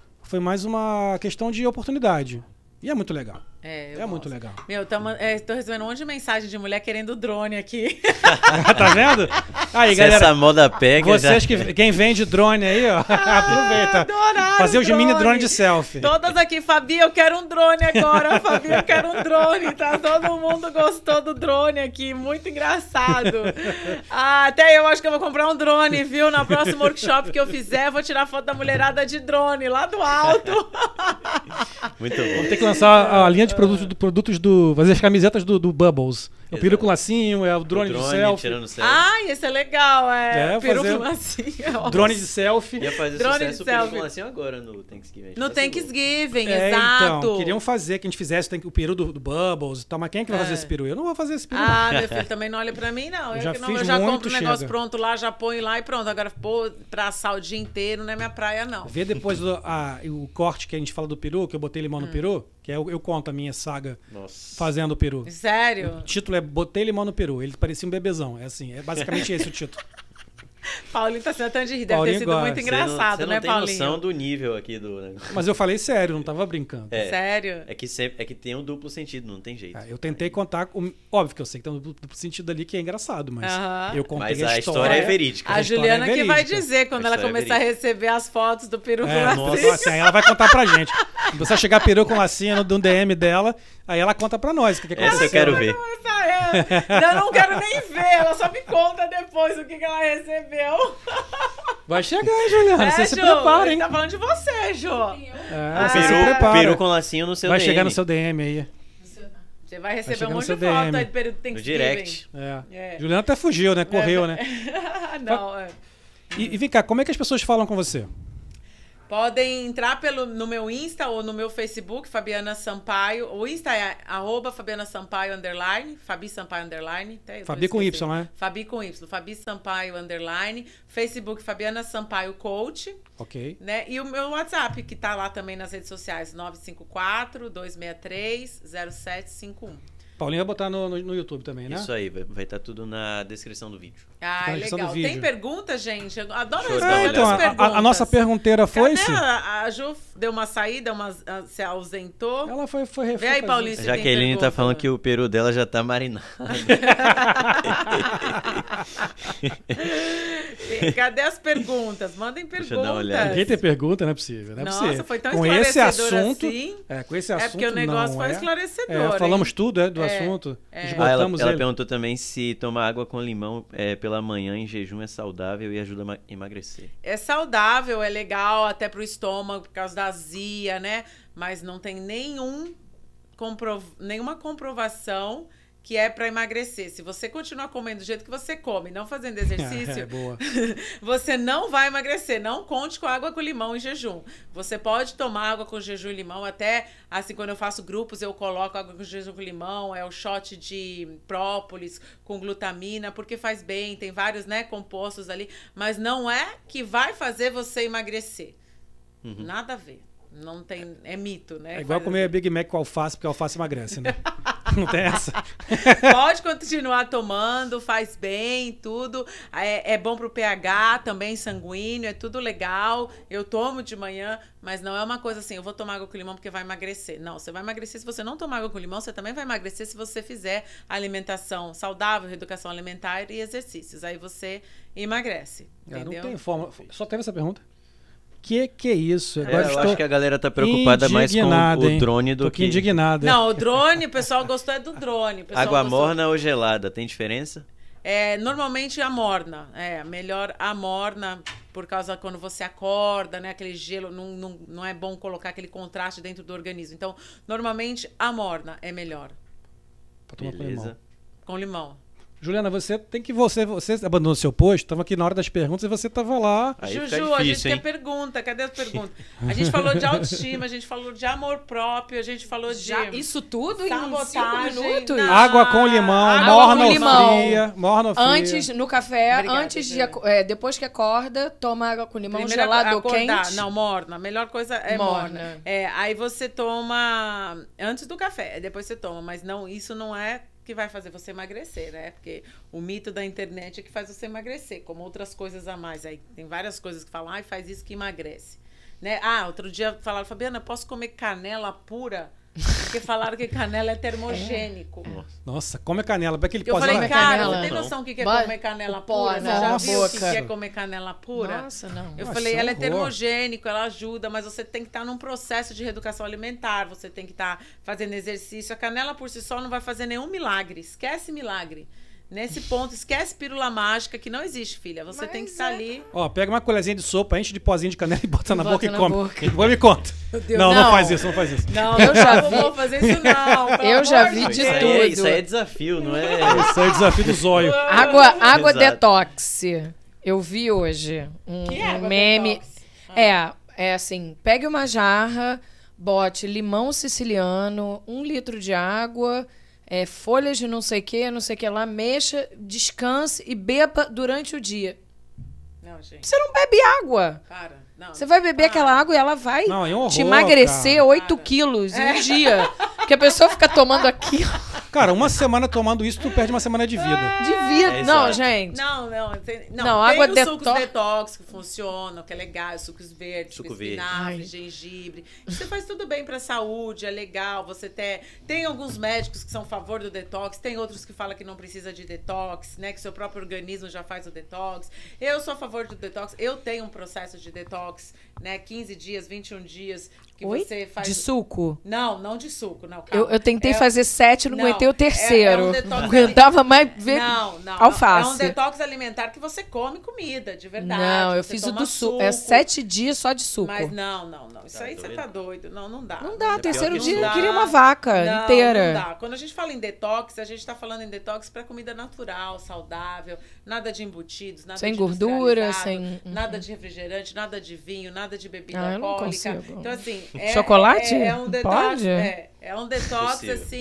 questão de oportunidade. E é muito legal. É muito legal. Meu, tô recebendo um monte de mensagem de mulher querendo drone aqui. Tá vendo? Aí, Se galera, essa moda pega, vocês quem vende drone aí, ó, aproveita. Adoraram Fazer os mini drone de selfie. Todas aqui, Fabi, eu quero um drone agora. Fabi, eu quero um drone. Tá? Todo mundo gostou do drone aqui. Muito engraçado. Até eu acho que eu vou comprar um drone, viu? No próximo workshop que eu fizer, eu vou tirar foto da mulherada de drone lá do alto. Muito bom. Vamos ter que lançar a linha de produtos fazer as camisetas do Bubbles. É o peru com lacinho, é o drone de selfie. Tirando selfie. Ai, esse é legal, peru fazer com lacinho. Drone de selfie. Ia fazer Drone sucesso de o peru selfie. com lacinho agora no Thanksgiving. No Thanksgiving, Então, exato. queriam fazer, que a gente fizesse o peru do Bubbles e tal, mas quem é que vai fazer esse peru? Eu não vou fazer esse peru, Ah, meu filho, também não olha pra mim, não. Eu já que não, fiz eu já muito, compro o negócio chega. pronto lá, já ponho lá e pronto. Agora, pra assar o dia inteiro não é minha praia, não. Vê depois o corte que a gente fala do peru, que eu botei limão no peru, que é eu conto a minha saga fazendo o peru. Sério? O título é Botei Limão no Peru. Ele parecia um bebezão. É assim, é basicamente esse o título. Paulinho tá sendo tanto de rir. Deve Paulinho ter sido gosta. muito engraçado, você né, não tem Paulinho? noção do nível aqui do... Mas eu falei sério, não tava brincando. Sério? É que tem um duplo sentido, não tem jeito. Eu tentei contar... Óbvio que eu sei que tem um duplo sentido ali que é engraçado, mas eu contei Mas a história é verídica. A Juliana que vai verídica. dizer quando A ela história é começar a receber as fotos do peru com lacinho. Nossa, assim, aí ela vai contar pra gente. Quando você chegar peru com lacinha no DM dela, aí ela conta pra nós o que aconteceu. Essa eu quero ver. Eu não quero nem ver, ela só me conta depois o que ela recebeu. Vai chegar, Juliana. Você se Ju, prepara, ele hein? tá falando de você, Ju. Você se prepara. Peru com lacinho no seu vai DM. chegar no seu DM aí. Você vai receber chegar um no monte seu de foto DM. aí do período do No Thanksgiving. direct. Juliana até fugiu, né? Correu, né? Não, E vem cá, como é que as pessoas falam com você? Podem entrar no meu Insta ou no meu Facebook, Fabiana Sampaio. O Insta é @FabianaSampaio_, Fabi Sampaio _. Fabi com Y, né? Fabi com Y, Fabi Sampaio _. Facebook, Fabiana Sampaio Coach. Ok. Né? E o meu WhatsApp, que tá lá também nas redes sociais, 954-263-0751. Paulinho vai botar no YouTube também, né? Isso aí, vai estar tudo na descrição do vídeo. Ah, legal. Tem pergunta, gente? Eu adoro responder então, as perguntas. A nossa pergunteira foi... Cadê a Ju deu uma saída, se ausentou? Ela foi Vê aí, Paulinho, a Jaqueline tá falando que o peru dela já tá marinado. Cadê as perguntas? Mandem perguntas. Deixa eu dar uma olhada. Ninguém tem pergunta, não é possível. Não é Nossa, possível. foi tão com esse assunto, assim. Com esse assunto, porque o negócio foi esclarecedor. Falamos tudo do assunto. Esgotamos ela perguntou também se tomar água com limão pela manhã em jejum é saudável e ajuda a emagrecer. É saudável, é legal até pro estômago, por causa da azia, né? Mas não tem nenhuma comprovação que é para emagrecer. Se você continuar comendo do jeito que você come, não fazendo exercício, você não vai emagrecer. Não conte com água com limão em jejum. Você pode tomar água com jejum e limão, até assim, quando eu faço grupos, eu coloco água com jejum com limão, é o shot de própolis com glutamina, porque faz bem, tem vários, né, compostos ali, mas não é que vai fazer você emagrecer. Nada a ver. Não tem, é mito, né? É igual comer Big Mac com alface, porque alface emagrece, né? Não tem essa? Pode continuar tomando, faz bem, tudo. É bom pro pH também, sanguíneo, é tudo legal. Eu tomo de manhã, mas não é uma coisa assim, eu vou tomar água com limão porque vai emagrecer. Não, você vai emagrecer se você não tomar água com limão, você também vai emagrecer se você fizer alimentação saudável, reeducação alimentar e exercícios. Aí você emagrece, entendeu? Não tem forma. Só teve essa pergunta? Que é isso? Agora eu acho que a galera tá preocupada mais com o drone do que... indignada. Não, o drone, o pessoal gostou do drone. Água morna ou gelada, tem diferença? Normalmente a morna. Melhor a morna, por causa quando você acorda, né? Aquele gelo, não é bom colocar aquele contraste dentro do organismo. Então, normalmente a morna é melhor. Pra tomar com limão. Juliana, você abandonou seu posto, estava aqui na hora das perguntas e você estava lá. Aí Juju, difícil, a gente quer pergunta, cadê as perguntas? A gente falou de autoestima, a gente falou de amor próprio, a gente falou de... Isso tudo sabotagem, em 5 minutos? Água com limão, morna ou fria. Antes, no café, depois que acorda, toma água com limão. Primeiro gelado ou quente? Não, morna. A melhor coisa é morna. Aí você toma antes do café, depois você toma, mas não, isso não é que vai fazer você emagrecer, né? Porque o mito da internet é que faz você emagrecer, como outras coisas a mais. Aí tem várias coisas que falam, faz isso que emagrece. Né? Outro dia falaram, Fabiana, posso comer canela pura? Porque falaram que canela é termogênico. Nossa, come canela. Eu falei, cara, você tem noção do que é comer canela pura? Você já viu o que é comer canela pura? Nossa, não. Eu falei, ela é termogênico, ela ajuda, mas você tem que estar num processo de reeducação alimentar, você tem que estar fazendo exercício. A canela por si só não vai fazer nenhum milagre. Esquece milagre. Nesse ponto, esquece pílula mágica, que não existe, filha. Você tem que estar ali. Pega uma colherzinha de sopa, enche de pozinho de canela e bota na boca e come. Agora me conta. Não faz isso, não faz isso. Não, eu já vi. Não vou fazer isso, não. Eu já vi de tudo. Isso aí é desafio, não é? Isso aí é desafio do zóio. Água detox. Eu vi hoje um meme. É assim, pegue uma jarra, bote limão siciliano, 1 litro de água... folhas de não sei o que lá, mexa, descanse e beba durante o dia. Não, gente. Você não bebe água. Para. Não, você vai beber aquela água e ela vai te emagrecer 8 quilos em um dia. Porque a pessoa fica tomando aquilo. Cara, uma semana tomando isso, tu perde uma semana de vida. Não, gente. Não, água tem os sucos detox que funcionam, que é legal, sucos verdes, suco espinafre, gengibre. Você faz tudo bem pra saúde, é legal. Você tem alguns médicos que são a favor do detox, tem outros que falam que não precisa de detox, né? Que seu próprio organismo já faz o detox. Eu sou a favor do detox. Eu tenho um processo de detox, né? 15 dias, 21 dias. Que você faz... De suco? Não de suco, não. Calma. Eu tentei fazer 7, não aguentei o terceiro. Não aguentava mais ver alface. É um detox alimentar que você come comida, de verdade. Não, eu fiz o do suco. 7 dias só de suco. Mas não. Isso aí você tá doido. Não dá. Não dá. Terceiro dia eu queria uma vaca inteira. Não dá. Quando a gente fala em detox, a gente tá falando em detox pra comida natural, saudável, nada de embutidos, nada sem de gordura, nada de refrigerante, nada de vinho, nada de bebida eu não alcoólica. consigo. Então, assim, chocolate? É um detox. Pode? É um detox, assim,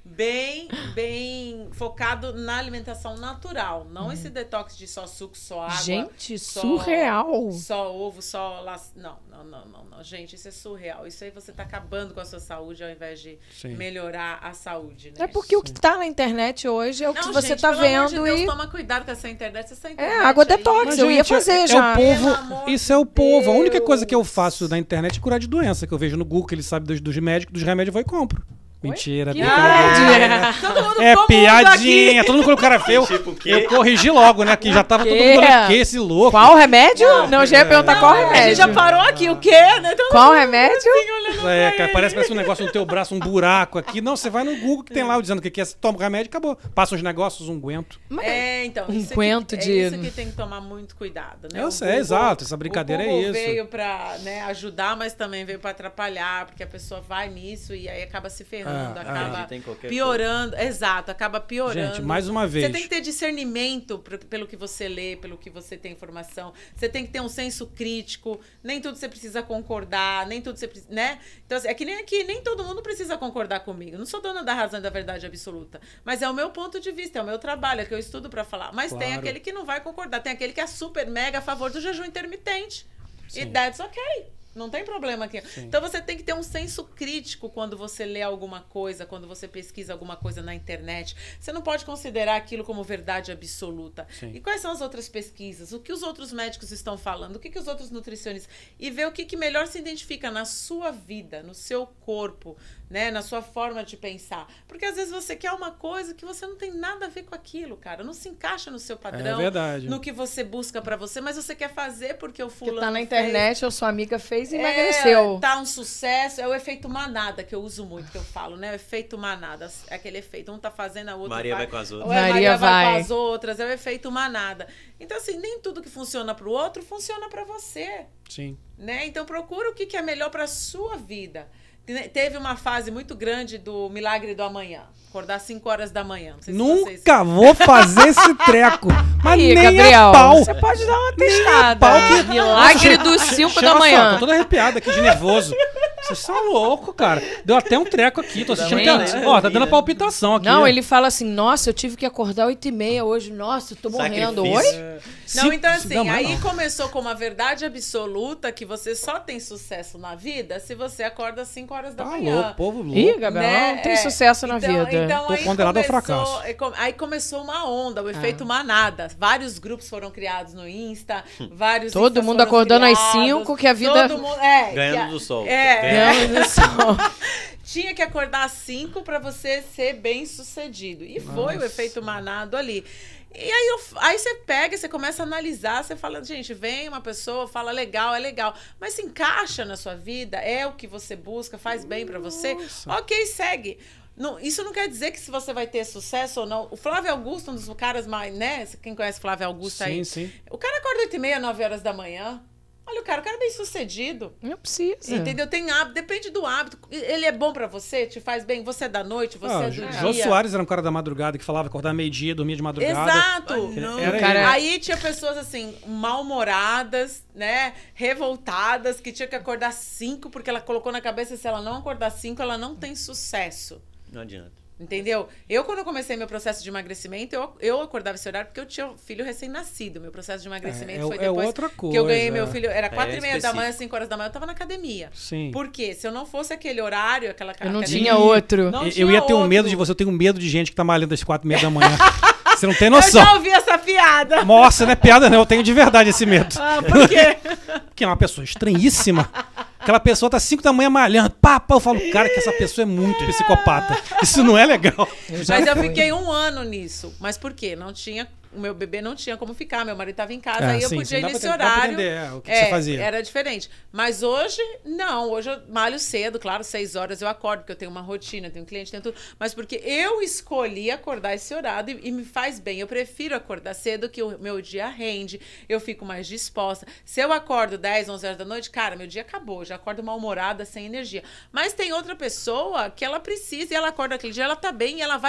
bem focado na alimentação natural. Não esse detox de só suco, só água. Gente, surreal. Só ovo, só... Não. Gente, isso é surreal. Isso aí você tá acabando com a sua saúde ao invés de melhorar a saúde, né? É porque o que tá na internet hoje é o que você gente, tá pelo vendo amor de Deus, e... toma cuidado com essa internet. Essa internet água aí. detox. Mas, Eu ia gente, fazer já. O povo, Pelo amor isso é o povo. A única Deus. coisa que eu faço na internet é curar de doença, que eu vejo no Google, que ele sabe dos médicos, dos remédios, eu vou e compro. Mentira, Que brincadeira. Todo mundo É comum piadinha. aqui. Todo mundo quando o cara feio, Tipo o quê? eu corrigi logo, né? Que já tava todo mundo olhando, que esse louco. Qual remédio? Não, já ia perguntar qual A gente remédio. já parou aqui, o quê? Né? Todo Qual mundo remédio? assim, olhando É, pra cara, ele. parece um negócio no teu braço, um buraco aqui. Não, você vai no Google que tem lá dizendo o que é. Você toma o remédio e acabou. Passa uns negócios, um aguento. Então, Um isso quento aqui, de- é isso que tem que tomar muito cuidado, né? Eu O sei, Google- exato, essa brincadeira o é Google isso. veio pra, né, ajudar, mas também veio pra atrapalhar, porque a pessoa vai nisso e aí acaba se ferrando, Ah, acaba acredita em qualquer piorando. Exato, acaba piorando. Gente, mais uma vez. Você tem que ter discernimento pelo que você lê, pelo que você tem informação. Você tem que ter um senso crítico. Nem tudo você precisa concordar, nem tudo você precisa, né? Então, assim, é que nem aqui, nem todo mundo precisa concordar comigo. Eu não sou dona da razão e da verdade absoluta. Mas é o meu ponto de vista, é o meu trabalho, é que eu estudo pra falar. Mas tem Claro. aquele que não vai concordar, tem aquele que é super mega a favor do jejum intermitente. E that's okay. Não tem problema aqui. Então você tem que ter um senso crítico quando você lê alguma coisa, quando você pesquisa alguma coisa na internet. Você não pode considerar aquilo como verdade absoluta. Sim. E quais são as outras pesquisas? O que os outros médicos estão falando? O que os outros nutricionistas... E ver o que melhor se identifica na sua vida, no seu corpo, né? Na sua forma de pensar. Porque às vezes você quer uma coisa que você não tem nada a ver com aquilo, cara. Não se encaixa no seu padrão. É verdade. No que você busca pra você, mas você quer fazer porque o fulano Que tá na fez. internet, ou sua amiga fez e emagreceu. Tá um sucesso, é o efeito manada que eu uso muito, que eu falo, né? O efeito manada, é aquele efeito. Um tá fazendo, a outra Maria vai com as outras. Ou é Maria Maria vai vai. com as outras, é o efeito manada. Então, assim, nem tudo que funciona pro outro funciona pra você, Sim. né? Então, procura o que é melhor pra sua vida. Teve uma fase muito grande do milagre do amanhã. Acordar às 5 horas da manhã. Não sei se vocês... Nunca vou fazer esse treco. Mas Aí, nem Gabriel, a pau. você pode dar uma testada. pau que- Milagre Nossa, dos 5 chega da só, manhã. tô todo arrepiado aqui de nervoso. Vocês são loucos, cara. Deu até um treco aqui. Tô sentindo que... Gente. Ó, tá dando palpitação aqui. Não, ele fala assim, nossa, eu tive que acordar 8h30 hoje. Nossa, eu tô morrendo. Sacrifício. Oi? Não, então assim, Não, mas aí não. começou com uma verdade absoluta que você só tem sucesso na vida se você acorda às 5 horas da Tá manhã. louco, povo louco. Ih, Gabriel, Né? não tem É, sucesso na então- vida. Então Tô aí condenado ao começou- fracasso. Aí começou uma onda, o efeito manada. Vários grupos foram criados no Insta, vários Todo Instas mundo foram acordando às criados, 5, que a vida- todo mundo, Ganhando do sol. Ganhamos o sol. Tinha que acordar às 5 para você ser bem sucedido. E foi o efeito manado ali. E aí você pega, você começa a analisar, você fala, gente, vem uma pessoa, fala legal, é legal, mas se encaixa na sua vida, é o que você busca, faz bem pra você, ok, segue. Não, isso não quer dizer que se você vai ter sucesso ou não. O Flávio Augusto, um dos caras mais, né? Quem conhece o Flávio Augusto aí? Sim. O cara acorda 8h30, 9 horas da manhã. Olha, o cara é bem sucedido. Não precisa. Entendeu? Tem hábito, depende do hábito. Ele é bom pra você, te faz bem. Você é da noite, você é do dia. Jô Soares era um cara da madrugada que falava acordar meio-dia, dormia de madrugada. Exato. Era Cara- Aí tinha pessoas assim, mal-humoradas, né? Revoltadas, que tinha que acordar às 5, porque ela colocou na cabeça, se ela não acordar às 5, ela não tem sucesso. Não adianta. Entendeu? Eu, quando eu comecei meu processo de emagrecimento, eu acordava esse horário porque eu tinha um filho recém-nascido. Meu processo de emagrecimento foi depois outra coisa. que eu ganhei meu filho. Era 4h30 da específico. manhã, 5 horas da manhã, eu tava na academia. Sim. Por quê? Se eu não fosse aquele horário, aquela Eu não academia, tinha outro. não Eu tinha ia ter um outro. medo de você, eu tenho medo de gente que tá malhando às 4h30 da manhã. Você não tem Eu noção. já ouvi essa piada. Nossa, não é piada não, eu tenho de verdade esse medo. Ah, por quê? Porque é uma pessoa estranhíssima. Aquela pessoa tá 5 da manhã malhando. Pá, eu falo, cara, que essa pessoa é muito psicopata. Isso não é legal. Mas eu fiquei 1 ano nisso. Mas por quê? Não tinha... O meu bebê não tinha como ficar, meu marido estava em casa, aí eu sim, podia sim, ir dá pra nesse dá pra horário. entender, o que você fazia. Era diferente. Mas hoje, não. Hoje eu malho cedo, claro, 6 horas eu acordo, porque eu tenho uma rotina, tenho um cliente, tenho tudo. Mas porque eu escolhi acordar esse horário e me faz bem. Eu prefiro acordar cedo, que o meu dia rende, eu fico mais disposta. Se eu acordo 10, 11 horas da noite, cara, meu dia acabou. Eu já acordo mal-humorada, sem energia. Mas tem outra pessoa que ela precisa e ela acorda aquele dia, ela tá bem e ela vai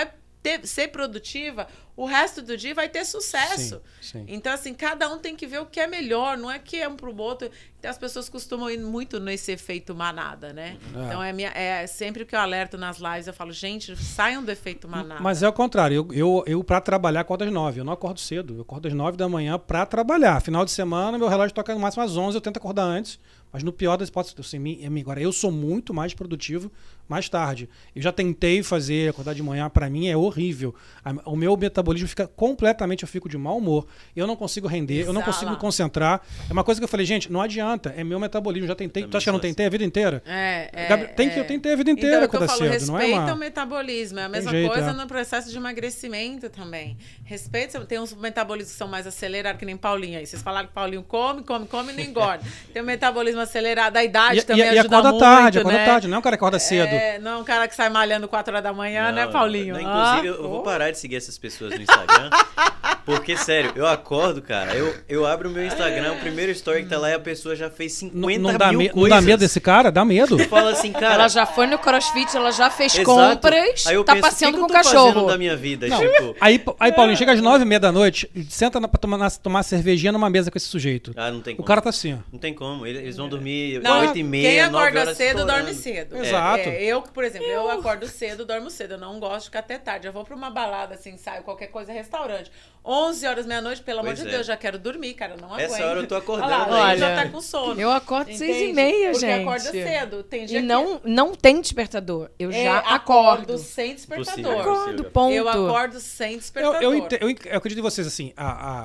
ser produtiva, o resto do dia vai ter sucesso. Sim. Então, assim, cada um tem que ver o que é melhor, não é que é um pro outro. Então, as pessoas costumam ir muito nesse efeito manada, né? Então, sempre que eu alerto nas lives, eu falo, gente, saiam do efeito manada. Mas é o contrário. Eu para trabalhar, acordo às 9. Eu não acordo cedo. Eu acordo às 9 da manhã para trabalhar. Final de semana, meu relógio toca no máximo às 11. Eu tento acordar antes. Mas no pior das hipóteses, assim, agora eu sou muito mais produtivo mais tarde. Eu já tentei fazer, acordar de manhã, para mim é horrível. O meu metabolismo fica completamente, eu fico de mau humor. Eu não consigo render, eu não consigo me concentrar. É uma coisa que eu falei, gente, não adianta, é meu metabolismo, já tentei. Tu acha que eu não tentei a vida inteira? Eu tentei a vida inteira então, acordar cedo, não é? Respeita o metabolismo, é a mesma coisa no processo de emagrecimento também. Respeita, tem uns metabolismos que são mais acelerados, que nem Paulinho aí. Vocês falaram que Paulinho come e não engorda. Tem um metabolismo acelerado, a idade também ajuda muito, acorda tarde, não é um cara que acorda cedo. Não é um cara que sai malhando 4 horas da manhã, né, Paulinho? Inclusive, eu vou parar de seguir essas pessoas no Instagram, porque, sério, eu acordo, cara, eu abro o meu Instagram, o primeiro story que tá lá e a pessoa já fez 50 mil coisas. Não dá medo desse cara? Dá medo. Tu fala assim, cara... Ela já foi no CrossFit, ela já fez Exato. Aí eu tá penso, passeando com o cachorro. cachorro. Que eu tô da minha vida, tipo... Aí, Paulinho, chega às 9h30 da noite, senta pra tomar cervejinha numa mesa com esse sujeito. Não tem como. O cara tá assim, ó. Não tem como. Eles vão dormir 8h30, quem 9 acorda horas cedo, estourando. dorme cedo. Exato. Eu, por exemplo, eu acordo cedo, dormo cedo. Eu não gosto de ficar até tarde. Eu vou pra uma balada, assim, saio, qualquer coisa, restaurante. 11 horas, meia-noite, pelo amor de Deus, já quero dormir, cara. Não aguento. Essa hora eu tô acordando. Olha, já tá com sono. Eu acordo 6h30, Porque gente. acorda cedo. Tem dia e não tem despertador. Eu já acordo sem despertador. Acordo, ponto. Eu acordo sem despertador. Eu acredito em vocês, assim,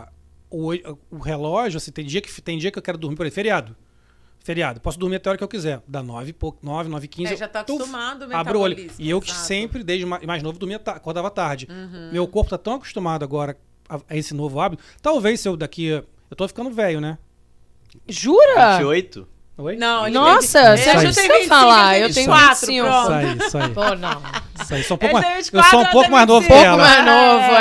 o relógio, assim, tem dia que eu quero dormir, por exemplo, feriado. Posso dormir até a hora que eu quiser. Dá 9h15. Já tá acostumado o abro o olho. metabolismo. E eu que sempre, desde mais novo, acordava tarde. Meu corpo tá tão acostumado agora a esse novo hábito. Talvez se eu daqui... Eu tô ficando velho, né? Jura? 28? Oi? Não, nossa, você já precisa tem 25, falar. Eu tenho 24, 25. pronto. Isso aí. Pô, não. Isso aí. Ele Eu sou um pouco mais novo que Um ela. pouco mais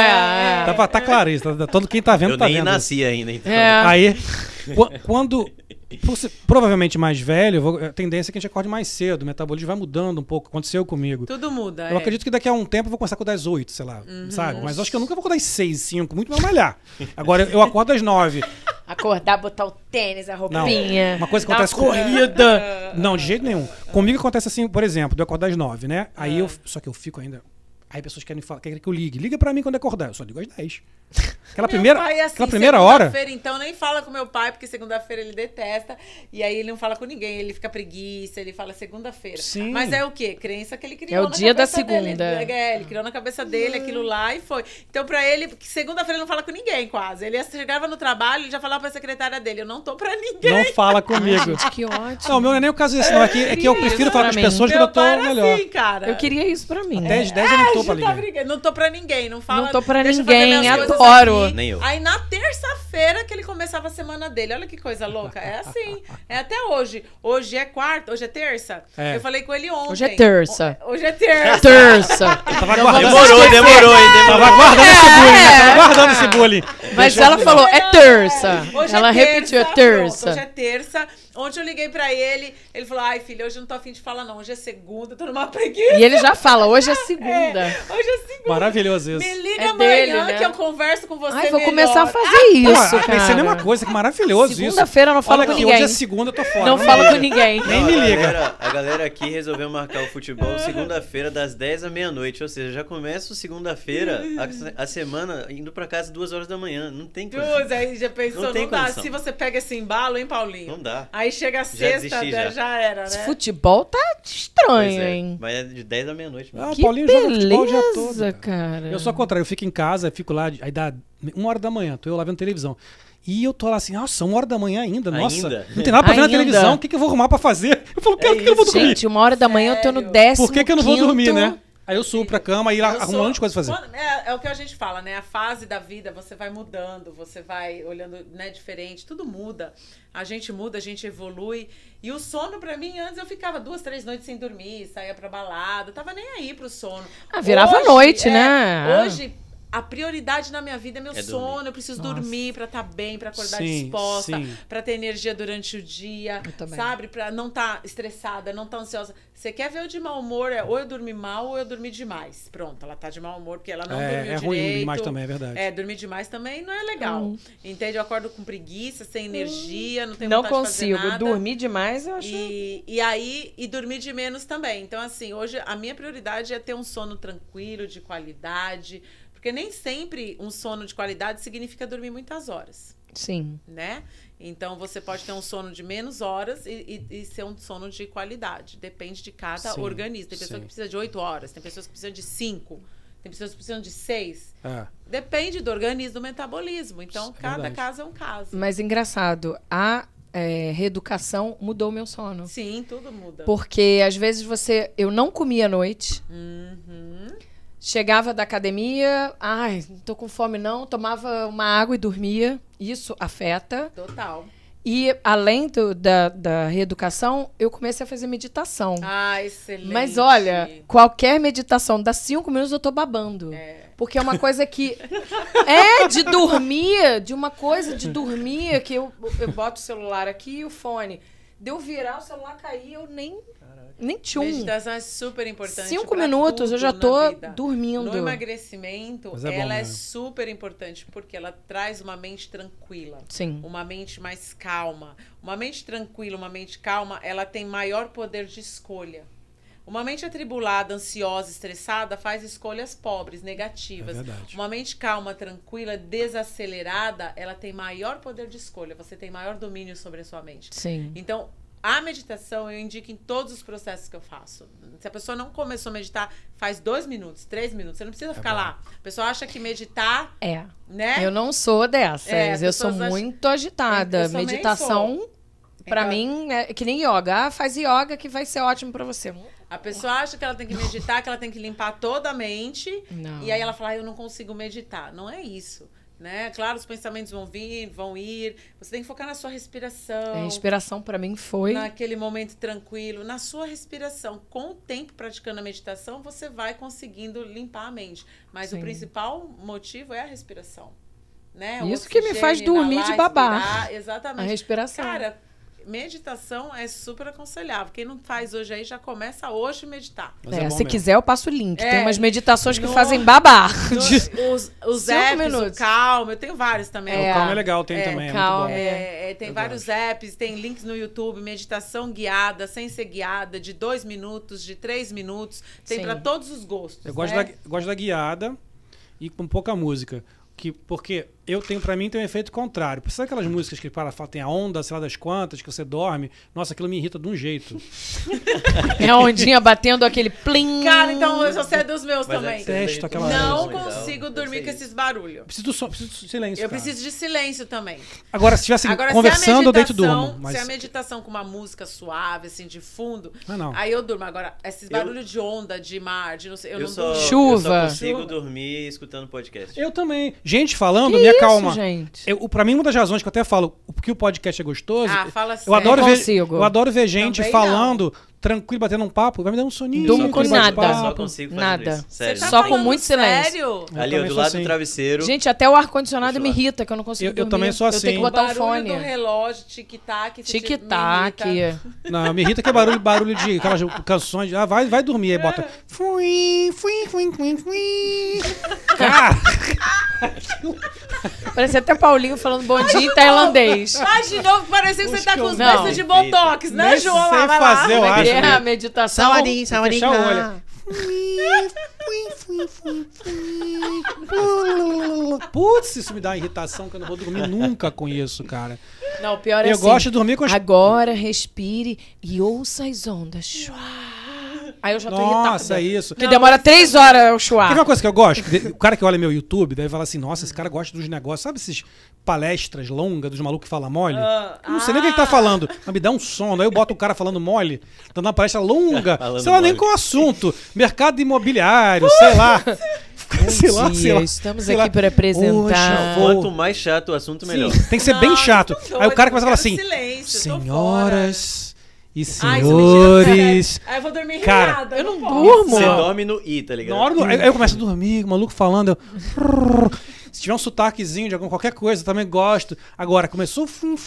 novo, Tá claro isso. Todo quem tá vendo, Eu tá nem vendo. nasci ainda, então. Aí, quando... Provavelmente mais velho, a tendência é que a gente acorde mais cedo. O metabolismo vai mudando um pouco. Aconteceu comigo. Tudo muda. Eu acredito que daqui a um tempo eu vou começar a acordar às 8, sei lá, sabe? Mas eu acho que eu nunca vou acordar às 6, 5, muito mais malhar. Agora eu acordo às 9. Acordar, botar o tênis, a Não, roupinha. uma coisa que acontece corrida. Não, de jeito nenhum. Comigo acontece assim, por exemplo, de eu acordar às 9, né? Aí só que eu fico ainda... Aí pessoas querem que eu ligue. Liga pra mim quando acordar. Eu só ligo às 10. Aquela primeira hora... Segunda-feira, então, nem fala com meu pai, porque segunda-feira ele detesta. E aí ele não fala com ninguém. Ele fica preguiça, ele fala segunda-feira. Sim. Mas é o quê? Crença que ele criou É o na dia da cabeça dele. segunda. Ele criou na cabeça dele aquilo lá e foi. Então, pra ele, segunda-feira ele não fala com ninguém, quase. Ele chegava no trabalho e já falava pra secretária dele, eu não tô pra ninguém. Não fala comigo. Gente, que ótimo. Não, o meu não é nem o caso desse, não. É que eu prefiro falar com as pra mim. pessoas quando eu tô Meu pai era melhor. assim, cara. Eu queria isso pra mim. Até às 10 eu não tô pra ligar. Não tô pra ninguém, não fala. Não tô pra deixa eu fazer ninguém, minhas coisas adoro. aqui. Nem eu. Aí na terça-feira que ele começava a semana dele. Olha que coisa louca. É assim. É até hoje. Hoje é quarta, hoje é terça. É. Eu falei com ele ontem. Hoje é terça. Hoje é terça. Terça. Tava aguardando Demorou. Tava aguardando esse bullying, né? Tava aguardando esse bullying. Mas ela falou, é terça. Hoje Ela é repetiu, é pronto, terça. hoje é terça. Ontem eu liguei pra ele falou, ai filho, hoje eu não tô afim de falar não, hoje é segunda, tô numa preguiça. E ele já fala, hoje é segunda. Hoje é segunda. Maravilhoso isso. Me liga É amanhã dele, né? que eu converso com você Ai, vou melhor. começar a fazer isso, Pô, pensei a mesma cara. coisa, que maravilhoso isso. Segunda-feira eu não falo Olha com aqui, ninguém. hoje é segunda, eu tô fora. Não me falo liga. com ninguém. Nem me liga. A galera aqui resolveu marcar o futebol segunda-feira das 10 à meia-noite. Ou seja, já começa segunda-feira, a semana, indo pra casa 2 horas da manhã. Não tem coisa. Deus, aí já pensou, Não tem não dá. condição. Se você pega esse embalo, hein, Paulinho? Não dá. Aí chega a sexta, desisti já era, Esse né? futebol tá Pois estranho, é. hein? Mas é de 10 à meia-noite. mesmo. Ah, o Que Paulinho joga futebol o dia todo. beleza, cara. Eu sou ao contrário, eu fico em casa, fico lá, aí dá 1h da manhã, tô eu lá vendo televisão. E eu tô lá assim, nossa, 1h da manhã ainda, nossa. Ainda? Não tem nada pra ver na Ainda. televisão, o que eu vou arrumar pra fazer? Eu falo, por que eu não vou dormir? Gente, 1h eu tô no 15º. Por que eu não vou dormir, né? Aí eu subo pra cama e Eu arrumo um sou- monte de coisa pra fazer. Quando- É o que a gente fala, né? A fase da vida, você vai mudando, você vai olhando, né, diferente, tudo muda. A gente muda, a gente evolui. E o sono, pra mim, antes eu ficava 2, 3 noites sem dormir, saía pra balada, tava nem aí pro sono. Ah, virava noite, né? Hoje, a prioridade na minha vida é meu sono. Dormir. Eu preciso dormir pra estar bem, pra acordar Sim, disposta, sim. pra ter energia durante o dia, sabe? Pra não estar estressada, não estar ansiosa. Você quer ver eu de mau humor, ou eu dormi mal ou eu dormi demais. Pronto, ela tá de mau humor porque ela não dormiu direito. É ruim dormir demais também, é verdade. Dormir demais também não é legal. Entende? Eu acordo com preguiça, sem energia, não tenho vontade de fazer nada. Não consigo. Dormir demais, eu acho... E dormir de menos também. Então, assim, hoje a minha prioridade é ter um sono tranquilo, de qualidade. Porque nem sempre um sono de qualidade significa dormir muitas horas. Sim. Né? Então, você pode ter um sono de menos horas e ser um sono de qualidade. Depende de cada organismo. Tem pessoa que precisa de 8 horas, tem pessoas que precisam de 5, tem pessoas que precisam de 6. Depende do organismo, do metabolismo. Então, cada caso é um caso. Mas engraçado, a reeducação mudou o meu sono. Sim, tudo muda. Porque, às vezes, eu não comia à noite. Chegava da academia, não tô com fome não, tomava uma água e dormia. Isso afeta. Total. E, além da reeducação, eu comecei a fazer meditação. Excelente. Mas, olha, qualquer meditação, dá 5 minutos eu tô babando. Porque é uma coisa que... de dormir, que eu boto o celular aqui e o fone. De eu virar, o celular cair, eu nem tchum. Meditação é super importante. 5 minutos eu já tô dormindo. No emagrecimento, ela é super importante porque ela traz uma mente tranquila. Sim. Uma mente mais calma. Uma mente tranquila, uma mente calma, ela tem maior poder de escolha. Uma mente atribulada, ansiosa, estressada faz escolhas pobres, negativas. É verdade. Uma mente calma, tranquila, desacelerada, ela tem maior poder de escolha. Você tem maior domínio sobre a sua mente. Sim. Então, a meditação eu indico em todos os processos que eu faço. Se a pessoa não começou a meditar, faz 2 minutos, 3 minutos. Você não precisa ficar lá. A pessoa acha que meditar... né? Eu não sou dessas. Eu sou muito agitada. Eu Meditação, pra mim, é que nem yoga. Faz yoga que vai ser ótimo pra você. A pessoa acha que ela tem que meditar, que ela tem que limpar toda a mente. Não. E aí ela fala, eu não consigo meditar. Não é isso. Né? Claro, os pensamentos vão vir, vão ir. Você tem que focar na sua respiração. A respiração, pra mim, foi... Naquele momento tranquilo. Na sua respiração. Com o tempo praticando a meditação, você vai conseguindo limpar a mente. Mas o principal motivo é a respiração. Né? Isso que me faz dormir de babar. Exatamente. A respiração. Cara, meditação é super aconselhável. Quem não faz hoje aí, já começa hoje a meditar. Se quiser, eu passo o link. Tem umas meditações que fazem babar. Os apps, o Calm, eu tenho vários também. O Calm é legal, tem também. Calm, tem vários apps, tem links no YouTube, meditação guiada, sem ser guiada, de 2 minutos, de 3 minutos. Tem para todos os gostos. Eu gosto da guiada e com pouca música. Porque pra mim tem um efeito contrário. Sabe aquelas músicas que tem a onda, sei lá das quantas, que você dorme? Nossa, aquilo me irrita de um jeito. É a ondinha batendo aquele plim. Cara, então você é dos meus também. Não consigo dormir com esses barulhos. Preciso de silêncio. Eu preciso de silêncio também. Agora, se estivesse conversando, eu deito e durmo. Se a meditação com uma música suave, assim, de fundo, não. aí eu durmo. Agora, esses barulhos de onda, de mar, de não sei, eu não durmo. Chuva. Eu só consigo dormir escutando podcast. Eu também. Gente falando, me acalma. Gente? Pra mim, uma das razões que eu até falo porque o podcast é gostoso, fala eu adoro ver gente também falando tranquilo, batendo um papo, vai me dar um soninho. Durmo com nada. Só consigo fazer isso. Sério. Tá só com muito silêncio. Sério? Ali, do lado do travesseiro. Gente, até o ar-condicionado me irrita, que eu não consigo dormir. Eu também sou assim. Eu tenho que botar o fone. Do relógio, tic-tac. Tic-tac. Não, me irrita que é barulho de aquelas canções. Vai dormir, aí bota. Fui. Cara! Parece até Paulinho falando bom dia em tailandês. Mas de novo, parecia que você tá com os beijos de botox, né, João? Sei fazer, eu acho. A meditação. Fechar o olho. Putz, isso me dá uma irritação que eu não vou dormir nunca com isso, cara. Não, o pior é eu gosto de dormir com as... Agora respire e ouça as ondas. Aí eu já tô irritada. Nossa, é isso. Que demora 3 horas o chuar. Tem uma coisa que eu gosto? O cara que olha meu YouTube deve falar assim, nossa, esse cara gosta dos negócios. Sabe esses palestras longas dos malucos que falam mole? Eu não sei nem o que ele tá falando, mas me dá um sono. Aí eu boto o cara falando mole, dando uma palestra longa, sei lá nem qual assunto. Mercado imobiliário, sei lá. Sei lá. Estamos aqui para apresentar. Quanto mais chato o assunto, melhor. Sim, tem que ser bem chato. Aí o cara começa a falar assim, silêncio, senhoras e Ai, isso me tira senhores... sério. Aí eu vou dormir Cara, rirada, eu não posso. durmo. Você dorme no I, tá ligado? Na hora aí eu começo a dormir, o maluco falando, eu... Se tiver um sotaquezinho de qualquer coisa, eu também gosto. Agora, começou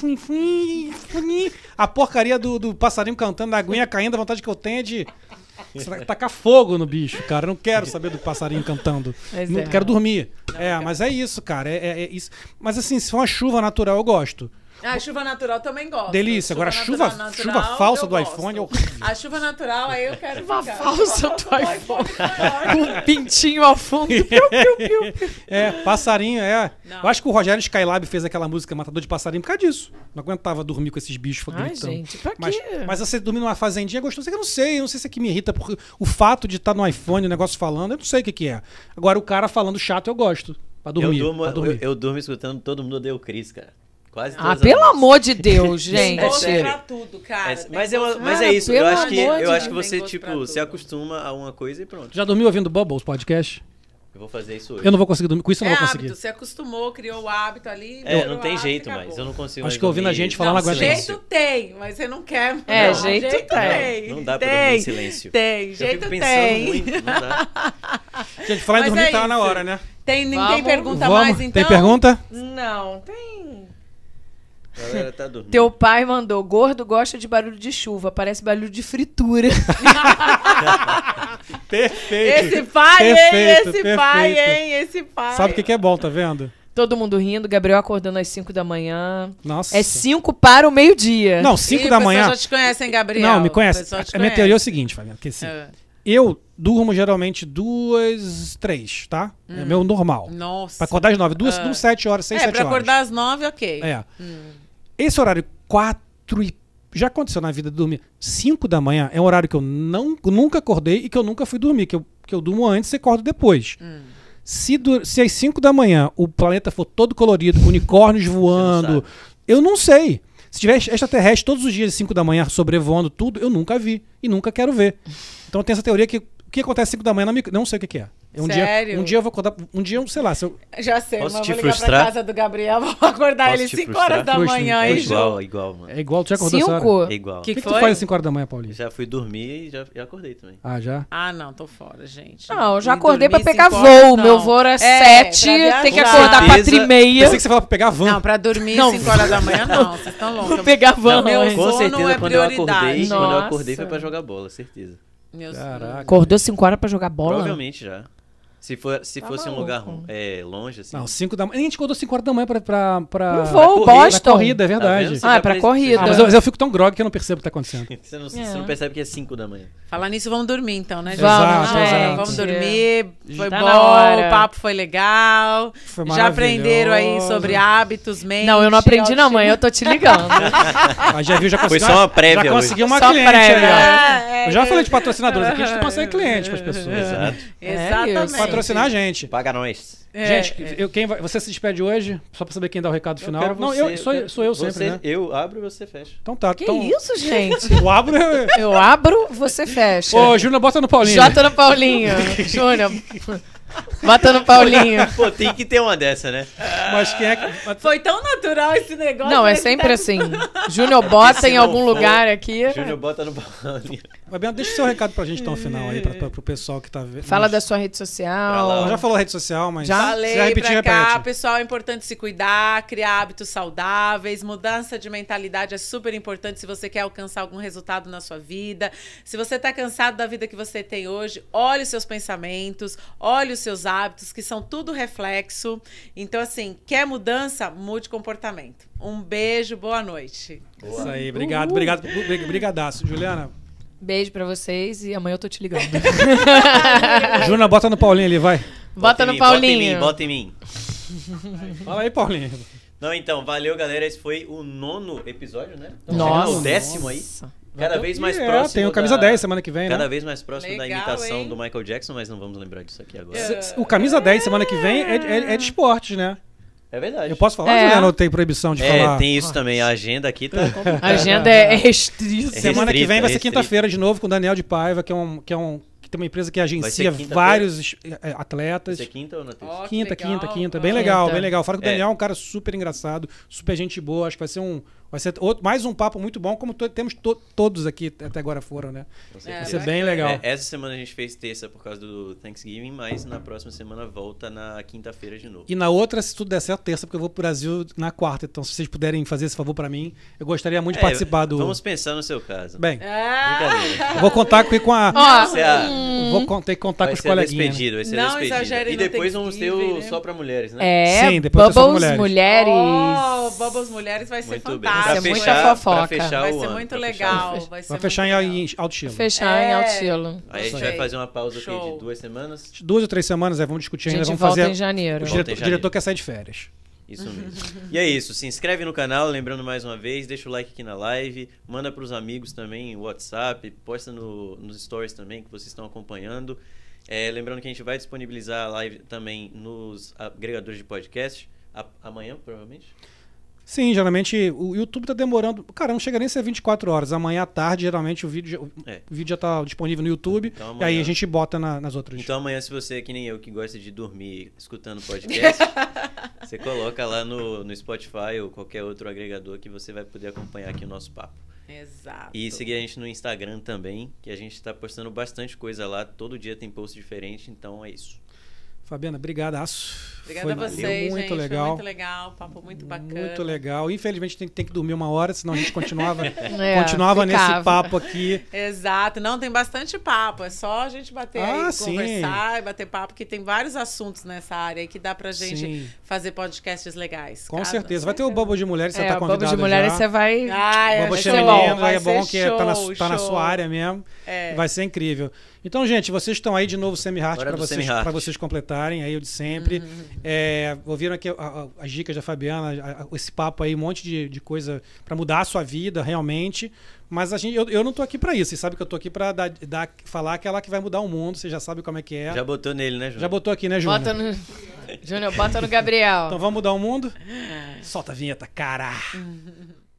a porcaria do passarinho cantando, da aguinha caindo, a vontade que eu tenho é de tacar fogo no bicho, cara. Eu não quero saber do passarinho cantando. Não quero dormir. Mas é isso, cara. É isso. Mas assim, se for uma chuva natural, eu gosto. Ah, chuva natural também gosto. Delícia. Agora, chuva falsa do iPhone é horrível. A chuva natural, aí eu quero Chuva ficar. falsa do iPhone. iPhone. Com um pintinho ao fundo. Piu, piu, piu. Passarinho, Não. Eu acho que o Rogério Skylab fez aquela música Matador de Passarinho por causa disso. Não aguentava dormir com esses bichos Ai, gritando. gente, pra Mas, quê? mas você dormir numa fazendinha é gostoso. Eu não sei se é que me irrita, porque o fato de estar no iPhone, o negócio falando, eu não sei o que é. Agora, o cara falando chato, eu gosto. Pra dormir. Eu durmo escutando Todo Mundo Odeia o Chris, cara. Quase Ah, todas as pelo noites. amor de Deus, Tem gente. gosto sério. pra tudo, cara. Mas Tem é isso. pelo Eu acho que amor de você, Deus. Tem gosto pra se tudo. acostuma a uma coisa e pronto. Já dormiu ouvindo Bubbles podcast? Eu vou fazer isso hoje. Eu não vou conseguir dormir. Com isso eu É não vou hábito, conseguir. você acostumou, criou o hábito ali. É, criou não o tem hábito, jeito acabou. mais. Eu não consigo Acho mais que ouvindo a dormir gente falar, Não, não aguento mais. jeito tem, mas você não quer. É, não, jeito tem. Não dá pra dormir em silêncio. Tem, Eu jeito fico pensando tem. muito, não dá. Gente, falar em Mas dormir é tá na isso. hora, né? Ninguém Vamos. pergunta Vamos. mais, então? Tem pergunta? Não, tem. A galera tá dormindo. Teu pai mandou, gordo gosta de barulho de chuva, parece barulho de fritura. Perfeito. Esse pai, Perfeito, hein? Esse perfeito. pai, hein? Esse pai. Sabe o que é bom, tá vendo? Todo mundo rindo, Gabriel acordando às 5 da manhã. Nossa. É 5 para o meio-dia. Não, 5 Ih, da o pessoal manhã. já te conhece, hein, Gabriel? Não, me O conhece. pessoal te A minha conhece. teoria é o seguinte, Fabiano, que assim, É. eu durmo geralmente 2, 3, tá? É meu normal. Nossa. Pra acordar às 9, 2, 7 horas, 6, 7 pra horas. acordar às 9, ok. É. Esse horário 4 e... Já aconteceu na vida de dormir 5 da manhã, é um horário que eu nunca acordei e que eu nunca fui dormir, que eu durmo antes e acordo depois. Se às 5 da manhã o planeta for todo colorido, com unicórnios voando, eu não sei. Se tiver extraterrestre todos os dias às 5 da manhã sobrevoando tudo, eu nunca vi e nunca quero ver. Então tem essa teoria que o que acontece às 5 da manhã não sei o que é. Sério? Um dia eu vou acordar, sei lá, se eu... Já sei, Posso mas te vou ligar frustrar? pra casa do Gabriel, vou acordar Posso ele te 5 frustrar? horas da Frustra, manhã, É hein, Ju? igual, mano. É igual, tu já acordou essa hora? 5? É igual. O que tu foi? faz às 5 horas da manhã, Paulinho? Já fui dormir e já acordei também. Ah, já? Ah, não, tô fora, gente. Não, eu já E acordei pra dormir pegar 5 horas, voo. não. Meu voo era É, 7, pra viajar. tem que Com acordar certeza. 4h30. Pensei que você falava pra pegar van. Não, pra dormir Não. 5 horas da manhã, não. Vocês estão loucos. Vou pegar van. Meu antes. Com sono certeza, é quando eu acordei, prioridade. quando eu Nossa. acordei foi pra jogar bola, certeza. Meu Caraca. sono. Acordou 5 horas pra jogar bola? Provavelmente já. Se fosse um maluco. lugar longe, assim. Não, 5 da manhã. A gente acordou 5 horas da manhã pra Pro voo, correr. Boston. pra corrida, é Tá verdade. vendo? Você Ah, já é pra pres- corrida. Mas eu fico tão grog que eu não percebo o que tá acontecendo. Você não percebe que é 5 da manhã. Falar nisso, vamos dormir então, né, gente? Vamos, Exato, exato. Vamos dormir. Foi Tá bom, na hora. o papo foi legal. Foi Já aprenderam aí maravilhoso. sobre hábitos, mente. Não, eu não aprendi não, mãe. Eu tô te ligando. Ah, já viu, já Foi consegui. só uma prévia Já hoje. consegui uma Só cliente prévia. aí, ó. Eu já falei de patrocinadores aqui, a gente consegue cliente pras pessoas. Exato. Exatamente. isso. Patrocinar a gente. Paga nós. Gente, você se despede hoje? Só pra saber quem dá o recado final. quero Não, você, sou eu sempre, você, né? Eu abro e você fecha. Então tá. Que então, isso, gente? O abro é... Eu abro, você fecha. Ô, Júnior, bota no Paulinho. Jota no Paulinho. Júnior. Bota no Paulinho. Pô, tem que ter uma dessa, né? Mas quem é que... Foi tão natural esse negócio. Não, é né, que sempre tá- assim. Júnior bota Se em não algum for, lugar aqui. Júnior bota no Paulinho. Fabiano, deixa o seu recado pra gente então, final aí, pro pessoal que tá vendo. Fala da sua rede Pra social. lá, Já falou rede social, mas... Já? Se Falei já repetir, pra cá, repete. pessoal, é importante se cuidar, criar hábitos saudáveis, mudança de mentalidade é super importante se você quer alcançar algum resultado na sua vida. Se você tá cansado da vida que você tem hoje, olhe os seus pensamentos, olhe os seus hábitos, que são tudo reflexo. Então, assim, quer mudança? Mude comportamento. Um beijo, boa noite. Isso aí, obrigado, brigadaço. Juliana, Beijo pra vocês e amanhã eu tô te ligando. Júnior, bota no Paulinho ali, vai. Bota no em mim, Paulinho. Bota em mim. Fala aí, Paulinho. Não, então, valeu, galera. Esse foi o 9º episódio, né? Estamos Nossa. chegando ao 10º aí. Cada vez mais É, próximo. tem o Camisa 10 semana que vem, né? Cada vez mais próximo da Legal, imitação hein? do Michael Jackson, mas não vamos lembrar disso aqui agora. O Camisa 10 semana que vem é de esportes, né? É verdade. Eu posso falar, É. Juliana, ou tem proibição de falar? tem isso também. A agenda aqui tá complicada. A agenda é restrita. Semana que vem vai ser restrita. quinta-feira de novo com o Daniel de Paiva, que tem uma empresa que agencia quinta-feira? vários atletas. Você é quinta ou na terça? Ó, que Quinta. legal. Bem legal, Quinta. bem legal. Fora que o É. Daniel é um cara super engraçado, super gente boa. Acho que vai ser um Vai ser mais um papo muito bom, como temos todos aqui até agora foram, né? Vai ser bem legal. Essa semana a gente fez terça por causa do Thanksgiving, mas na próxima semana volta na quinta-feira de novo. E na outra, se tudo der certo, terça, porque eu vou pro Brasil na quarta. Então, se vocês puderem fazer esse favor pra mim, eu gostaria muito de participar do... Vamos pensar no seu caso. Bem, eu vou contar com a... Vou ter que contar com os coleguinhas. Vai ser despedido. E depois vamos ter o Só Pra Mulheres, né? Sim, depois Bubbles Mulheres. Bubbles Mulheres vai ser muito fantástico. Bem. Vai ser muita fofoca. Vai ser muito legal. Vai fechar em alto estilo. Fechar em alto estilo. Aí a gente vai fazer uma pausa aqui de 2 semanas. 2 ou 3 semanas, vamos discutir ainda. A gente Vamos volta fazer em janeiro. O diretor quer sair de férias. Isso mesmo. E é isso. Se inscreve no canal, lembrando mais uma vez, deixa o like aqui na live, manda pros amigos também o WhatsApp, posta nos stories também que vocês estão acompanhando. Lembrando que a gente vai disponibilizar a live também nos agregadores de podcast amanhã, provavelmente. Sim, geralmente o YouTube tá demorando. Cara, não chega nem a ser 24 horas. Amanhã à tarde, geralmente, o vídeo já tá disponível no YouTube. Então, amanhã... E aí a gente bota nas outras. Então amanhã, se você é que nem eu, que gosta de dormir escutando podcast, você coloca lá no Spotify ou qualquer outro agregador que você vai poder acompanhar aqui o nosso papo. Exato. E seguir a gente no Instagram também, que a gente tá postando bastante coisa lá. Todo dia tem post diferente, então é isso. Fabiana, brigadaço. Obrigada a vocês, muito gente. legal. Foi muito legal, papo muito bacana. Muito legal. Infelizmente tem que dormir 1 hora, senão a gente continuava ficava nesse papo aqui. Exato. Não, tem bastante papo. É só a gente bater aí, conversar e bater papo, que tem vários assuntos nessa área aí que dá pra gente fazer podcasts legais. Com certeza. Vai ter o Bubble de Mulheres, você tá convidada. O Bubble de Mulheres você vai... Bubble feminino, é bom que tá na sua área mesmo. Vai ser incrível. Então, gente, vocês estão aí de novo semi-heart para vocês completarem aí o de sempre. Ouviram aqui as dicas da Fabiana, esse papo aí, um monte de coisa para mudar a sua vida realmente. Mas eu não tô aqui para isso. Vocês sabem que eu tô aqui para falar que ela que vai mudar o mundo. Você já sabe como é que é. Já botou nele, né, Júnior? Já botou aqui, né, Júnior? Júnior, bota no Gabriel. Então vamos mudar o mundo? Solta a vinheta, cara!